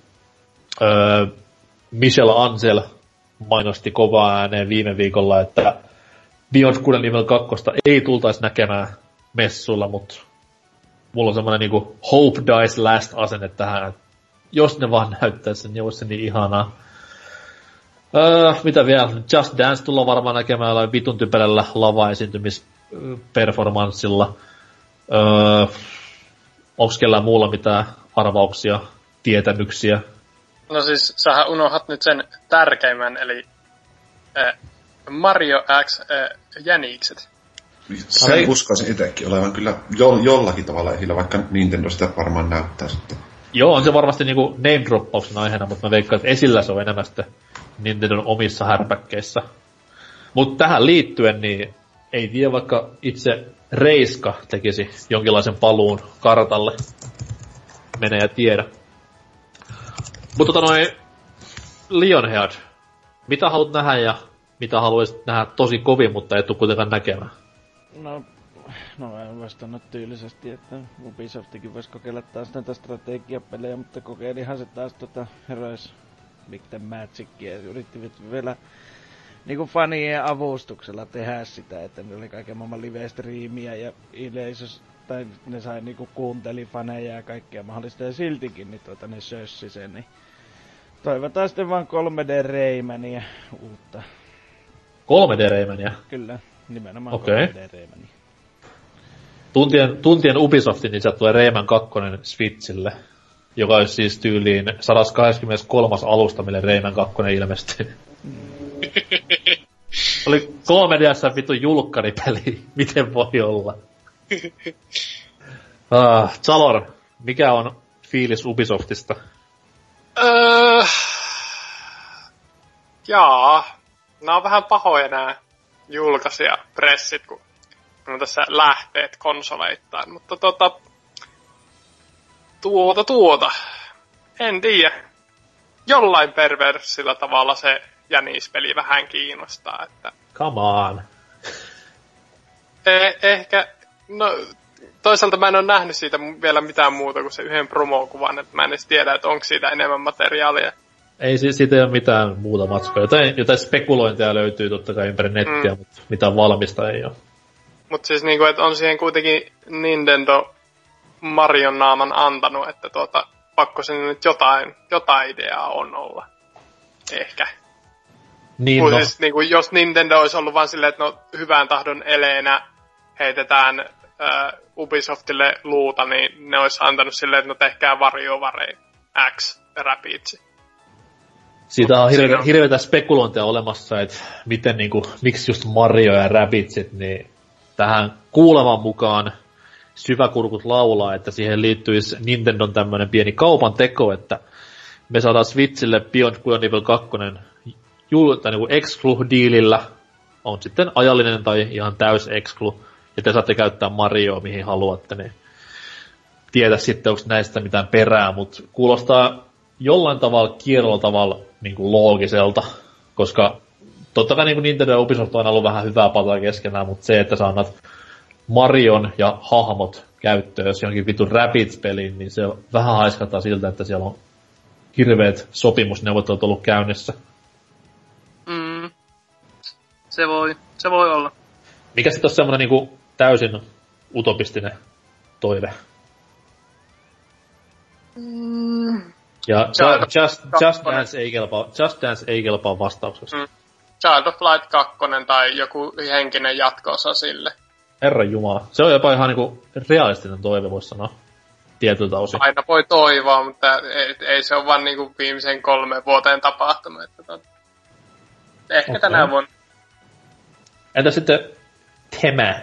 B: Öö, Michel Ancel mainosti kovaa ääneen viime viikolla, että Beyond Good and Evil kaksi ei tultaisi näkemään messuilla, mutta mulla on semmoinen niinku hope dies last asenne tähän, että jos ne vaan näyttäisi sen, niin olisi se niin ihanaa. Öö, mitä vielä? Just Dance tullaan varmaan näkemään jollain vitun typerällä lava-esiintymisperformanssilla. Öö, onks kellään muulla mitään arvauksia, tietämyksiä?
E: No siis, sähän unohat nyt sen tärkeimmän, eli äh, Mario X äh, jänikset.
F: Sen Ai... uskoisin itsekin olevan kyllä jo, jollakin tavalla esillä, vaikka Nintendo sitä varmaan näyttää sitten.
B: Joo, on se varmasti niinku name-droppauksen aiheena, mutta mä veikkaan, että esillä se on enemmän sitten Nintendon omissa härpäkkeissä. Mutta tähän liittyen, niin ei tiedä, vaikka itse Reiska tekisi jonkinlaisen paluun kartalle. Mene ja tiedä. Mutta tota noin, Lionhead, mitä haluat nähdä ja mitä haluaisit nähdä tosi kovin, mutta et tuu kuitenkaan näkemään?
G: No, no mä en vastannut tyylisesti, että Ubisoftikin vois kokeilla taas näitä strategiapelejä, mutta kokeilihan se taas tota Heroes Big Ten Magicia, yrittivät vielä niinku fanien avustuksella tehdä sitä, että ne oli kaiken maailman live-striimiä ja yleisös, tai ne sai niinku kuunteli faneja ja kaikkea mahdollista ja siltikin, niin tuota ne sössi sen, niin toivotaan sitten vaan kolme D Raymania uutta.
B: kolme D Raymania?
G: Kyllä, nimenomaan
B: okay.
G: kolme D Raymania.
B: Tuntien, tuntien Ubisoftin, niin sieltä tulee Rayman kaksi Switchille, joka olisi siis tyyliin sata kahdeskymmeneskolmas alusta, mille Rayman kaksi ilmestyi. Oli kolme D S vittu julkkaripeli, miten voi olla? Ah, Zalor, mikä on fiilis Ubisoftista?
E: Öö, jaa, nää on vähän pahoja nää julkaisijapressit, kun on tässä lähteet konsoleittain, mutta tota, tuota tuota, en tiedä. Jollain perversillä tavalla se jänispeli vähän kiinnostaa, että...
B: Come on.
E: Eh, ehkä, no toisaalta mä en ole nähnyt siitä vielä mitään muuta kuin se yhden promokuvan, että mä en edes tiedä, että onko siitä enemmän materiaalia.
B: Ei, siitä ei ole mitään muuta matskoa. Jotain, jotain spekulointia löytyy totta kai ympäri nettiä, mm. mutta mitään valmista ei ole.
E: Mutta siis niinku, että on siihen kuitenkin Nintendo Marion naaman antanut, että tuota, pakko se nyt jotain, jotain ideaa on olla. Ehkä.
B: Niin, no.
E: Siis, niinku, jos Nintendo olisi ollut vaan silleen, että no hyvän tahdon eleenä heitetään äh, Ubisoftille luuta, niin ne olisi antanut silleen, että no tehkää WarioWare X Rabbids.
B: Siitä on hirveä, hirveätä spekulointia olemassa, että miten niinku, miksi just Mario ja Rabbitsit, niin tähän kuuleman mukaan syväkurkut laulaa, että siihen liittyisi Nintendon tämmönen pieni kaupan teko, että me saadaan Switchille Beyond Good and Evil kaksi jul, tai niinku exclu-diilillä, on sitten ajallinen tai ihan täys exclu, ja te saatte käyttää Marioa mihin haluatte, niin tiedä sitten, onko näistä mitään perää, mutta kuulostaa jollain tavalla kierrolla tavalla niinku loogiselta, koska totta kai niin Nintendo ja Ubisoft on ollut vähän hyvää pataa keskenään, mutta se, että sä annat Marion ja hahmot käyttöön, jos johonkin vitun Rabbids-peliin, niin se vähän haiskataan siltä, että siellä on hirveät sopimusneuvottelut ollut käynnissä.
E: Mm. Se voi, se voi olla.
B: Mikä sitten on semmoinen niinku täysin utopistinen toive?
E: Mm.
B: Ja Just, just, just, Dance ei kelpaa, Just Dance ei kelpaa vastauksessa.
E: Mm. Child of Light kaksi tai joku henkinen jatko-osa sille.
B: Herran jumala. Se on jopa ihan niinku realistinen toive, vois sanoa. Tietyltä osin.
E: Aina voi toivoa, mutta ei, ei se ole vaan niinku viimeisen kolme vuoteen tapahtunut. Että tot... Ehkä okay. Tänään vuonna.
B: Entä sitten Tema?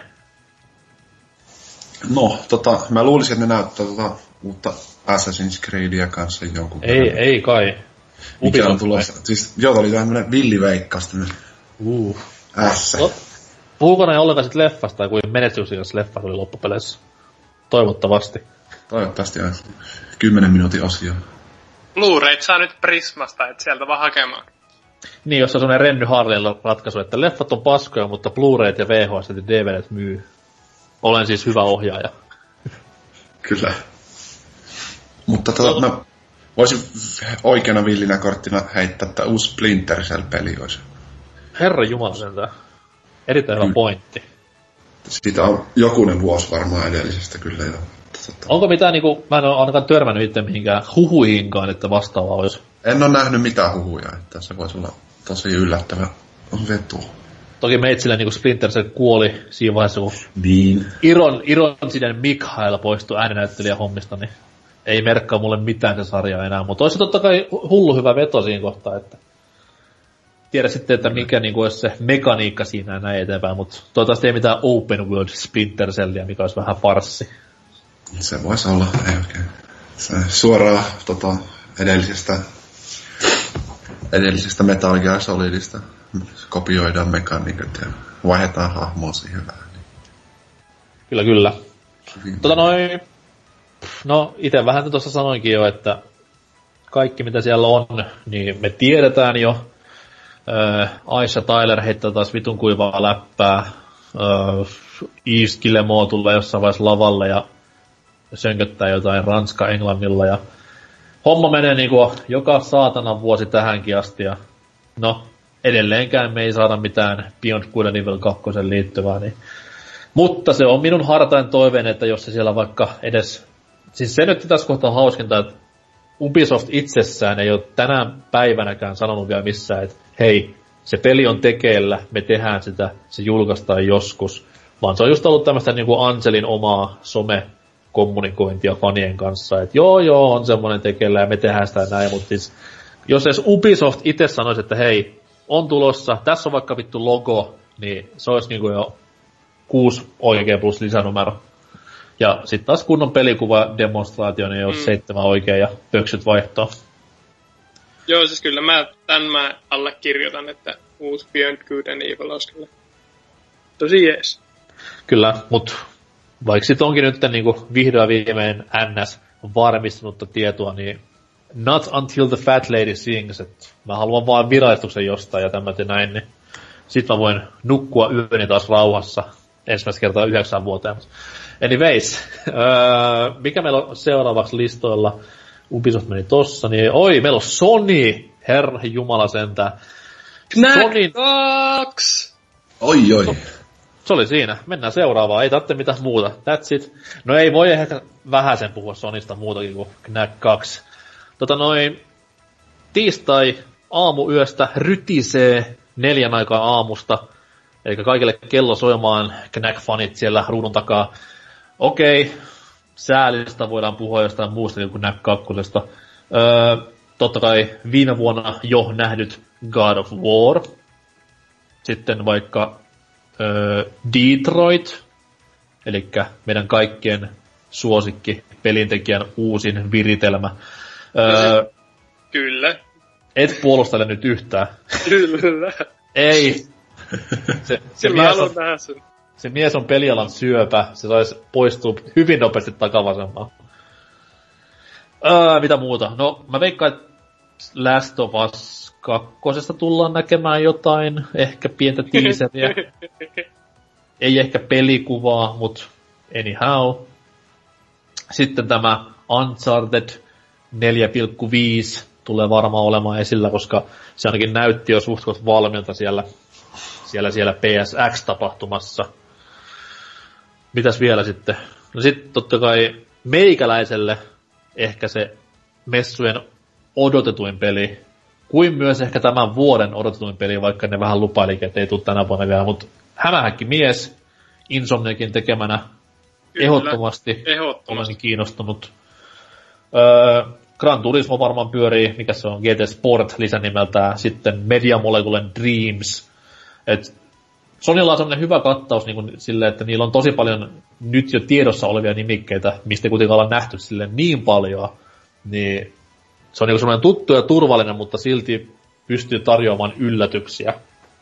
F: No, tota, mä luulisin, että ne näyttää tota uutta Assassin's Creedia kanssa jonkun.
B: Ei, verran. Ei kai.
F: Mikä on tulossa? Siis, joo, oli tämmönen villiveikkaus, tämmönen
B: uh.
F: ässä.
B: No, puhuuko ne ollenkaan sit leffasta, tai kuin menestyksekäs leffa oli loppupeleissä? Toivottavasti.
F: Toivottavasti aina kymmenen minuutin osio.
E: Blu-rayt saa nyt Prismasta, et sieltä vaan hakemaan.
B: Niin, jos on semmonen Renny Harlin ratkaisu, että leffat on paskoja, mutta Blu-rayt ja V H S ja D V D:t myy. Olen siis hyvä ohjaaja.
F: Kyllä. Mutta tota, mä voisin oikeana villinä korttina heittää, että uusi Splinter Cell-peli olisi.
B: Herra jumala sentään. Erittäin hyvä pointti.
F: Siitä on jokunen vuosi varmaan edellisestä kyllä jo.
B: Onko mitään niinku, mä en ole ainakaan törmännyt itse mihinkään huhuihinkaan, että vastaava olisi?
F: En ole nähnyt mitään huhuja, että se voisi olla tosi yllättävä veto.
B: Toki meitsillä niinku Splinter Cell kuoli siinä vaiheessa, kun
F: niin.
B: Iron, Ironsiden Mikhail poistui ääninäyttelijä hommista, niin ei merkkaa mulle mitään se sarja enää. Mutta olisi totta kai hullu hyvä veto siinä kohtaa, että tiedä sitten, että mikä niinku olisi se mekaniikka siinä näin eteenpäin, mutta toivottavasti ei mitään open world Splinter Cellia, mikä olisi vähän farssi.
F: Se voisi olla, ei oikein. Se suoraan tota, edellisestä, edellisestä Metal Gear Solidista kopioidaan mekaniikat ja vaihdetaan hahmoa siihen vähän. Niin.
B: Kyllä, kyllä. Tota noin, no ite vähän tuossa sanoinkin jo, että kaikki mitä siellä on, niin me tiedetään jo. Äh, Aisha Tyler heittää taas vitun kuivaa läppää. Äh, Yves Guillemot tulee jossain vaiheessa lavalle ja sönköttää jotain ranska-englannilla. Ja homma menee niinku joka saatanan vuosi tähänkin asti. Ja no, edelleenkään me ei saada mitään Beyond Good and Evil kaksi liittyvää. Niin. Mutta se on minun hartain toiveen, että jos se siellä vaikka edes... Siis se nyt tässä kohtaa hauskinta, että Ubisoft itsessään ei ole tänään päivänäkään sanonut vielä missään, että hei, se peli on tekeillä, me tehdään sitä, se julkaistaan joskus. Vaan se on just ollut tämmöistä niin kuin Anselin omaa some-kommunikointia fanien kanssa, että joo joo, on semmoinen tekeillä ja me tehdään sitä näin, mutta siis jos edes Ubisoft itse sanoisi, että hei, on tulossa, tässä on vaikka vittu logo, niin se olisi niin kuin jo kuusi oikein plus lisänumero. Ja sitten taas kunnon pelikuva-demonstraatio, niin jos mm. seitsemän oikein ja pöksyt vaihtoa.
E: Joo, siis kyllä mä, tän mä allekirjoitan, että uusi Beyond Good and Evil olisi kyllä tosi jees.
B: Kyllä, mut vaikka sit onkin nyt niinku vihdoin viimein N S varmistunutta tietoa, niin not until the fat lady sings, että mä haluan vaan viraistuksen jostain ja tämmöten näin, niin sit mä voin nukkua yöni taas rauhassa ensimmäistä kertaa yhdeksän vuoteen. Anyways, öö, mikä meillä on seuraavaksi listoilla? Ubisoft meni tossa, niin oi, meillä on Sony, herra jumala sentään.
E: Sony kaksi!
F: Oi, oi.
B: No, se oli siinä. Mennään seuraavaan, ei tarvitse mitään muuta. That's it. No ei voi ehkä vähäsen puhua Sonysta muutakin kuin Knack kaksi. Tota noin, tiistai aamuyöstä rytisee neljän aikaa aamusta. Eli kaikille kello soimaan Knack-fanit siellä ruudun takaa. Okei, säälistä voidaan puhua jostain muusta kuin Knack kakkosesta. Öö, totta kai viime vuonna jo nähdyt God of War. Sitten vaikka öö, Detroit, eli meidän kaikkien suosikki pelintekijän uusin viritelmä. Öö,
E: Kyllä.
B: Et puolustele nyt yhtään.
E: Kyllä.
B: Ei. Se, se, mies on, se mies on pelialan syöpä. Se saisi poistua hyvin nopeasti takavasemmaan. Öö, mitä muuta? No, mä veikkaan, että Last of Us kakkosesta tullaan näkemään jotain. Ehkä pientä teaseriä. Ei ehkä pelikuvaa, mut anyhow. Sitten tämä Uncharted neljä pilkku viisi tulee varmaan olemaan esillä, koska se ainakin näytti jo suht koht valmiilta siellä, siellä, siellä P S X-tapahtumassa. Mitäs vielä sitten? No sit totta kai meikäläiselle ehkä se messujen odotetuin peli, kuin myös ehkä tämän vuoden odotetuin peli, vaikka ne vähän lupailikin, että ei tule tänä vuonna vielä, mutta hämähäkki mies Insomniakin tekemänä. Kyllä, ehdottomasti, ehdottomasti olen kiinnostunut. Öö, Gran Turismo varmaan pyörii, mikä se on, G T Sport lisänimeltään, sitten Media Molecule Dreams. Et Sonylla on sellainen hyvä kattaus niin kuin sille, että niillä on tosi paljon nyt jo tiedossa olevia nimikkeitä, mistä kuitenkaan ollaan nähty sille niin paljon, niin se on niin sellainen tuttu ja turvallinen, mutta silti pystyy tarjoamaan yllätyksiä.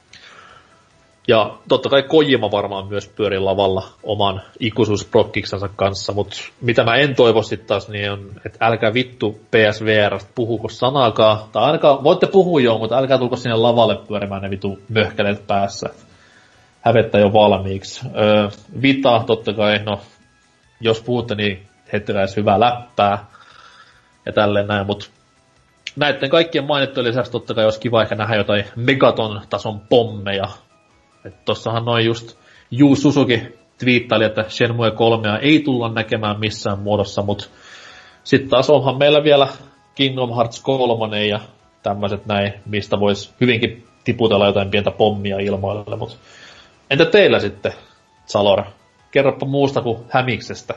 B: Ja totta kai Kojima varmaan myös pyörii lavalla oman ikuisuusprokkiksensa kanssa, mutta mitä mä en toivo sit taas, niin on, että älkää vittu P S V R:stä puhuko sanaakaan, tai ainakaan, voitte puhua joo, mutta älkää tulko sinne lavalle pyörimään ne vitu möhkäleet päässä. Hävettä jo valmiiksi. Öö, Vita totta kai, no, jos puhutte, niin hetkeläis hyvää läppää, ja tälleen näin, mutta näitten kaikkien mainittujen lisäksi totta kai olisi kiva ehkä nähdä jotain Megaton-tason pommeja. Että tossahan noin just Yu Suzuki twiittaili, että Shenmue kolmea ei tulla näkemään missään muodossa, mut sit taas onhan meillä vielä Kingdom Hearts kolme ja tämmöiset näin, mistä vois hyvinkin tiputella jotain pientä pommia ilmoille, mut entä teillä sitten, Salora? Kerropa muusta kuin hämiksestä.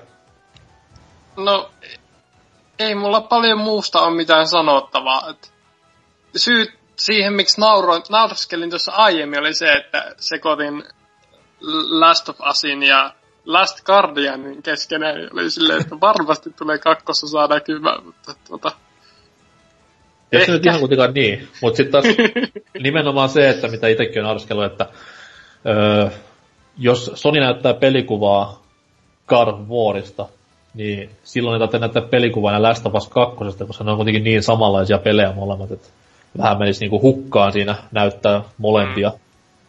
E: No, ei mulla paljon muusta ole mitään sanottavaa. Et syy siihen, miksi nauroin, nauraskelin tuossa aiemmin, oli se, että sekoitin Last of Usin ja Last Guardianin keskenään. Oli silleen, että varmasti tulee kakkososa näkymään, mutta tuota...
B: Ei se nyt ihan kuitenkaan niin, mutta sitten taas nimenomaan se, että mitä itsekin on nauraskellut, että öö, jos Sony näyttää pelikuvaa God of Warista, niin silloin ei tarvitse näyttää pelikuvaa ja Last of Us kakkosesta, koska ne on kuitenkin niin samanlaisia pelejä molemmat, että vähän menisi niinku hukkaan siinä näyttää molempia. Mm.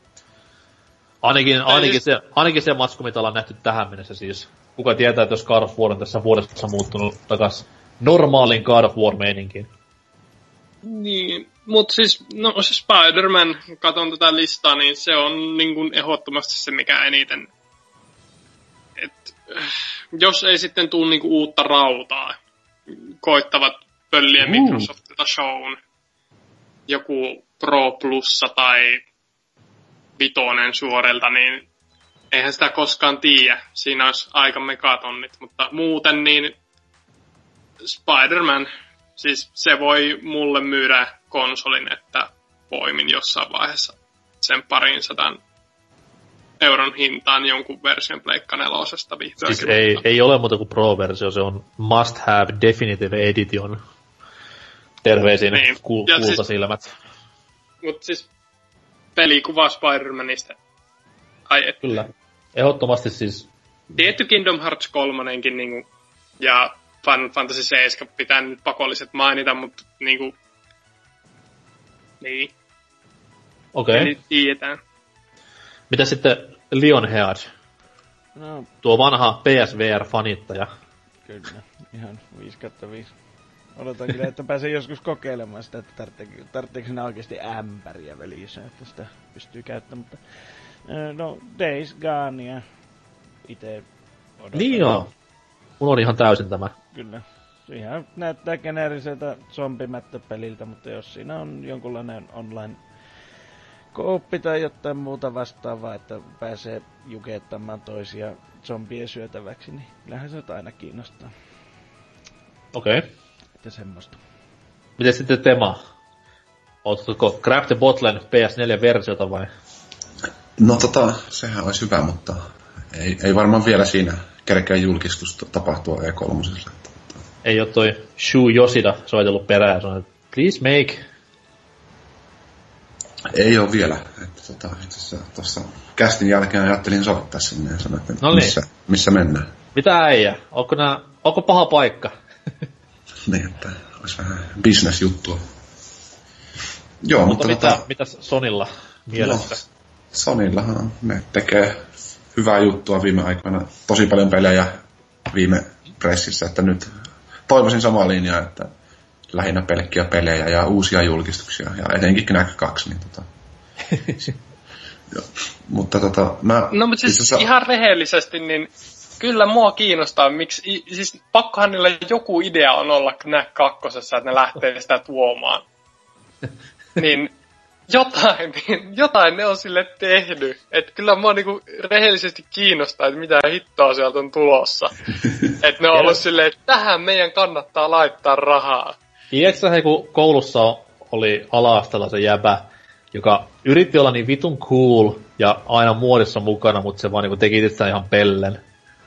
B: Ainakin, ainakin, se, ainakin se matsku, mitä ollaan nähty tähän mennessä siis. Kuka tietää, että jos God of War on tässä vuodessa muuttunut takas normaalin God of War-meininkiin.
E: Niin, mut siis, no se Spider-Man, kun katon tätä listaa, niin se on niin kuin ehdottomasti se, mikä eniten... Et, jos ei sitten tuu niinku uutta rautaa, koittavat pölliä Microsoftilta shown, joku Pro Plussa tai Vitoinen suorelta, niin eihän sitä koskaan tiedä. Siinä olisi aika megatonnit, mutta muuten niin Spider-Man, siis se voi mulle myydä konsolin, että poimin jossain vaiheessa sen parin sadan euron hintaan jonkun version Pleikka nelosesta vihdoinkin.
B: Siis ei, ei ole muuta kuin Pro-versio, se on must have definitive edition. Terveisin niin. ku, kultasilmät. Siis,
E: mut siis pelikuva Spider-Manista. Ai et.
B: Kyllä. Ehdottomasti siis...
E: Tietty Kingdom Hearts kolmonenkin niinku, ja Final Fantasy seitsemän pitää nyt pakolliset mainita, mutta niinku... Niin.
B: Okei. Okay.
E: Eli tiedetään.
B: Mitä sitten Lionhead?
G: No.
B: Tuo vanha P S V R-fanittaja.
G: Kyllä, ihan viisi kautta viisi. Odotan kyllä, että pääsen joskus kokeilemaan sitä, että tarvitseeko, tarvitseeko siinä oikeasti ämpäriä välissä, että sitä pystyy käyttämään. Mutta, no, Days Gonea itse odotan.
B: Niin joo. Mulla on ihan täysin tämä.
G: Kyllä. Ihan näyttää geneeriseltä zombimättöpeliltä, mutta jos siinä on jonkunlainen online kooppi tai jotain muuta vastaavaa, että pääsee jukettamaan toisia zombien syötäväksi, niin kyllähän se aina kiinnostaa.
B: Okei. Okay.
G: Että semmoista.
B: Miten sitten Tema? Ootko Grab the Bottlen P S neljä-versiota vai?
F: No tota, sehän olisi hyvä, mutta ei, ei varmaan vielä siinä kerkeä julkistus tapahtua E kolme.
B: Ei oo toi Shu Yoshida soitellut perään ja sanoi, että please make...
F: Ei oo vielä. Että tota, itse asiassa tuossa castin jälkeen ajattelin soittaa sinne ja sanoa, että
B: no
F: missä, missä mennään.
B: Mitä äijä? Onko, nää, onko paha paikka?
F: Niin, että olisi vähän business-juttua. Joo,
B: mutta,
F: mutta
B: mitä,
F: tota,
B: mitä Sonilla mielessä?
F: No, Sonillahan ne tekee hyvää juttua viime aikoina. Tosi paljon pelejä viime pressissä, että nyt toivoisin samaa linjaa, että lähinnä pelkkiä pelejä ja uusia julkistuksia, ja etenkin Knack kaksi, niin tota... jo, mutta tota, mä...
E: No, mutta siis asiassa... ihan rehellisesti, niin kyllä mua kiinnostaa, miksi... Siis pakkohan niillä joku idea on olla Knack kakkosessa, että ne lähtee sitä tuomaan. Niin jotain, niin jotain ne on sille tehnyt. Että kyllä mua niinku rehellisesti kiinnostaa, että mitä hittoa sieltä on tulossa. Että ne on ollut silleen, että tähän meidän kannattaa laittaa rahaa.
B: Tiedätkö he, kun koulussa oli ala-asteella se jäbä, joka yritti olla niin vitun cool ja aina muodissa mukana, mutta se vaan niin teki itse ihan pellen.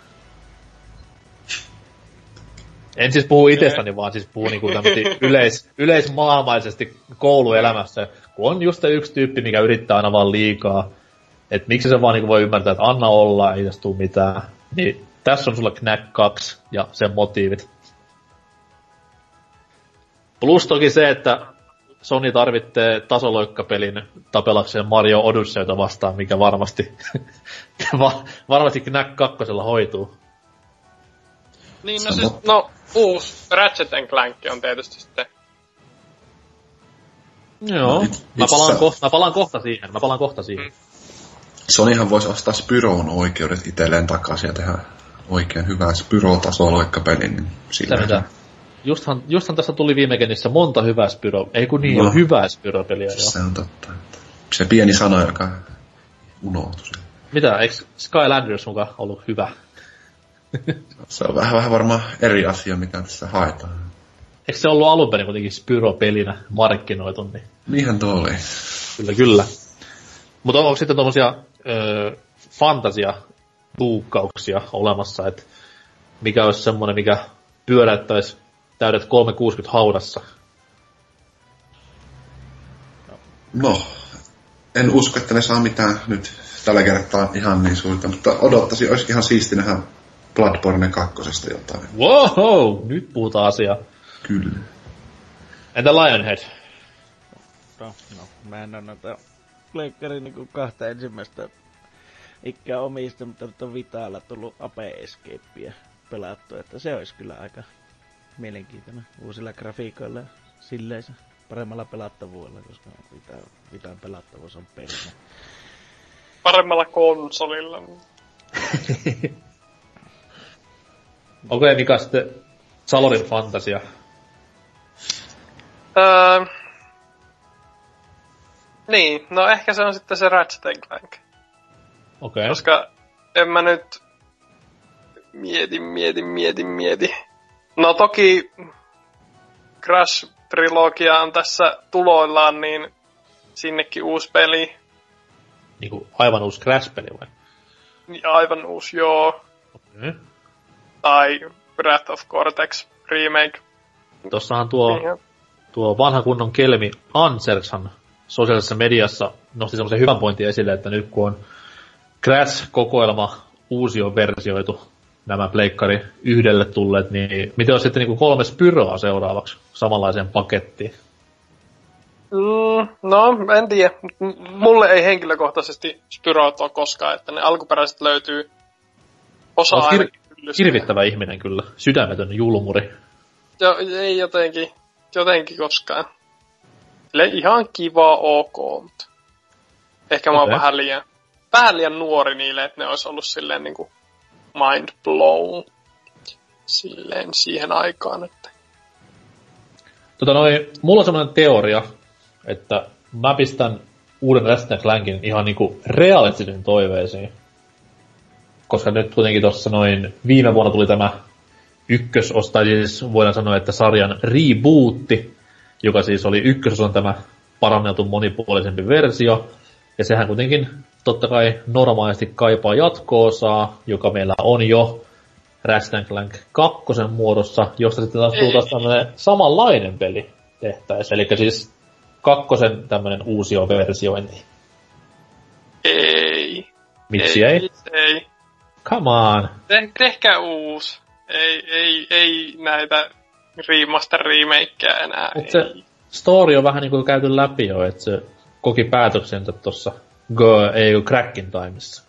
B: En siis puhu itsestäni, vaan siis puhu niin yleis, yleismaailmaisesti kouluelämässä, kun on just se yksi tyyppi, mikä yrittää aina vaan liikaa. Että miksi se vaan niin voi ymmärtää, että anna olla, ei tässä tule mitään. Niin tässä on sulla Knack kaksi ja sen motiivit. Plus toki se, että Sony tarvitsee tasoloikkapelin tapelakseen Mario Odysseyta vastaan, mikä varmasti, varmasti Knack kakkosella hoituu.
E: Niin, no siis, no, uusi Ratchet and Clank on tietysti sitten.
B: Joo, mä palaan, kohta, mä palaan kohta siihen, mä palaan kohta siihen. Mm.
F: Sonyhan voisi ostaa Spyroon oikeudet itselleen takaisin ja tehdä oikein hyvää Spyro-tasoloikkapelin, niin sillä...
B: Mitä? Justhan, justhan tässä tuli viime genissä monta hyvää Spyro, ei kun niin, no, on hyvää Spyro-peliä.
F: Se
B: jo.
F: on totta. se pieni sana, joka unohtui.
B: Mitä, eikö Skylanders mukaan ollut hyvä?
F: Se on vähän, vähän varmaan eri asia, mitä tässä haetaan.
B: Eikö se ollut alun perin kuitenkin Spyro-pelinä markkinoitu? Niin...
F: Niinhän tuo oli.
B: Kyllä, kyllä. Mutta onko sitten tommosia öö, fantasia-tuukkauksia olemassa, että mikä olisi semmonen, mikä pyöräyttäisi täydet kolmesataakuusikymmentä haudassa?
F: No, en usko, että ne saa mitään nyt tällä kertaa ihan niin suurta, mutta odottaisin, olisi ihan siisti nähdä Bloodborne kakkosesta jotain.
B: Wow, nyt puhutaan asiaa.
F: Kyllä.
B: Entä Lionhead?
G: No, no mä en oo noita pleikkarin niinku kahta ensimmäistä ikään omista, mutta nyt on Vitalla tullut Ape Escapea pelattua, että se olisi kyllä aika mielenkiintoinen uusilla grafiikoilla silleen paremmalla pelattavuudella, koska Vitan, Vitan pelattavuus on perillä.
E: Paremmalla konsolilla.
B: Onko ne mikä sitten Salorin fantasia?
E: Öö, niin, no ehkä se on sitten se Ratchet and Clank.
B: Okei. Okay.
E: Koska en mä nyt mieti, mieti, mieti, mieti. No toki Crash-trilogia on tässä tuloillaan, niin sinnekin uusi peli.
B: Niinku aivan uusi Crash-peli vai?
E: Aivan uusi, joo.
B: Okei. Okay.
E: Tai Breath of Cortex remake.
B: Tossahan tuo,
E: niin,
B: tuo vanha kunnon kelmi Ansershan sosiaalisessa mediassa nosti semmoisen hyvän pointin esille, että nyt kun on Crash-kokoelma uusion versioitu nämä pleikkari yhdelle tulleet, niin miten on sitten niinku kolme Spyroa seuraavaksi samanlaiseen pakettiin?
E: Mm, no, en tiedä. Mulle ei henkilökohtaisesti Spyroat ole koskaan, että ne alkuperäiset löytyy osa
B: Olet
E: aina.
B: Hir- hirvittävä ihminen kyllä. Sydämetön julmuri.
E: Jo, ei jotenkin, jotenkin koskaan. Sille ihan kiva ok, mutta ehkä mä oon
B: Okay.
E: vähän liian, vähän liian nuori niille, että ne olisi ollut silleen niinku mind blown silleen siihen aikaan, että...
B: Tota noi, mulla on semmoinen teoria, että mä pistän uuden Ratchet and Clankin ihan niinku realistisiin toiveisiin. Koska nyt kuitenkin tossa noin viime vuonna tuli tämä ykkösos, tai siis voidaan sanoa, että sarjan rebootti, joka siis oli ykkösosan tämä paranneltu monipuolisempi versio. Ja sehän kuitenkin totta kai normaalisti kaipaa jatko-osaa, joka meillä on jo Ratchet and Clank kakkosen muodossa, josta sitten taas tultaisiin tämmönen samanlainen peli tehtäis. Elikkä siis kakkosen tämmönen uusio versiointi.
E: Ei.
B: Miksi ei?
E: Ei. ei.
B: Come on.
E: Te- tehkää uusi. Ei, ei, ei näitä remaster remakeja enää.
B: Mut se story on vähän niinku käyty läpi jo, että se koki päätöksensä tossa Go, ei oo Crackin Timessa.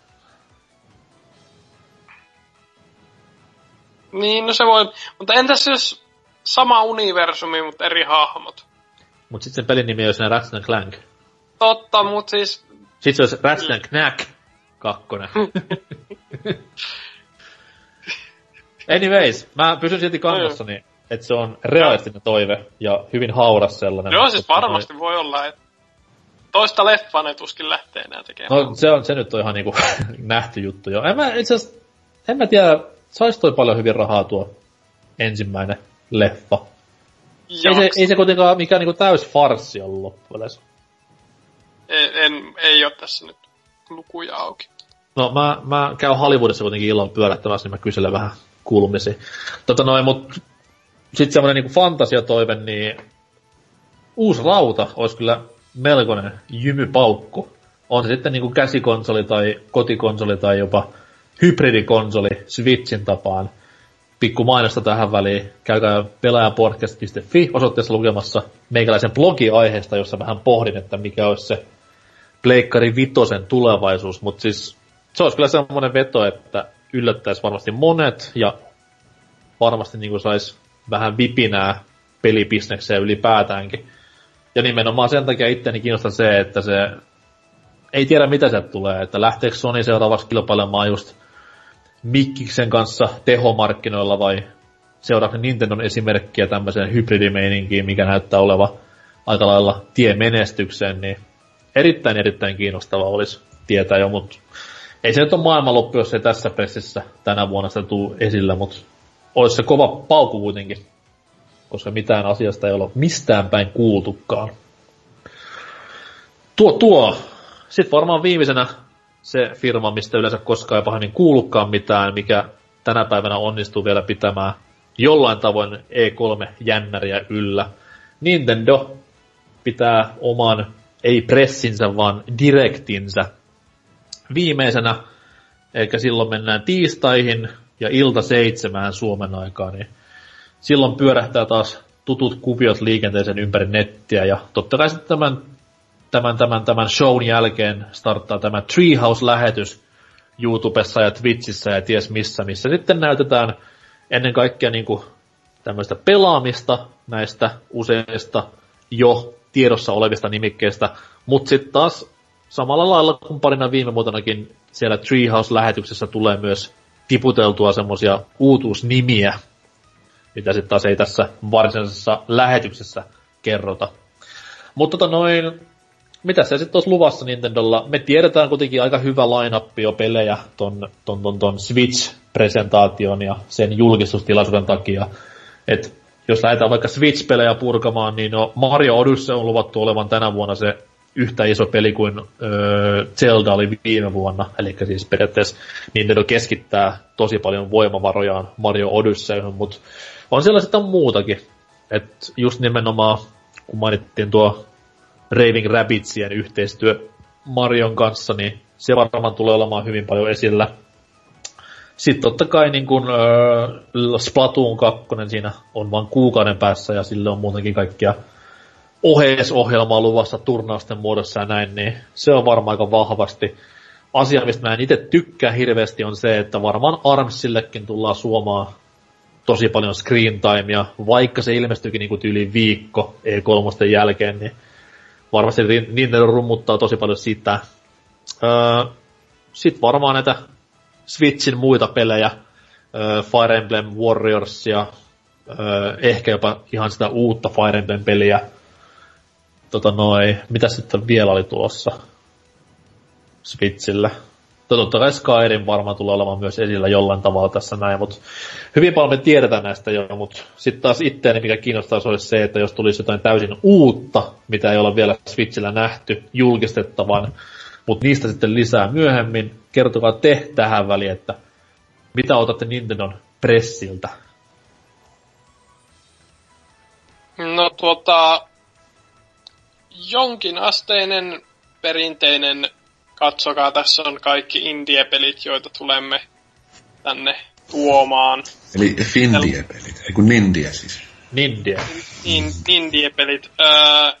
E: Niin, no se voi... Mutta entäs jos sama universumi, mutta eri hahmot?
B: Mut sit sen pelin nimi olisi nää Ratchet and Clank.
E: Totta, mut siis...
B: Sit se olisi Ratchet and Knack kakkonen. Anyways, mä pysyn silti kannassani, että se on realistinen toive ja hyvin hauras sellainen.
E: Joo, siis varmasti voi olla, että toista leffaa ne tuskin lähtee enää tekemään.
B: No se, on, se nyt on ihan niinku nähty juttu jo. En mä itse asiassa, en mä tiedä, sais toi paljon hyvin rahaa tuo ensimmäinen leffa. Ei se, ei se kuitenkaan mikään niinku täys farssi ollut loppujen.
E: En, en, ei oo tässä nyt lukuja auki.
B: No mä, mä käyn Hollywoodissa kuitenkin illalla pyörähtämässä, niin mä kyselen vähän kulmisi. Tota noin, mut sit semmonen niinku fantasiatoive, niin uusi rauta olisi kyllä melkoinen jymypaukku. On se sitten niinku käsikonsoli tai kotikonsoli tai jopa hybridikonsoli Switchin tapaan. Pikku mainosta tähän väliin. Käykää pelaajapodcast piste fi osoitteessa lukemassa meikäläisen blogi-aiheesta, jossa vähän pohdin, että mikä olisi se Pleikkari Vitosen tulevaisuus. Mutta siis se olisi kyllä semmoinen veto, että yllättäisi varmasti monet ja varmasti niinku sais vähän vipinää pelibisnekseen ylipäätäänkin. Ja nimenomaan sen takia itseäni kiinnostaa se, että se ei tiedä mitä sieltä tulee, että lähteekö Sony seuraavaksi kilpailemaan just Mikkiksen kanssa tehomarkkinoilla vai seuraavaksi Nintendon esimerkkiä tämmöiseen hybridimeininkiin, mikä näyttää oleva aika lailla tie menestykseen, niin erittäin erittäin kiinnostava olisi tietää jo, mutta ei se nyt ole maailmanloppu, jos ei tässä pressissä tänä vuonna sitä tule esillä, mutta olisi se kova pauku kuitenkin, koska mitään asiasta ei ole mistään päin kuultukaan. Tuo tuo. Sitten varmaan viimeisenä se firma, mistä yleensä koskaan ei pahemmin kuulukaan mitään, mikä tänä päivänä onnistuu vielä pitämään jollain tavoin E kolme-jännäriä yllä. Nintendo pitää oman, ei pressinsä, vaan direktinsä viimeisenä, eikä silloin mennään tiistaihin ja ilta seitsemään Suomen aikaan, niin silloin pyörähtää taas tutut kuviot liikenteeseen ympäri nettiä, ja totta kai sitten tämän, tämän, tämän, tämän shown jälkeen starttaa tämä Treehouse-lähetys YouTubessa ja Twitchissä ja ties missä, missä sitten näytetään ennen kaikkea niinku tämmöistä pelaamista näistä useista jo tiedossa olevista nimikkeistä, mutta sitten taas samalla lailla kuin parina viime vuotenakin siellä Treehouse-lähetyksessä tulee myös tiputeltua semmosia uutuusnimiä, mitä sitten taas ei tässä varsinaisessa lähetyksessä kerrota. Mutta tota noin, mitä se sitten olisi luvassa Nintendolla? Me tiedetään kuitenkin aika hyvä line-up jo pelejä ton, ton, ton, ton Switch-presentaation ja sen julkistustilaisuuden takia. Et jos lähdetään vaikka Switch-pelejä purkamaan, niin no Mario Odyssey on luvattu olevan tänä vuonna se yhtä iso peli kuin öö, Zelda oli viime vuonna. Eli siis periaatteessa Nintendo keskittää tosi paljon voimavarojaan Mario Odysseyhun, mutta on siellä sitten muutakin. Et just nimenomaan, kun mainittiin tuo Raving Rabbidsien yhteistyö Marion kanssa, niin se varmaan tulee olemaan hyvin paljon esillä. Sitten totta kai niin kun, äh, Splatoon kaksi siinä on vain kuukauden päässä ja sille on muutenkin kaikkia oheisohjelmaa luvassa turnausten muodossa ja näin, niin se on varmaan aika vahvasti. Asia, mistä mä en itse tykkää hirveästi, on se, että varmaan ARMSillekin tullaan suomaan tosi paljon screen timea, vaikka se ilmestyikin niin kuin tyyliin viikko E kolme jälkeen, niin varmasti Nintendo rummuttaa tosi paljon siitä. Öö, Sitten varmaan näitä Switchin muita pelejä, öö, Fire Emblem Warriors ja öö, ehkä jopa ihan sitä uutta Fire Emblem-peliä. Tota noi, mitä sitten vielä oli tulossa Switchillä? Totta kai Skyrim varmaan tulee olemaan myös esillä jollain tavalla tässä näin, mutta hyvin paljon me tiedetään näistä jo, mutta sitten taas itseäni mikä kiinnostaa olisi se, että jos tulisi jotain täysin uutta, mitä ei ole vielä Switchillä nähty, julkistettavan, mutta niistä sitten lisää myöhemmin. Kertokaa te tähän väliin, että mitä otatte Nintendon pressiltä?
E: No tuota, jonkinasteinen perinteinen, katsokaa, tässä on kaikki indie-pelit, joita tulemme tänne tuomaan.
F: Eli Findie-pelit, ei kun Nindie siis.
B: Nindie.
E: Niin, indie-pelit. Öö,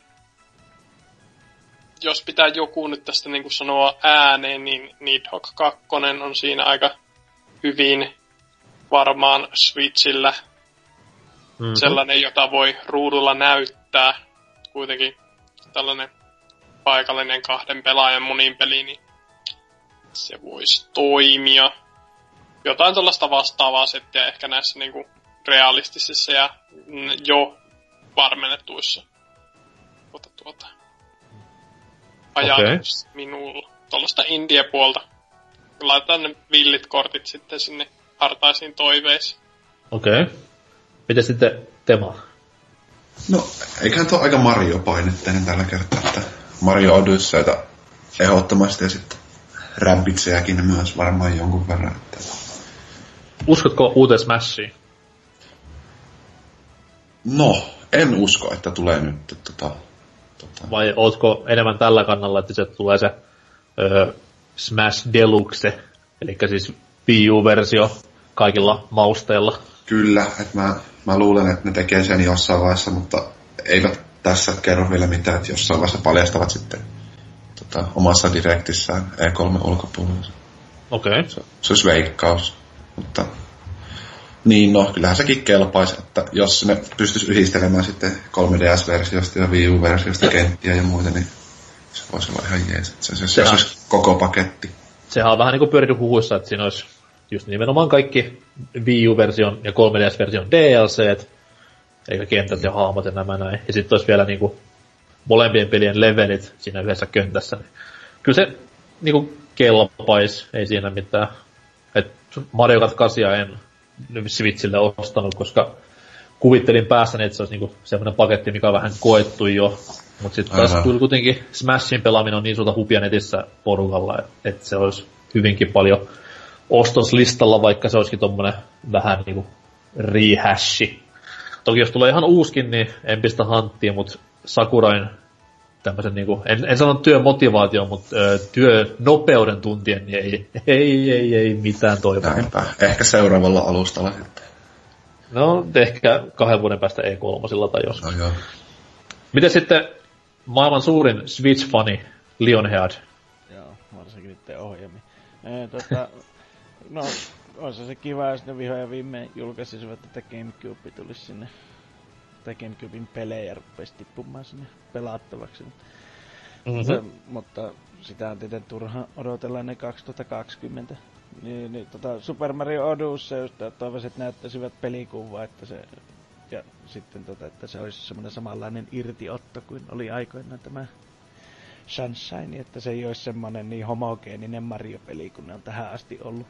E: jos pitää joku nyt tästä niin kuin sanoa ääneen, niin Nidhogg kaksi on siinä aika hyvin varmaan Switchillä. Mm-hmm. Sellainen, jota voi ruudulla näyttää. Kuitenkin tällainen paikallinen kahden pelaajan monin peli, niin se voisi toimia. Jotain tuollaista vastaavaa settiä ehkä näissä niinku realistisissa ja jo varmennetuissa tuota, tuota, ajatuksissa okay. Minulla. Tuollaista indie-puolta. Laitetaan ne villit kortit sitten sinne hartaisiin toiveisiin.
B: Okei. Okay. Mitä sitten Tema?
F: No, eiköhän tuo aika Mario-painetteinen tällä kertaa, että Mario Odysseyta ehdottomasti ja sitten Rabbitsejakin myös varmaan jonkun verran. Että...
B: Uskotko uuteen Smashiin?
F: No, en usko, että tulee nyt. Tota, tota...
B: Vai ootko enemmän tällä kannalla, että se tulee se ö, Smash Deluxe, eli siis Wii U-versio kaikilla mausteilla?
F: Kyllä, että mä, mä luulen, että ne tekee sen jossain vaiheessa, mutta eivät tässä kerro vielä mitään, että jossain vaiheessa paljastavat sitten tota, omassa direktissään E kolme ulkopuolella.
B: Okei. Okay.
F: Se, se olisi veikkaus, mutta niin no, kyllähän sekin kelpaisi, että jos ne pystyisi yhdistelemään sitten kolme D S-versiosta ja Wii U-versiosta kenttiä ja muita, niin se voisi olla ihan jees. Se, se, se olisi koko paketti.
B: Sehän on vähän niin kuin pyörinyt huhuissa, että siinä olisi just nimenomaan kaikki Wii U-version ja kolme D S-version D L C:t, eikä kentät ja hahmot ja nämä näin. Ja sitten olisi vielä niinku molempien pelien levelit siinä yhdessä köntässä. Niin kyllä se niinku kelpais, ei siinä mitään. Et Mario Kart kahdeksan en Switchille ostanut, koska kuvittelin päässäni, että se olisi niinku semmoinen paketti, mikä on vähän koettu jo. Mut sit taas kyllä kuitenkin Smashin pelaaminen on niin suurta hupia netissä porukalla, että se olisi hyvinkin paljon ostoslistalla, vaikka se olisikin tommonen vähän niinku rehashi. Toki jos tulee ihan uuskin, niin en pistä hanttiin, mut Sakurain tämmösen niinku, en, en sano työmotivaatio, mutta ö, työnopeuden tuntien, niin ei, ei, ei, ei mitään toivoa.
F: Näinpä. Ehkä seuraavalla alustalla sitten.
B: No, ehkä kahden vuoden päästä E kolme tai jos.
F: No joo.
B: Miten sitten maailman suurin Switch-fani, Lionhead?
G: Joo, varsinkin niitten ohjelmiin. Ee, tota, no, olisi se kiva, jos ne vihdoin ja viimein julkaisisivat, että GameCube tulisi sinne, tai GameCuben pelejä rupesi tippumaan sinne pelattavaksi.
B: Mm-hmm.
G: Se, mutta sitä on tietenkin turha odotella ne kaksituhattakaksikymmentä. Niin, niin tota Super Mario Odyssey, just toivoisin, että näyttäisivät pelikuvaa, että se, ja sitten tota, että se olisi semmoinen samanlainen irtiotto kuin oli aikoinaan tämä Sunshine, että se ei olisi semmoinen niin homogeeninen Mario-peli, kun ne on tähän asti ollut.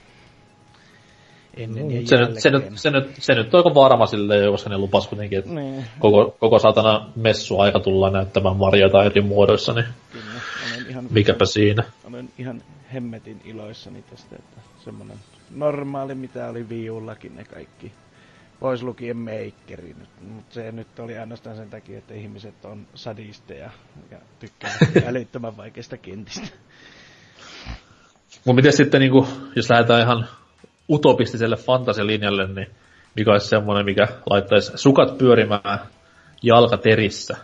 G: Ennen ja
B: se, nyt, se, nyt, se, nyt, se nyt on aika varma silleen, koska ne lupas kuitenkin, että
G: niin.
B: koko, koko satana messuaika tullaan näyttämään Mariota eri muodoissa, niin
G: Kyllä, olen ihan,
B: mikäpä siinä.
G: Olen ihan hemmetin iloissani tästä, että semmoinen normaali, mitä oli Wii Ullakin ne kaikki, pois lukien Makeri, mutta se nyt oli ainoastaan sen takia, että ihmiset on sadisteja ja tykkäävät älyttömän vaikeista kentistä.
B: Mut miten sitten, niin kun, jos lähdetään ihan utopistiselle fantasialinjalle, niin mikä olisi semmoinen, mikä laittaisi sukat pyörimään jalkaterissä?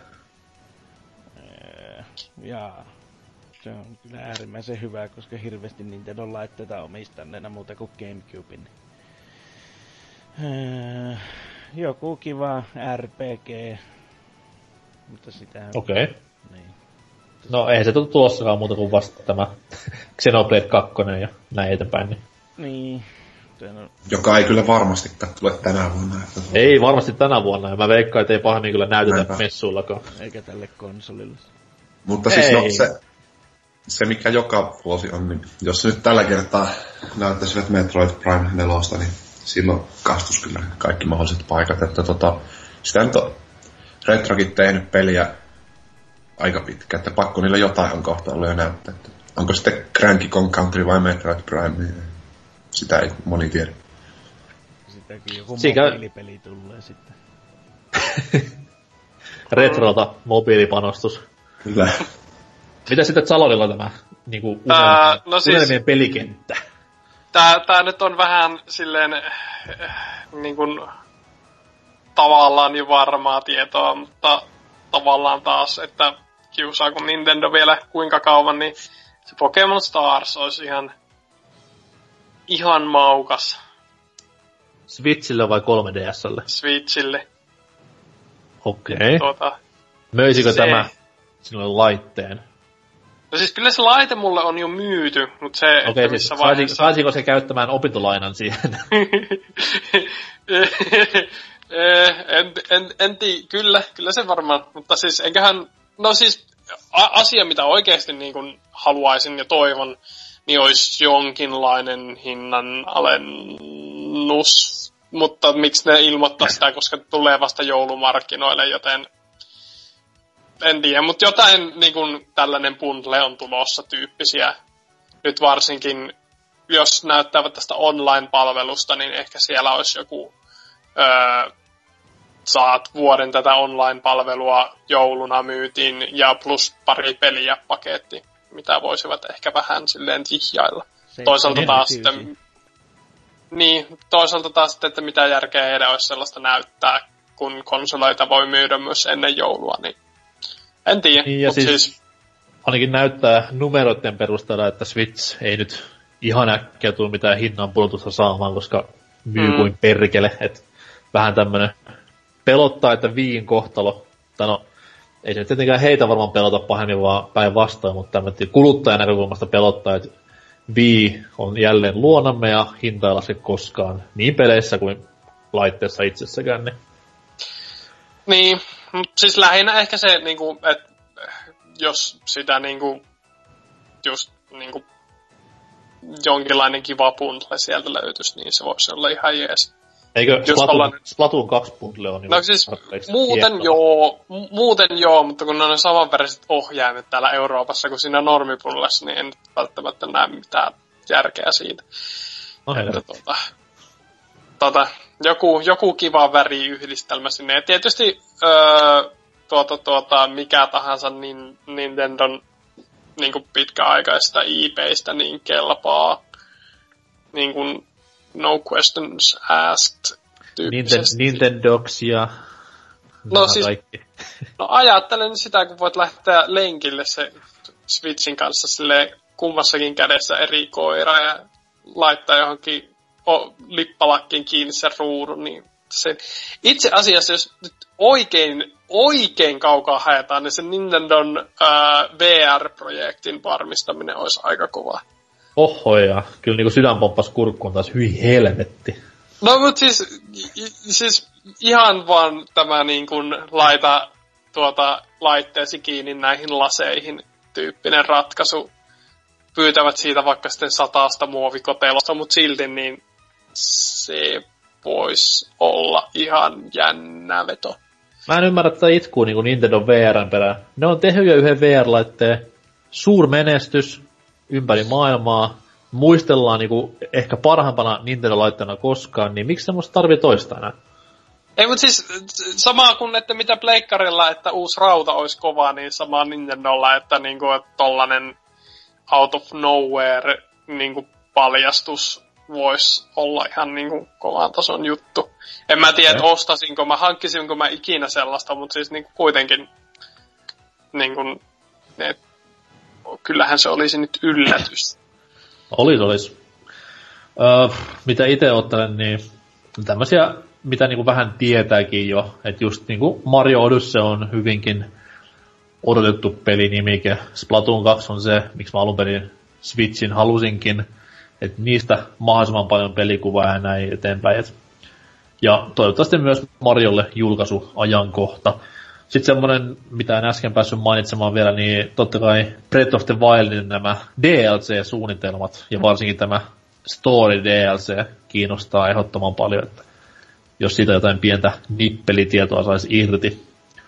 G: Ee, jaa. Se on kyllä äärimmäisen hyvä, koska hirveästi Nintendo laitteita omistanneena muuta kuin GameCubein. Ee, joku kiva R P G. Mutta sitä...
B: Okei. Okay.
G: Niin.
B: No ei se tule tulossakaan muuta kuin vasta tämä Xenoblade kaksi ja näin eteenpäin. Niin.
G: Niin. On...
F: Joka ei kyllä varmastikaan tule tänä vuonna. Että...
B: Ei varmasti tänä vuonna, ja mä veikkaan, että ei pahemmin kyllä näytetä Näinpä. messuillakaan.
G: Eikä tälle konsolille.
F: Mutta siis no, se, se, mikä joka vuosi on, niin jos nyt tällä kertaa näyttäisivät Metroid Prime neljä, niin silloin kastus kyllä kaikki mahdolliset paikat. Että tota, sitä nyt on Retrokin tehnyt peliä aika pitkä, että pakko niillä jotain on kohta ollut jo näyttää. Että onko sitten Cranky Kong Country vai Metroid Prime, niin sitä ei moni tiedä.
G: Sitäkin joku
B: Sikä...
G: mobiilipeli tulee sitten.
B: Retrota mobiilipanostus.
F: Kyllä.
B: Mitä sitten Salorilla tämä niinku unelmien,
E: Tää, no siis,
B: unelmien pelikenttä?
E: Tää, tää nyt on vähän silleen äh, niin kuin tavallaan jo varmaa tietoa, mutta tavallaan taas, että kiusaako Nintendo vielä kuinka kauan, niin se Pokemon Stars olisi ihan ihan maukas.
B: Switchille vai kolme D S:lle?
E: Switchille.
B: Okei. Okay.
E: Tuota,
B: Möisikö
E: se...
B: tämä sinulle laitteen?
E: No siis kyllä se laite mulle on jo myyty, mutta se,
B: okay,
E: että
B: siis
E: missä vaiheessa...
B: Saisiko se käyttämään opintolainan siihen?
E: en, en, en tii, kyllä, kyllä se varmaan, mutta siis enköhän, no siis a- asia mitä oikeesti niin kun haluaisin ja toivon, niin olisi jonkinlainen hinnan alennus, mutta miksi ne ilmoittaa sitä, koska tulee vasta joulumarkkinoille, joten en tiedä, mutta jotain niin kuin tällainen bundle on tulossa tyyppisiä. Nyt varsinkin, jos näyttävät tästä online-palvelusta, niin ehkä siellä olisi joku, öö, saat vuoden tätä online-palvelua jouluna myytiin ja plus pari peliä paketti, mitä voisivat ehkä vähän silleen vihjailla. Toisaalta taas sitten, niin, toisaalta taas sitten, että mitä järkeä heidän olisi sellaista näyttää, kun konsoleita voi myydä myös ennen joulua, niin en tiedä,
B: niin,
E: mutta siis, siis...
B: ainakin näyttää numeroiden perusteella, että Switch ei nyt ihan äkkiä tule mitään hinnan pudotusta saamaan, koska myy mm. kuin perkele. Et vähän tämmönen pelottaa, että Wiin kohtalo, tai no, ei se nyt tietenkään heitä varmaan pelota pahemmin, vaan päinvastoin, mutta tämmöinen kuluttajan näkökulmasta pelottaa, että Wii on jälleen luonamme ja hinta ei laske koskaan niin peleissä kuin laitteessa itsessäkään. Niin.
E: Niin, mut siis lähinnä ehkä se niinku, että jos sitä niinku, just niinku jonkinlainen kiva bundle sieltä löytyisi, niin se voisi olla ihan jees.
B: Eikö Splatoon,
E: ollaan...
B: Splatoon kaksi bundle on
E: No siis muuten hiekkoa. joo, m- muuten joo, mutta kun ne on ne samanväriset ohjaimet täällä Euroopassa kuin siinä normibundlessa, niin en välttämättä näe mitään järkeä siitä.
B: No
E: että, tuota, tuota, joku, joku kiva väriyhdistelmä sinne. Ja tietysti öö, tuota, tuota, mikä tahansa niin, Nintendon niin kuin pitkäaikaista I P:istä niin kelpaa. Niin kuin no questions asked tyyppisesti.
B: Nintendox ja
E: no siis, kaikki. No ajattelen sitä, kun voit lähteä lenkille se Switchin kanssa silleen kummassakin kädessä eri koira ja laittaa johonkin o, lippalakkiin kiinni sen ruudun, niin se, itse asiassa jos nyt oikein, oikein kaukaa haetaan, niin se Nintendon ää, V R-projektin varmistaminen olisi aika kova.
B: Oho, ja kyllä niinku sydän pomppas kurkkuun taas, hyi helvetti.
E: No mut siis, siis ihan vaan tämä niin kuin laita tuota laitteesi kiinni näihin laseihin tyyppinen ratkaisu. Pyytävät siitä vaikka sitten sataasta muovikotelosta, mut silti niin se voisi olla ihan jännä veto.
B: Mä en ymmärrä tätä itkuu niinku Nintendo V R:n perään. Ne on tehnyt jo yhden V R-laitteen, suurmenestys ympäri maailmaa, muistellaan niinku ehkä parhaimpana Nintendo-laitteena koskaan, niin miksi semmoista tarvii toista enää?
E: Ei, mutta siis samaa kuin, että mitä pleikkarilla, että uusi rauta olisi kova, niin samaa Nintendolla, että niinku, että tollanen out of nowhere niinku paljastus voisi olla ihan niinku kovan tason juttu. En mä tiedä, että ostasinko mä, hankkisinko mä ikinä sellaista, mutta siis niinku kuitenkin niinku, et, kyllähän se olisi nyt yllätys.
B: Olis, olis. Öö, mitä itse ottelen, niin tämmösiä, mitä niinku vähän tietääkin jo, että just niinku Mario Odyssey on hyvinkin odotettu pelinimike. Splatoon kaksi on se, miksi mä alun perin Switchin halusinkin, että niistä mahdollisimman paljon pelikuvaa ja näin eteenpäin. Et, ja toivottavasti myös Mariolle julkaisuajankohta. Sitten semmonen, mitä en äsken päässyt mainitsemaan vielä, niin totta kai Breath of the Wildin nämä D L C-suunnitelmat, ja varsinkin tämä Story D L C kiinnostaa ehdottoman paljon, että jos siitä jotain pientä nippelitietoa saisi irti.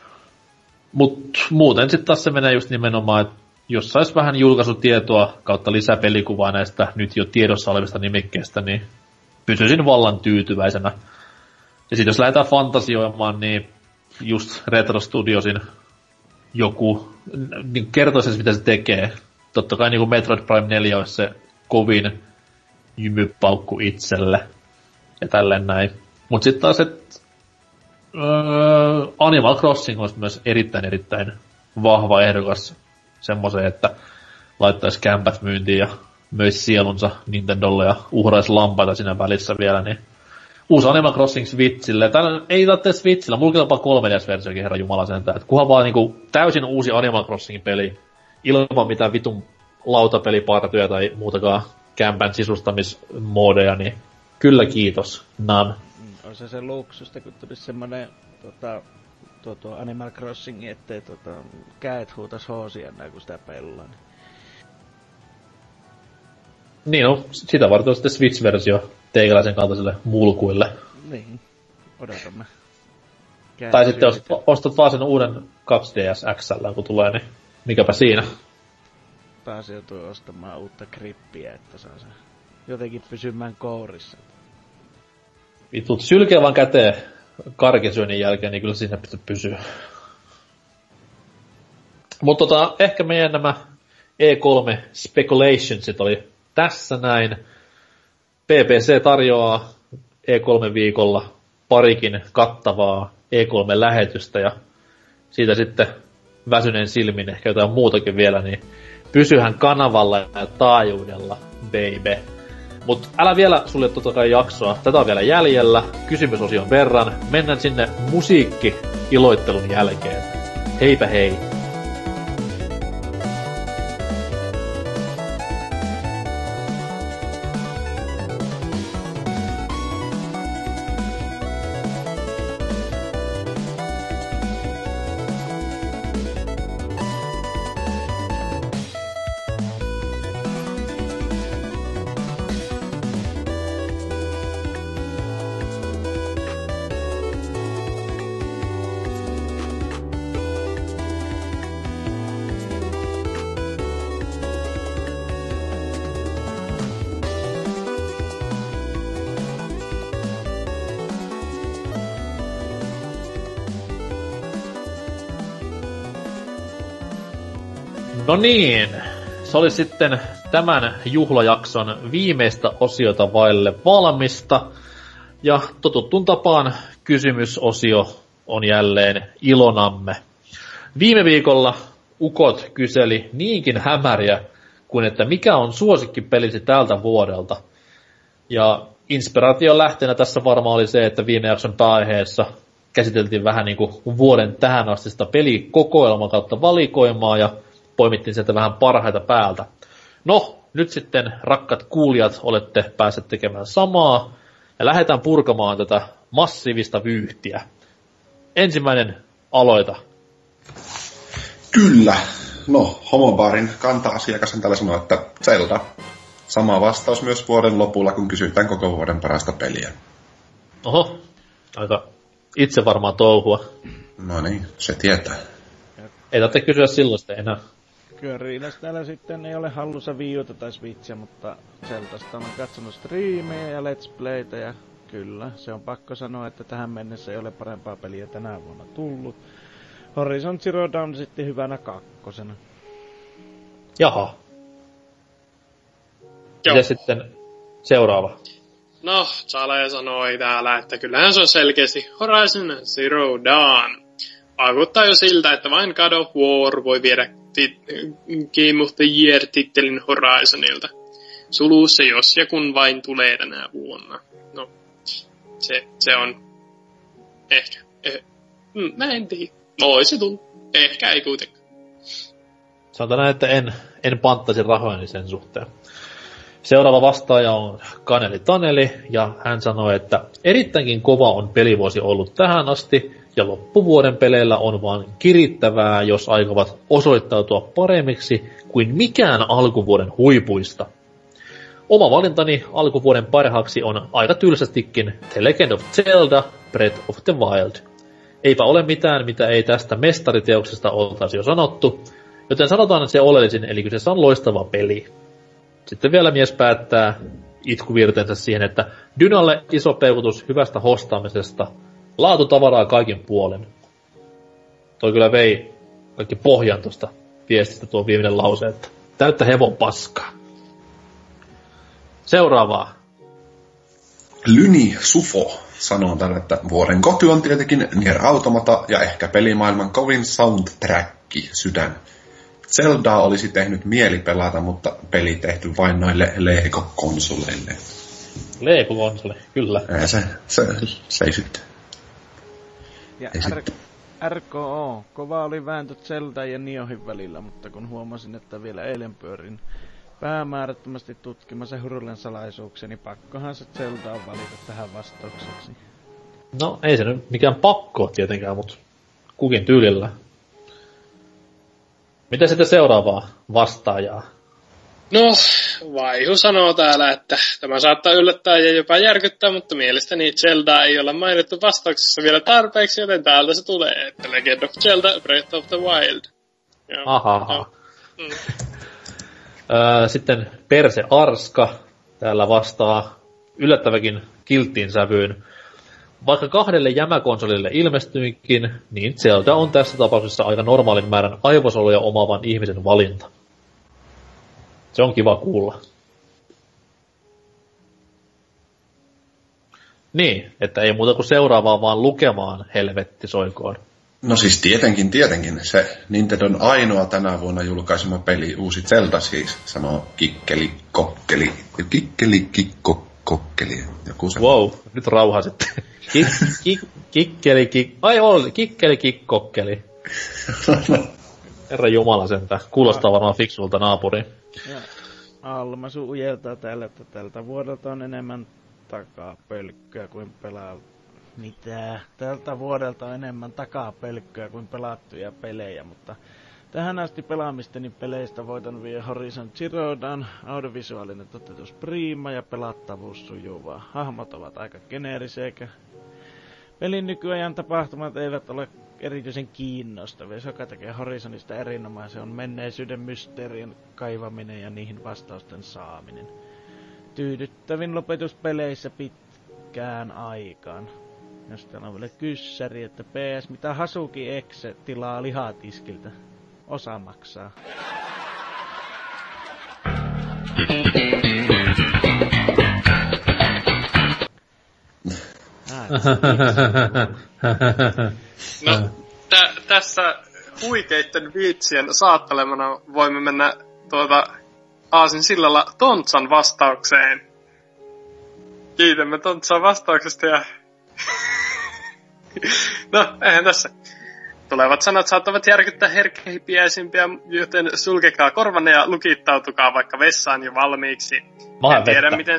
B: Mut muuten sitten taas se menee just nimenomaan, että jos sais vähän julkaisutietoa kautta lisäpelikuvaa näistä nyt jo tiedossa olevista nimikkeistä, niin pysyisin vallan tyytyväisenä. Ja sitten jos lähdetään fantasioimaan, niin just Retro Studiosin joku niin kertoisi, mitä se tekee. Totta kai niin kuin Metroid Prime neljä olisi se kovin jymypaukku itselle. Ja tälleen näin. Mut sit taas, että öö, Animal Crossing olisi myös erittäin erittäin vahva ehdokas semmoiseen, että laittaisi kämpät myyntiin ja möisi sielunsa Nintendolle ja uhraisi lampaita siinä välissä vielä, niin uusi Animal Crossing Switchille. Täällä ei tarvitse Switchillä, mulla on jopa kolme D S-versiokin, herra jumala sentään. Että kunhan vaan niinku täysin uusi Animal Crossing peli, ilman mitään vitun lautapelipartyä tai muutakaan kämpän sisustamismoodeja, niin kyllä kiitos, none.
G: On se se luksusta, kun tulisi semmonen tota, tuo, tuo Animal Crossing, ettei tota, käet huutais hoosiannaa, kun sitä pelaa.
B: Niin no, sitä varten on sitten Switch-versio teikäläisen kaltaisille mulkuille.
G: Niin, odotamme. Käy
B: tai sitten jos ostat vaan sen uuden kaksi D S X L, kun tulee, niin mikäpä siinä.
G: Taas joutuu ostamaan uutta grippiä, että saa se jotenkin pysymään kourissa.
B: Vitut, sylkeä vaan käteen karkisyönnin jälkeen, niin kyllä siinä pitää pysyä. Mutta tota, ehkä meidän nämä E kolme Speculationsit oli tässä näin. P P C tarjoaa E kolme viikolla parikin kattavaa E kolme lähetystä ja siitä sitten väsyneen silmin ehkä jotain muutakin vielä, niin pysyhän kanavalla ja taajuudella, baby. Mut älä vielä sulje totta kai jaksoa, tätä on vielä jäljellä, kysymysosion verran, mennään sinne musiikki-iloittelun jälkeen. Heipä hei! No niin, se oli sitten tämän juhlajakson viimeistä osiota vaille valmista. Ja totuttuun tapaan kysymysosio on jälleen ilonamme. Viime viikolla ukot kyseli niinkin hämäriä kuin että mikä on suosikkipelisi tältä vuodelta. Ja inspiraation lähteenä tässä varmaan oli se, että viime jakson pääaiheessa käsiteltiin vähän niin kuin vuoden tähän astista pelikokoelman kautta valikoimaa ja poimittiin sieltä vähän parhaita päältä. No, nyt sitten rakkat kuulijat olette päässeet tekemään samaa ja lähdetään purkamaan tätä massiivista vyyhtiä. Ensimmäinen aloita.
F: Kyllä. No, Homobaarin kanta-asiakas tällä sanoo, että Zelda. Sama vastaus myös vuoden lopulla, kun kysytään koko vuoden parasta peliä.
B: Oho, aika itse varmaan touhua.
F: No niin, se tietää.
B: Ei tarvitse kysyä silloin sitten enää.
G: Kyllä Riinas täällä sitten ei ole hallussa Wii Uta tai Switchia, mutta Zeldasta on katsonut striimejä ja Let's Playtä ja kyllä, se on pakko sanoa, että tähän mennessä ei ole parempaa peliä tänä vuonna tullut. Horizon Zero Dawn sitten hyvänä kakkosena.
B: Jaha.
E: Joo.
B: Ja sitten seuraava.
E: No, Sale sanoi täällä, että kyllähän se on selkeästi Horizon Zero Dawn. Vaikuttaa jo siltä, että vain God of War voi viedä tit- Game of the Year-tittelin Horizonilta. Sulussa jos ja kun vain tulee tänä vuonna. No, se, se on ehkä. Eh, mä en tiedä. Voisi tulla. Ehkä ei kuitenkaan.
B: Sanotaan näin, että en, en panttaisi rahojani sen suhteen. Seuraava vastaaja on Kaneli Taneli, ja hän sanoi, että erittäinkin kova on pelivuosi ollut tähän asti, ja loppuvuoden peleillä on vaan kirittävää, jos aikovat osoittautua paremmiksi kuin mikään alkuvuoden huipuista. Oma valintani alkuvuoden parhaaksi on aika tylsästikin The Legend of Zelda Breath of the Wild. Eipä ole mitään, mitä ei tästä mestariteoksesta oltaisi jo sanottu, joten sanotaan se oleellisin, eli kyseessä on loistava peli. Sitten vielä mies päättää itkuvirteensä siihen, että Dynalle iso peukutus hyvästä hostaamisesta, laatutavaraa kaikin puolen. Toi kyllä vei kaikki pohjan tuosta viestistä tuo viimeinen lause, että täyttä hevon paskaa. Seuraavaa.
F: Lyni Sufo sanoo tällä, että vuoden koty on tietenkin Nier Automata ja ehkä pelimaailman kovin soundtracki sydän. Zeldaa olisi tehnyt mieli pelata, mutta peli tehty vain noille Lego-konsoleille.
B: Lego-konsoli, kyllä.
F: Ei se, se, se ei sitten.
G: Ja
F: Ei
G: R-
F: sitten.
G: R K O, kova oli vääntö Zelda ja Niohin välillä, mutta kun huomasin, että vielä eilen pyörin päämäärättömästi tutkimassa Hyrulen salaisuuksia, niin pakkohan se Zelda on valita tähän vastaukseksi.
B: No ei se nyt mikään pakko tietenkään, mutta kukin tyylillä. Mitä sitten seuraavaa vastaajaa?
E: No, Vaihu sanoo täällä, että tämä saattaa yllättää ja jopa järkyttää, mutta mielestäni Zelda ei ole mainittu vastauksessa vielä tarpeeksi, joten täältä se tulee, että Legend of Zelda Breath of the Wild. Joo.
B: Aha.
E: No. Mm.
B: Öö, sitten Perse Arska täällä vastaa yllättäväkin kilttiin sävyyn. Vaikka kahdelle jämäkonsolille ilmestyikin, niin Zelda on tässä tapauksessa aika normaalin määrän aivosoluja omaavan ihmisen valinta. Se on kiva kuulla. Niin, että ei muuta kuin seuraavaa vaan lukemaan, helvetti soikoon.
F: No siis tietenkin, tietenkin. Se Nintendon ainoa tänä vuonna julkaisema peli, uusi Zelda siis, sanoo Kikkeli Kokkeli. Kikkeli Kikko Kokkeli. Joku se.
B: Wow, nyt rauha sitten. Kik, kik, kikkeli, kik, ai oli, kikkeli, kikkokkeli. Herra Jumala sentään. Kuulostaa varmaan fiksulta naapuriin.
G: Ja Almasu ujeltaa täällä, että tältä vuodelta on enemmän takapölkkyä kuin pelaa... Mitä? Tältä vuodelta on enemmän takapölkkyä kuin pelattuja pelejä, mutta tähän asti pelaamisteni peleistä voitan vielä Horizon Zero Dawn, audiovisuaalinen toteutus prima ja pelattavuus sujuvaa. Hahmot ovat aika geneerisiä, eikä pelin nykyajan tapahtumat eivät ole erityisen kiinnostavia. Se, joka tekee Horizonista erinomaisen, on menneisyyden mysteerien kaivaminen ja niihin vastausten saaminen. Tyydyttävin lopetus peleissä pitkään aikaan. Ja sitten on vielä kyssäri, että P S, mitä Hasuki Exe tilaa lihatiskiltä? Osa maksaa.
E: No, tä- tässä huikeitten viitsien saattelemana voimme mennä tuota aasin sillalla Tontsan vastaukseen. Kiitämme Tontsan vastauksesta ja... no, eihän tässä. Tulevat sanat saattavat järkyttää herkkähipiäisimpiä, joten sulkekaa korvanne ja lukittautukaa vaikka vessaan jo valmiiksi. En tiedä, miten...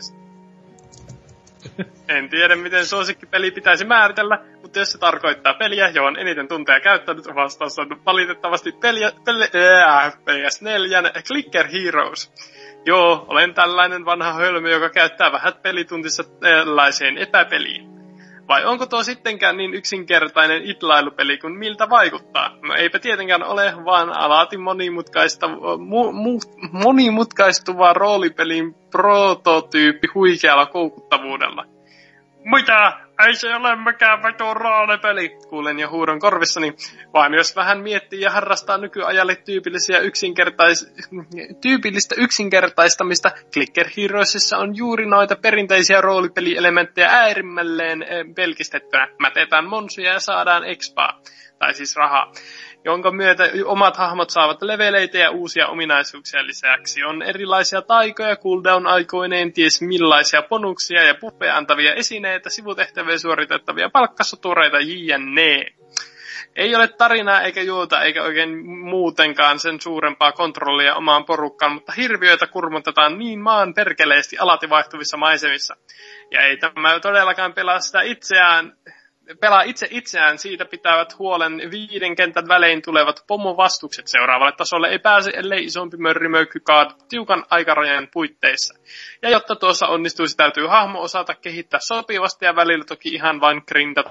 E: en tiedä, miten suosikkipeli pitäisi määritellä, mutta jos se tarkoittaa peliä, johon eniten tunteja käyttänyt, vastaus on valitettavasti peliä, peli, äh, P S neljä Clicker Heroes. Joo, olen tällainen vanha hölmö, joka käyttää vähät pelituntissa tällaiseen epäpeliin. Vai onko tuo sittenkään niin yksinkertainen itlailupeli kuin miltä vaikuttaa? No eipä tietenkään ole, vaan alati monimutkaista, mu, mu, monimutkaistuvaa roolipelin prototyyppi huikealla koukuttavuudella. Mitä? Ei se ole mikään veto roolipeli, kuulen ja huudon korvissani. Vaan jos vähän miettii ja harrastaa nykyajalle tyypillisiä yksinkertais... tyypillistä yksinkertaistamista, Clicker Heroesissa on juuri noita perinteisiä roolipelielementtejä äärimmälleen pelkistettynä. Mätetään monsuja ja saadaan expaa, tai siis rahaa, jonka myötä omat hahmot saavat leveleitä ja uusia ominaisuuksia lisäksi. On erilaisia taikoja, cooldown-aikoineen, ties millaisia bonuksia ja buffeja antavia esineitä, sivutehtäviä suoritettavia palkkasotureita, jne. Ei ole tarinaa eikä juota eikä oikein muutenkaan sen suurempaa kontrollia omaan porukkaan, mutta hirviöitä kurmotetaan niin maan perkeleesti alati vaihtuvissa maisemissa. Ja ei tämä todellakaan pelaa sitä itseään... Pelaa itse itseään, siitä pitävät huolen viiden kentän välein tulevat pomovastukset. Seuraavalle tasolle ei pääse, ellei isompi mörrimöykky kaadu tiukan aikarajan puitteissa. Ja jotta tuossa onnistuisi, täytyy hahmo osata kehittää sopivasti ja välillä toki ihan vain grindata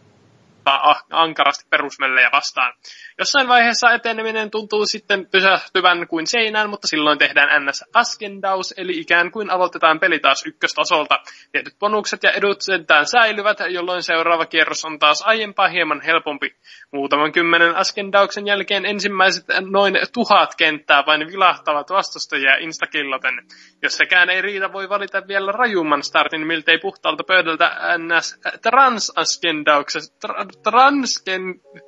E: ankarasti perusmellejä vastaan. Jossain vaiheessa eteneminen tuntuu sitten pysähtyvän kuin seinään, mutta silloin tehdään ns. Askendaus, eli ikään kuin aloitetaan peli taas ykköstasolta. Tietyt bonukset ja edut sentään säilyvät, jolloin seuraava kierros on taas aiempaa hieman helpompi. Muutaman kymmenen Askendauksen jälkeen ensimmäiset noin tuhat kenttää vain vilahtavat vastustajia instakilloten. Jos sekään ei riitä, voi valita vielä rajumman startin miltei puhtaalta pöydältä ns. Trans-Askendauksesta. Tra- Transken...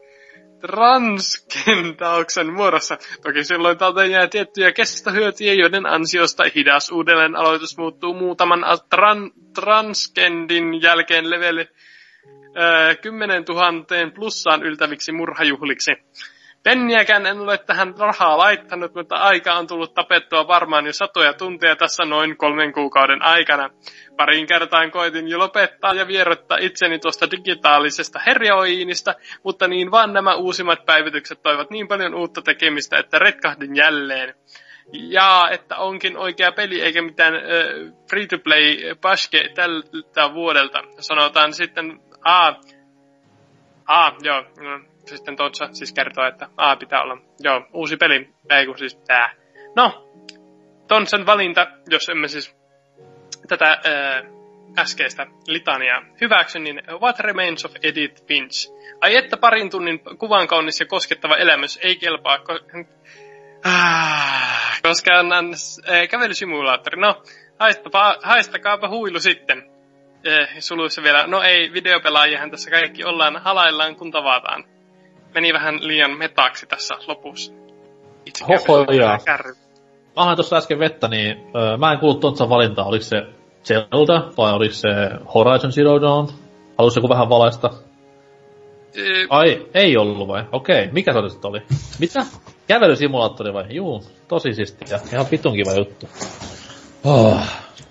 E: Transkendauksen muodossa. Toki silloin talteen jää tiettyjä kestohyötyjä, joiden ansiosta hidas uudelleen aloitus muuttuu muutaman tran, transkendin jälkeen leveli kymmenen tuhanteen plussaan yltäviksi murhajuhliksi. Penniäkään en ole tähän rahaa laittanut, mutta aika on tullut tapettua varmaan jo satoja tunteja tässä noin kolmen kuukauden aikana. Pariin kertaan koitin jo lopettaa ja vierottaa itseni tuosta digitaalisesta heroiinista, mutta niin vaan nämä uusimmat päivitykset toivat niin paljon uutta tekemistä, että retkahdin jälleen. Ja että onkin oikea peli eikä mitään äh, free-to-play paske tältä vuodelta. Sanotaan sitten, aa, aa, joo, no. Sitten Tontsa siis kertoo, että A pitää olla, joo, uusi peli, ei kun siis tää. No, Tontsan valinta, jos emme siis tätä ää, äskeistä litaniaa hyväksy, niin What Remains of Edith Finch. Ai että parin tunnin kuvankaunis ja koskettava elämys ei kelpaa, ko- ah, koska on äh, kävelysimulaattori. No, haistapa, haistakaapa huilu sitten. Eh, suluissa vielä, no ei, videopelaajihan tässä kaikki ollaan, halaillaan kun tavataan. Meni vähän liian metaksi tässä lopussa. Itse
B: Hoho, jaa. Mä annan tuossa äsken vettä, niin öö, mä en kuullut Tontsan valintaa. Oliko se Zelda vai oliko se Horizon Zero Dawn? Haluaisi joku vähän valaista?
E: E-
B: Ai, ei ollut vai? Okei, mikä se sitten oli? Mitä? Kävelysimulaattori vai? Juu, tosi siistiä. Ihan pitun kiva juttu. Oh.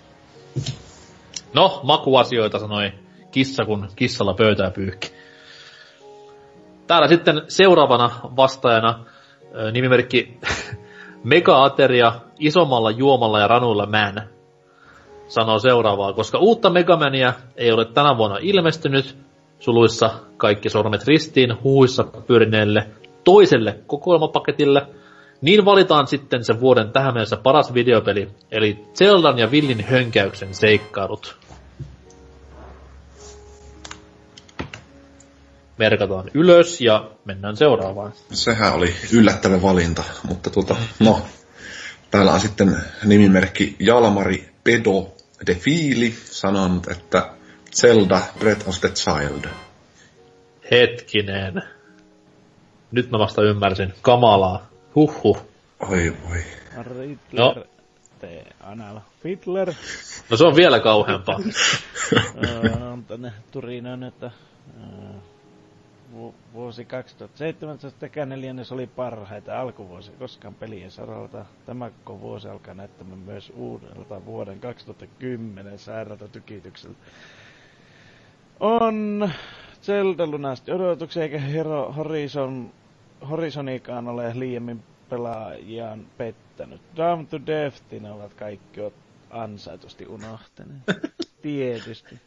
B: No, makuasioita sanoi kissa, kun kissalla pöytää pyyhki. Täällä sitten seuraavana vastaajana nimimerkki Mega-ateria isommalla juomalla ja ranuilla man sanoo seuraavaa, koska uutta Megamania ei ole tänä vuonna ilmestynyt, suluissa kaikki sormet ristiin huuissa pyörineelle toiselle kokoelmapaketille, niin valitaan sitten se vuoden tähän mennessä paras videopeli, eli Zeldan ja Villin hönkäyksen seikkailut. Merkataan ylös ja mennään seuraavaan.
F: Sehän oli yllättävä valinta, mutta tuota, no, täällä on sitten nimimerkki Jalmari Pedo de Fili sanonut, että Zelda Breath of the Child.
B: Hetkinen. Nyt mä vasta ymmärsin. Kamalaa. Huhhuh.
F: Oi voi.
G: Riddler.
B: No.
G: Te Anal Fiddler.
B: No se on vielä kauheampaa.
G: On tänne Turinoon, että vuosi kaksituhattaseitsemäntoista sekä neljännes oli parhaita alkuvuosi koskaan pelien saralta. Tämä koko vuosi alkaa näyttämään myös uudelta vuoden kaksituhattakymmenen sairaalta tykitykseltä. On Zelda lunasti odotuksia, eikä Hero Horizon, Horizonikaan ole liiemmin pelaajiaan pettänyt. Down to Deathin ovat kaikki ansaitusti unohtaneet. Tietysti.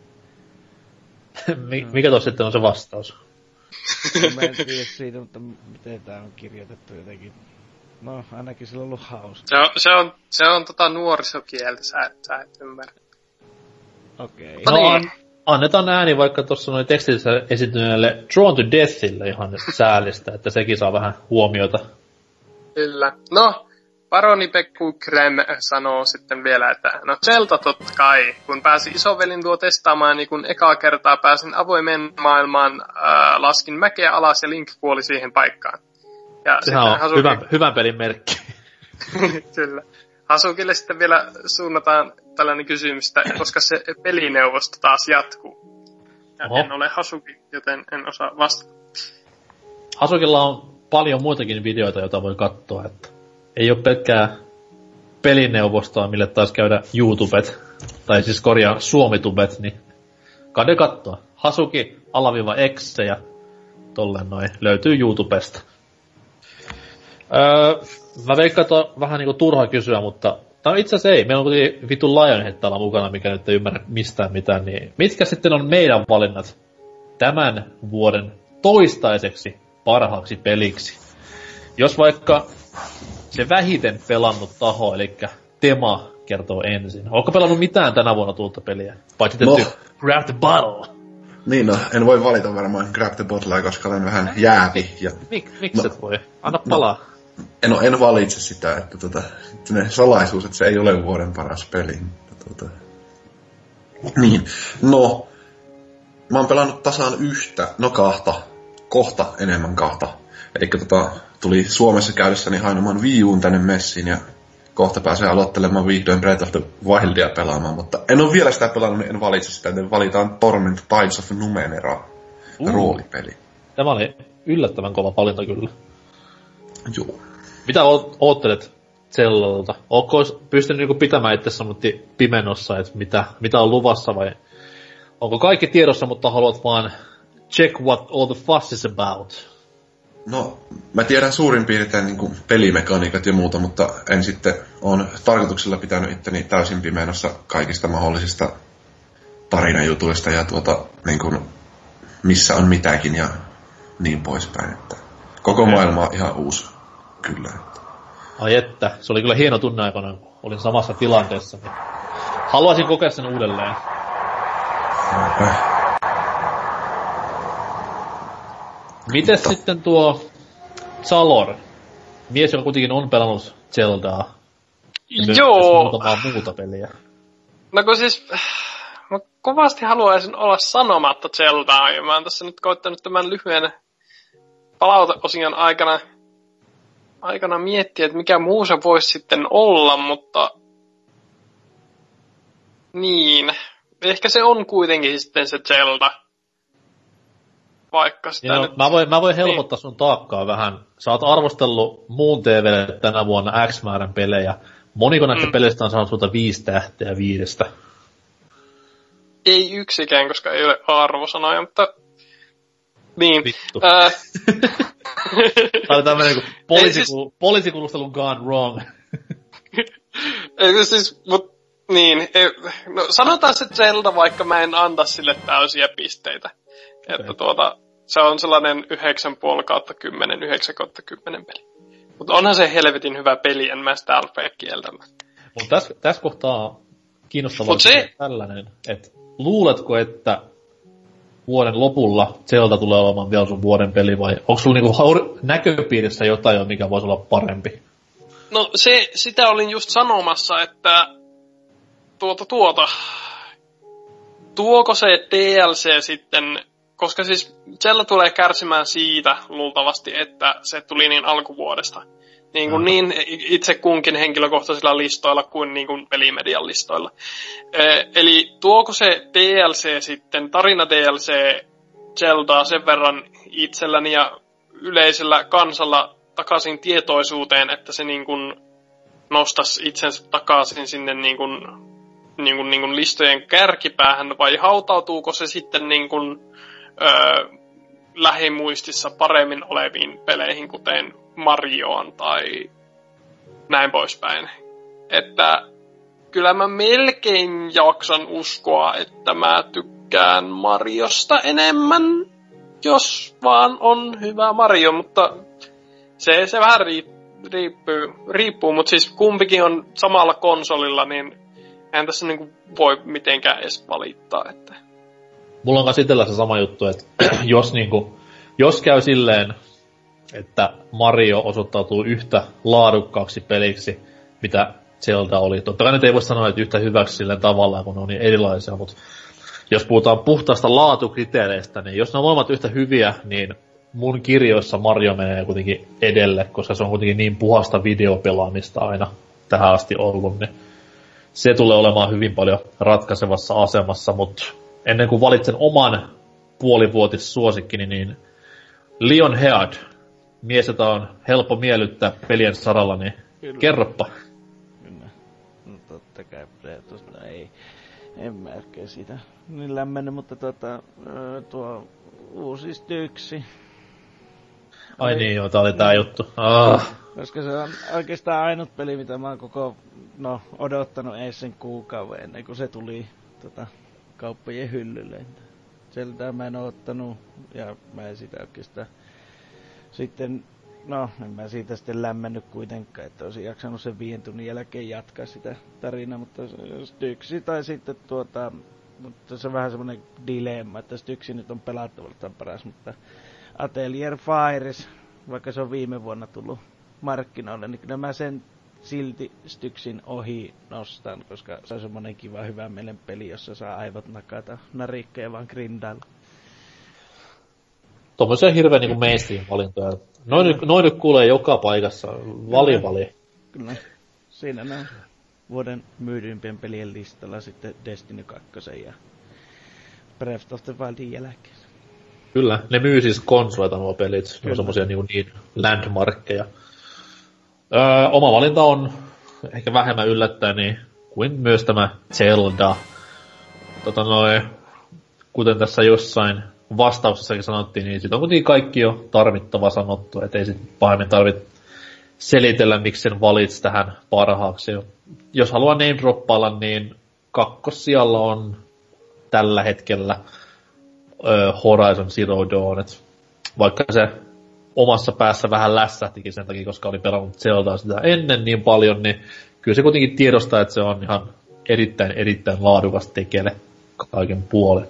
B: Mikä tuossa sitten on se vastaus?
G: Mä en tiedä siitä, mutta miten tää on kirjoitettu jotenkin. No, ainakin sillä on ollut hauska.
E: Se on, se on, se on tota nuorisokieltä, sä, sä et ymmärrä.
G: Okei.
B: No,
E: niin.
B: an, annetaan ääni vaikka tuossa noin tekstissä esityneelle Drawn to Deathille ihan säälistä, että sekin saa vähän huomiota.
E: Kyllä. No, Baroni Pekku Krem sanoo sitten vielä, että no Zelda totta kai. Kun pääsin isovelin tuo testaamaan, niin kun ekaa kertaa pääsin avoimeen maailmaan, ää, laskin mäkeä alas ja Link kuoli siihen paikkaan. Ja
B: sehän on
E: Hasuki...
B: hyvän, hyvän pelin merkki.
E: Kyllä. Hasukille sitten vielä suunnataan tällainen kysymys, että koska se pelineuvosto taas jatkuu. Ja
B: Oho.
E: en ole Hasuki, joten en osaa vastata.
B: Hasukilla on paljon muitakin videoita, joita voi katsoa, että ei ole pelkkää pelineuvostoa, mille taas käydä YouTubet, tai siis korjaa Suomitubet, niin kade katsoa. Hasuki alaviiva exe ja tolleen noin löytyy YouTubesta. Öö, mä veikkaan, että on vähän niinku turha kysyä, mutta tää on itse asiassa ei. Meillä on kuitenkin vitun Lionhead täällä mukana, mikä nyt ei ymmärrä mistään mitään, niin mitkä sitten on meidän valinnat tämän vuoden toistaiseksi parhaaksi peliksi? Jos vaikka se vähiten pelannut taho, eli Tema kertoo ensin. Ootko pelannut mitään tänä vuonna tuolta peliä? Paitsi
F: No.
B: tehty Grab the Bottle.
F: Niin no, en voi valita varmaan Grab the Bottlea, koska olen vähän jäävi. Ja
B: Mik, miksi
F: No.
B: et voi? Anna palaa.
F: en, en valitse sitä, että tota, ne salaisuus, että se ei ole vuoden paras peli. Mutta tota, niin, no, mä oon pelannut tasaan yhtä, no kahta, kohta enemmän kahta. Eli tota, tuli Suomessa käydessäni hainomaan Wii U:n tänne messiin ja kohta pääsee aloittelemaan vihdoin Breath of the Wildia pelaamaan, mutta en ole vielä sitä pelannut, niin en valitse sitä, että valitaan Torment Tides of Numenera,
B: Uh.
F: roolipeli.
B: Tämä oli yllättävän kova valinta kyllä.
F: Joo.
B: Mitä oot, oottelet Zellalta? Ootko pystynyt niinku pitämään itsessä pimenossa, että mitä, mitä on luvassa vai onko kaikki tiedossa, mutta haluat vaan check what all the fuss is about?
F: No, mä tiedän suurin piirtein niin kuin pelimekaniikat ja muuta, mutta en sitten on tarkoituksella pitänyt itteni täysin pimeässä kaikista mahdollisista tarinajutuista ja tuota, niin kuin, missä on mitäkin ja niin poispäin. Että koko
B: Okay.
F: maailma on ihan uusi, kyllä.
B: Ai että, se oli kyllä hieno tunne aikana, kun olin samassa tilanteessa. Niin haluaisin kokea sen uudelleen.
F: Äh.
B: Mites sitten tuo Zalor? Mies, joka kuitenkin on pelannut Zeldaa. Ja myös
E: Joo.
B: muutamaa muuta peliä.
E: No kun siis, mä kovasti haluaisin olla sanomatta Zeldaa, ja mä oon tässä nyt koittanut tämän lyhyen palauteosion aikana, aikana miettiä, että mikä muu se voisi sitten olla, mutta niin, ehkä se on kuitenkin sitten se Zelda. Vaikka sitä
B: Niin, no,
E: nyt...
B: mä, voin, mä voin helpottaa sun taakkaa vähän. Sä oot arvostellut muun T V:lle tänä vuonna X määrän pelejä. Moniko näistä
E: Mm.
B: peleistä on saanut sulta viisi tähteä viidestä?
E: Ei yksikään, koska ei ole arvosanoja, mutta... Niin.
B: Vittu.
E: Ää...
B: Tää oli tämmönen niinku
E: Ei
B: poliisikulu, siis... poliisikulustelun gone wrong.
E: Ei siis, mut niin, ei, no sanotaan se Zelda, vaikka mä en anta sille täysiä pisteitä. Okay. Että tuota, se on sellainen yhdeksän pilkku viisi kautta kymmenen, yhdeksän kautta kymmenen peli. Mutta onhan se helvetin hyvä peli, en mä sitä alfea kieltämään.
B: Mutta tässä täs kohtaa kiinnostavaa
E: Mut se...
B: tällainen, että luuletko, että vuoden lopulla Zelda tulee olemaan vielä sun vuoden peli, vai onko sulla niinku näköpiirissä jotain, mikä voisi olla parempi?
E: No se, sitä olin just sanomassa, että tuota tuota, tuoko se D L C sitten, koska siis Zelda tulee kärsimään siitä luultavasti, että se tuli niin alkuvuodesta. Niin, kuin niin itse kunkin henkilökohtaisilla listoilla kuin, niin kuin pelimedian listoilla. Ee, eli tuoko se D L C sitten, tarina D L C Zeldaa sen verran itselläni ja yleisellä kansalla takaisin tietoisuuteen, että se niin kuin nostaisi itsensä takaisin sinne niin kuin, niin kuin, niin kuin listojen kärkipäähän, vai hautautuuko se sitten niin kuin, öö, lähimuistissa paremmin oleviin peleihin, kuten Marioon tai näin poispäin. Että kyllä mä melkein jaksan uskoa, että mä tykkään Mariosta enemmän, jos vaan on hyvä Mario, mutta se, se vähän riippuu, riippuu, mutta siis kumpikin on samalla konsolilla, niin en tässä niinku voi mitenkään edes valittaa. Että.
B: Mulla on kanssa itsellä se sama juttu, että jos, niinku, jos käy silleen, että Mario osoittautuu yhtä laadukkaaksi peliksi, mitä Zelda oli. Totta kai nyt ei voi sanoa, että yhtä hyväksi silleen tavallaan, kun ne on niin erilaisia, mutta jos puhutaan puhtaasta laatukriteereistä, niin jos ne on molemmat yhtä hyviä, niin mun kirjoissa Mario menee kuitenkin edelle, koska se on kuitenkin niin puhasta videopelaamista aina tähän asti ollut, niin se tulee olemaan hyvin paljon ratkaisevassa asemassa, mutta ennen kuin valitsen oman puolivuotis suosikkini, niin Lionhead, mies, jota on helppo miellyttää pelien saralla, niin kyllä. Kerroppa.
G: Kyllä. No totta kai, tuosta ei, en mä ehkä siitä niin lämmennyt, mutta tota, tuo uusi Styxi.
B: Ai ei, niin joo, tää oli tää juttu. Ah.
G: Koska se on oikeastaan ainut peli, mitä mä oon koko, no, odottanut ees sen kuukauden ennen kuin se tuli tota, kauppojen hyllylle. Zeldaa mä en oo ottanut, ja mä en sitä oikeastaan sitten, no, en mä siitä sitten lämmennyt kuitenkaan, että olisin jaksanut sen viiden tunnin jälkeen jatkaa sitä tarinaa, mutta Styxi tai sitten tuota, mutta se on vähän semmoinen dilemma, että Styxi nyt on pelattavaltaan paras, mutta Atelier Fires, vaikka se on viime vuonna tullut markkinoille, niin kyllä mä sen silti Styxin ohi nostan, koska se on semmoinen kiva hyvä mielen peli, jossa saa aivot nakata narikkeja vaan grindailla.
B: Tuommoisia hirveän niin mainstream-valintoja. Noin, noin nyt kuulee joka paikassa. Vali, vali.
G: Kyllä. Siinä ne on vuoden myydyimpien pelien listalla sitten Destiny kaksi ja Breath of the Wildin jälkeen.
B: Kyllä, ne myy siis konsoleita nuo pelit. Ne on semmosia niin, niin landmarkkeja. Öö, oma valinta on ehkä vähemmän yllättäen kuin myös tämä Zelda. Tota noin, kuten tässä jossain vastauksessakin sanottiin, niin siitä on kuitenkin kaikki jo tarvittava sanottu, ettei sit pahemmin tarvitse selitellä, miksi sen valitsi tähän parhaaksi. Jos haluaa name droppailla, niin kakkossijalla on tällä hetkellä ö, Horizon Zero Dawn, et vaikka se omassa päässä vähän lässähtikin sen takia, koska oli pelannut Zeldaa sitä ennen niin paljon, niin kyllä se kuitenkin tiedostaa, että se on ihan erittäin, erittäin laadukas tekele kaiken puolen.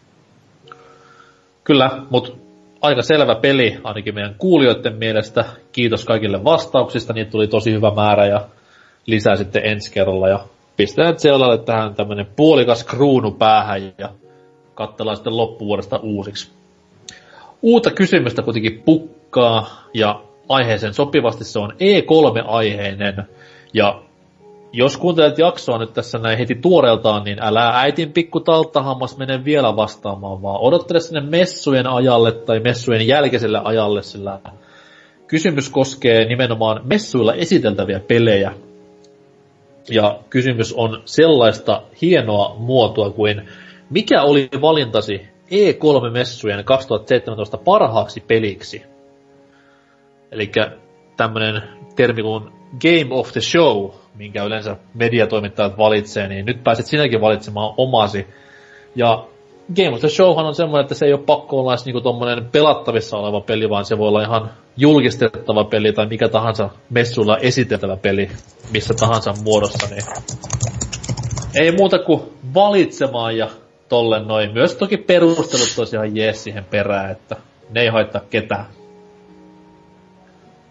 B: Kyllä, mutta aika selvä peli, ainakin meidän kuulijoiden mielestä. Kiitos kaikille vastauksista, niitä tuli tosi hyvä määrä ja lisää sitten ensi kerralla. Ja pistetään Zeldalle tähän tämmönen puolikas kruunu päähän ja katsellaan sitten loppuvuodesta uusiksi. Uutta kysymystä kuitenkin pukkaa ja aiheeseen sopivasti se on E kolme -aiheinen. Ja jos kuuntelet jaksoa nyt tässä näin heti tuoreeltaan, niin älä äitin pikku talttahammas mene vielä vastaamaan, vaan odottele sinne messujen ajalle tai messujen jälkeiselle ajalle, sillä kysymys koskee nimenomaan messuilla esiteltäviä pelejä. Ja kysymys on sellaista hienoa muotoa kuin, mikä oli valintasi E kolme -messujen kaksituhattaseitsemäntoista parhaaksi peliksi? Elikkä tämmönen termi kuin Game of the Show, minkä yleensä mediatoimittajat valitsee, niin nyt pääset sinäkin valitsemaan omasi. Ja Game of the Showhan on semmoinen, että se ei ole pakko olla edes niinku tommonen pelattavissa oleva peli, vaan se voi olla ihan julkistettava peli tai mikä tahansa messuilla esiteltävä peli missä tahansa muodossa, niin ei muuta kuin valitsemaan ja tollen noin. Myös toki perustelut tosiaan jees siihen perään, että ne ei haittaa ketään.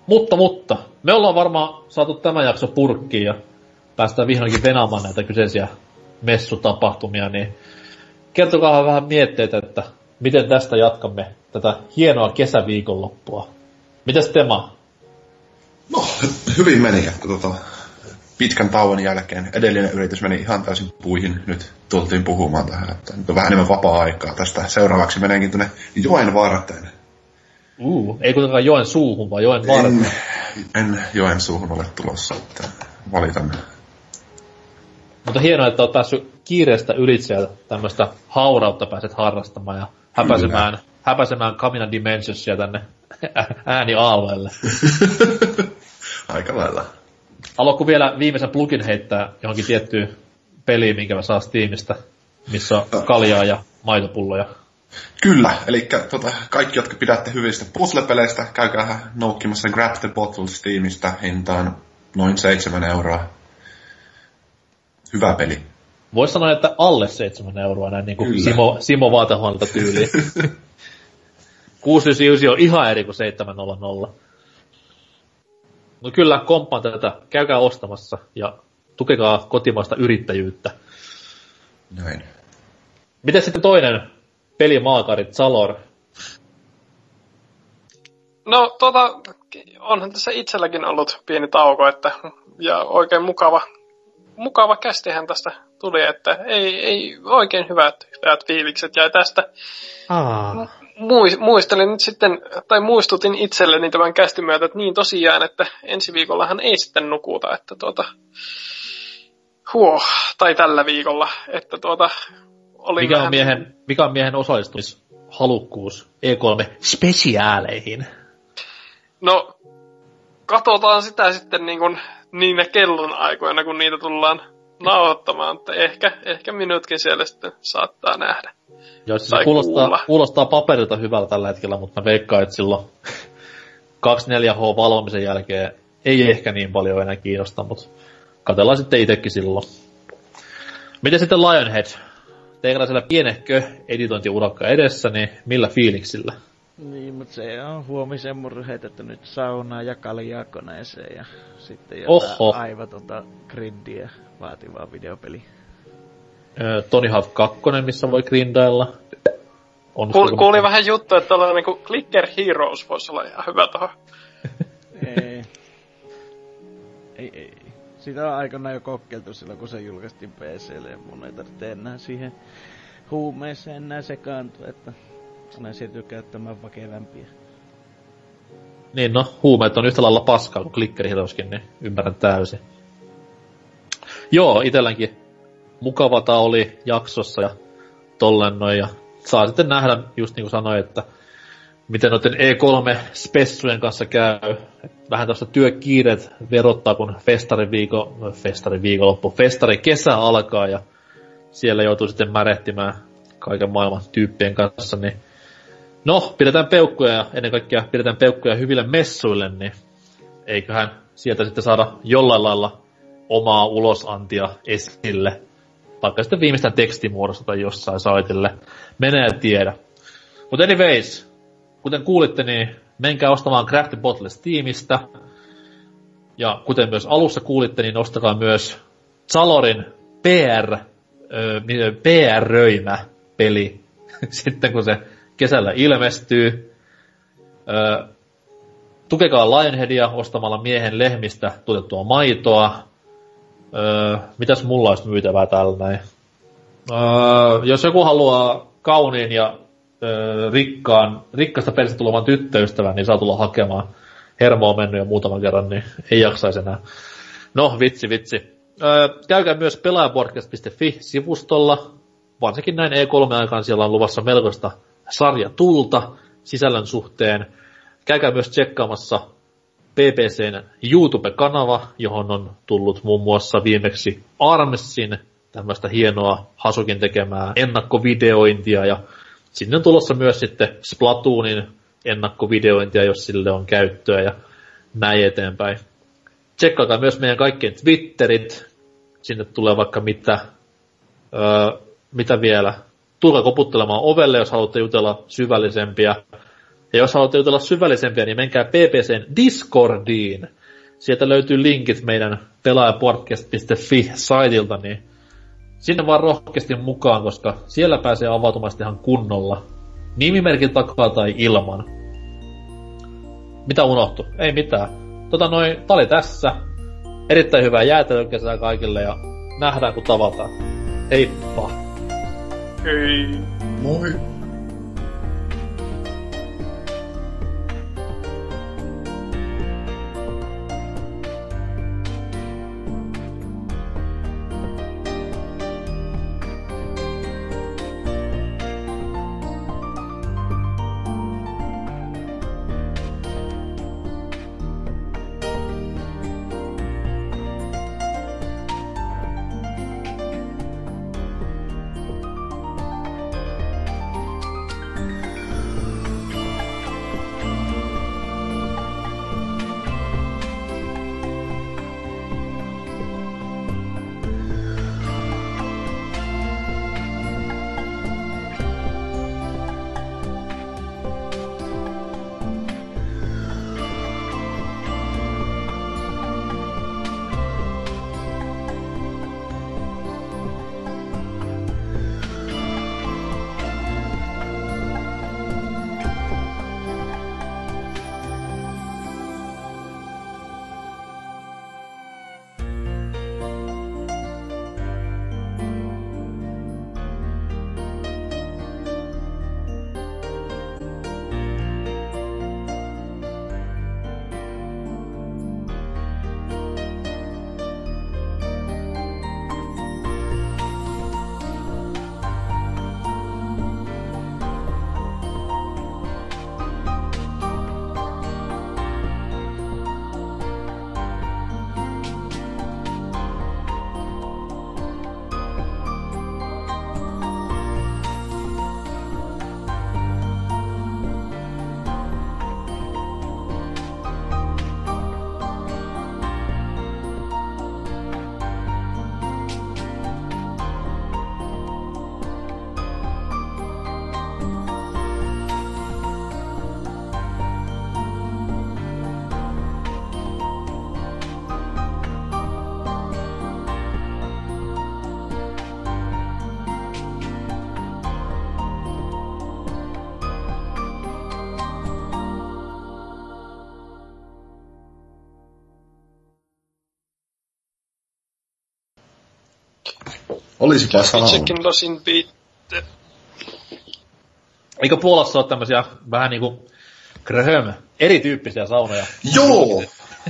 B: Mutta, mutta, me ollaan varmaan saatu tämä jakso purkkiin ja päästään vihdoinkin venaamaan näitä kyseisiä messutapahtumia, niin kertokaa vähän mietteitä, että miten tästä jatkamme tätä hienoa kesäviikonloppua. Mitäs Tema?
F: No, hyvin meni, että tota, pitkän tauon jälkeen edellinen yritys meni ihan täysin puihin. Nyt tultiin puhumaan tähän, että nyt on vähän enemmän vapaa-aikaa tästä. Seuraavaksi menenkin tuonne joen varteen.
B: Uh, ei kuitenkaan joen suuhun, vaan joen varteen.
F: En, en joen suuhun ole tulossa, että valitan.
B: Mutta hienoa, että olet päässyt kiireestä ylitse ja tämmöistä haurautta pääset harrastamaan ja häpäisemään, häpäisemään Camina Dimensionsia tänne äänialueelle.
F: Aika lailla.
B: Haluatko vielä viimeisen plugin heittää johonkin tiettyyn peliin, minkä mä saa Steamista, missä on kaljaa ja maitopulloja?
F: Kyllä, eli tota, kaikki, jotka pidätte hyvistä puzzle-peleistä, käykää noukkimassa Grab the Bottle Steamista hintaan noin seitsemän euroa. Hyvä peli. Voisi
B: sanoa, että alle seitsemän euroa näin niin kuin Simo, Simo Vaatehuonelta tyyliin. kuusi yhdeksänkymmentäyhdeksän on ihan eri kuin seitsemänsataanolla. No kyllä, komppaan tätä. Käykää ostamassa ja tukekaa kotimaista yrittäjyyttä.
F: Näin.
B: Miten sitten toinen pelimaakari, Zalor?
E: No tota, onhan tässä itselläkin ollut pieni tauko, että, ja oikein mukava, mukava kästihän tästä tuli, että ei, ei oikein hyvät, hyvät fiilikset jäi tästä.
B: Ah.
E: Muistelin nyt sitten, tai muistutin itselleni tämän kästin myötä, että niin tosiaan, että ensi viikollahan ei sitten nukuta, että tuota, huo, tai tällä viikolla, että tuota, oli
B: mikä,
E: vähän...
B: on miehen, mikä on miehen osallistumishalukkuus E kolme spesiaaleihin?
E: No, katsotaan sitä sitten niin kuin niinä kellon aikoina, kun niitä tullaan nauhoittamaan, että ehkä, ehkä minutkin siellä sitten saattaa nähdä.
B: Joo, siis se kuulostaa, kuulostaa paperilta hyvältä tällä hetkellä, mutta mä veikkaan, että silloin kaksikymmentäneljä H valvomisen jälkeen ei ehkä niin paljon enää kiinnosta, mutta katsellaan sitten itsekin silloin. Miten sitten Lionhead? Teikäläisellä pienehkö editointiurakka edessä, niin millä fiiliksillä?
G: Niin, mutta se on huomisen mun heitetty nyt saunaa ja kaljaa koneeseen ja sitten jotain
B: Oho.
G: aivatonta grindiä vaativaa videopeliä.
B: Tony Hawk kaksi, missä voi grindailla.
E: Kuul, kuulin vähän juttu, että tällainen niinku Clicker Heroes voisi olla ihan hyvä tohon.
G: ei. ei, ei. Sitä on aikanaan jo kokeiltu silloin, kun se julkaistiin P C:lle ja mun ei tarvitse enää siihen huumeeseen enää sekaantua, että aina siirtyy käyttämään vakevämpiä.
B: Niin no, huumeet on yhtä lailla paskaa kuin Clicker Heroeskin, niin ymmärrän täysin. Joo, itselläänkin mukavata oli jaksossa ja tolleen noin, ja saa sitten nähdä, just niin kuin sanoin, että miten noiden E kolme-spessujen kanssa käy. Vähän tuosta työkiireet verottaa, kun festarin viiko, festarin viikonloppu, festarin kesä alkaa, ja siellä joutuu sitten märehtimään kaiken maailman tyyppien kanssa, niin no, pidetään peukkuja, ja ennen kaikkea pidetään peukkuja hyville messuille, niin eiköhän sieltä sitten saada jollain lailla omaa ulosantia esille. Vaikka sitten viimeistään tekstimuodossa tai jossain saitille. Menee ja tiedä. Mutta anyways, kuten kuulitte, niin menkää ostamaan Crafty Bottle Steamista. Ja kuten myös alussa kuulitte, niin ostakaa myös Zalorin P R, ö, P R-röimä peli. Sitten kun se kesällä ilmestyy. Ö, tukekaa Lionheadia ostamalla miehen lehmistä tuotettua maitoa. Öö, mitäs mulla olisi myytävää täällä näin? Öö, jos joku haluaa kauniin ja öö, rikkaan, rikkaasta peristä tulevan tyttöystävän, niin saa tulla hakemaan. Hermo on mennyt jo muutaman kerran, niin ei jaksaisi enää. No, vitsi, vitsi. Öö, käykää myös pelaajapodcast piste fi-sivustolla. Varsinkin näin E kolme aikaan siellä on luvassa melkoista sarjatulta sisällön suhteen. Käykää myös tsekkaamassa P P C:n YouTube-kanava, johon on tullut muun muassa viimeksi Armsin tämmöistä hienoa Hasukin tekemää ennakkovideointia, ja sinne on tulossa myös sitten Splatoonin ennakkovideointia, jos sille on käyttöä, ja näin eteenpäin. Tsekkaakaa myös meidän kaikkien Twitterit, sinne tulee vaikka mitä, öö, mitä vielä. Tulkaa koputtelemaan ovelle, jos haluatte jutella syvällisempiä Ja jos haluatte jutella syvällisempiä, niin menkää P P C:n Discordiin. Sieltä löytyy linkit meidän pelaajapodcast piste fi-saitilta, niin sinne vaan rohkeasti mukaan, koska siellä pääsee avautumaan ihan kunnolla. Nimimerkin takaa tai ilman. Mitä unohtu? Ei mitään. Tota noin, tää oli tässä. Erittäin hyvää jäätelökesää kaikille ja nähdään kun tavataan. Heippa!
E: Hei!
F: Moi! Olisipa sauna.
E: Chicken losin biitte.
B: Eikö Puolassa ole tämmösiä vähän niinku kröhöm, erityyppisiä saunoja?
F: Joo!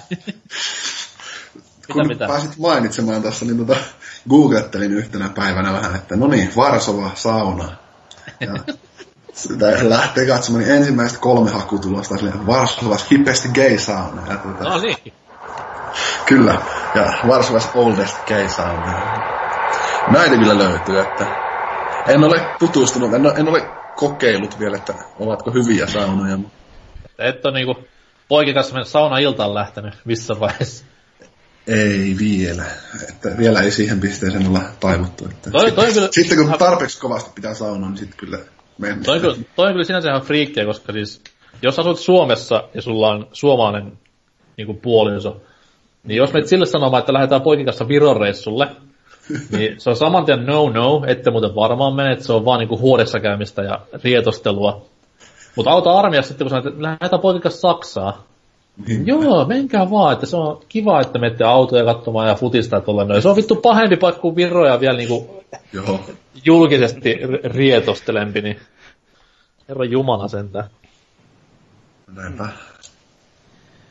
F: Kun
B: mitä?
F: pääsit mainitsemaan tässä, niin tota, googlettelin yhtenä päivänä vähän, että no niin, Varsova sauna. Ja sitä lähtee katsomaan, niin ensimmäistä kolme hakutulosta silleen, Varsovas hippest gay sauna. Ja tota,
B: No niin.
F: Kyllä, ja Varsovas oldest gay sauna. Näitä kyllä löytyy, että en ole tutustunut, en ole, en ole kokeillut vielä, että ovatko hyviä saunoja.
B: Et on niinku poikikas mennä sauna-iltaan lähtenyt missä vaiheessa.
F: Ei vielä, että vielä ei siihen pisteeseen olla taivuttu. Että
B: toi, toi
F: sitten,
B: kyllä,
F: sitten kun tarpeeksi kovasti pitää saunaa, niin sitten kyllä mennään.
B: Toi, toi, toi on kyllä sinänsä ihan friikkiä, koska siis jos asut Suomessa ja sulla on suomalainen niinku puoliso, niin jos menet sille sanomaan, että lähdetään poikin kanssa Viron reissulle, niin se on saman tien no no, ette muuten varmaan mene, että se on vaan niinku huodessa käymistä ja rietostelua. Mutta auta armiassa sitten, kun sanoit, että lähdetään poikin kanssa Saksaan. Niin. Joo, menkää vaan, että se on kiva, että menette autoja katsomaan ja futista tuolla noin. Se on vittu pahempi paikka kuin Viro ja vielä niinku
F: Joo.
B: julkisesti rietostelempi, niin herran jumala sentään.
F: Näinpä.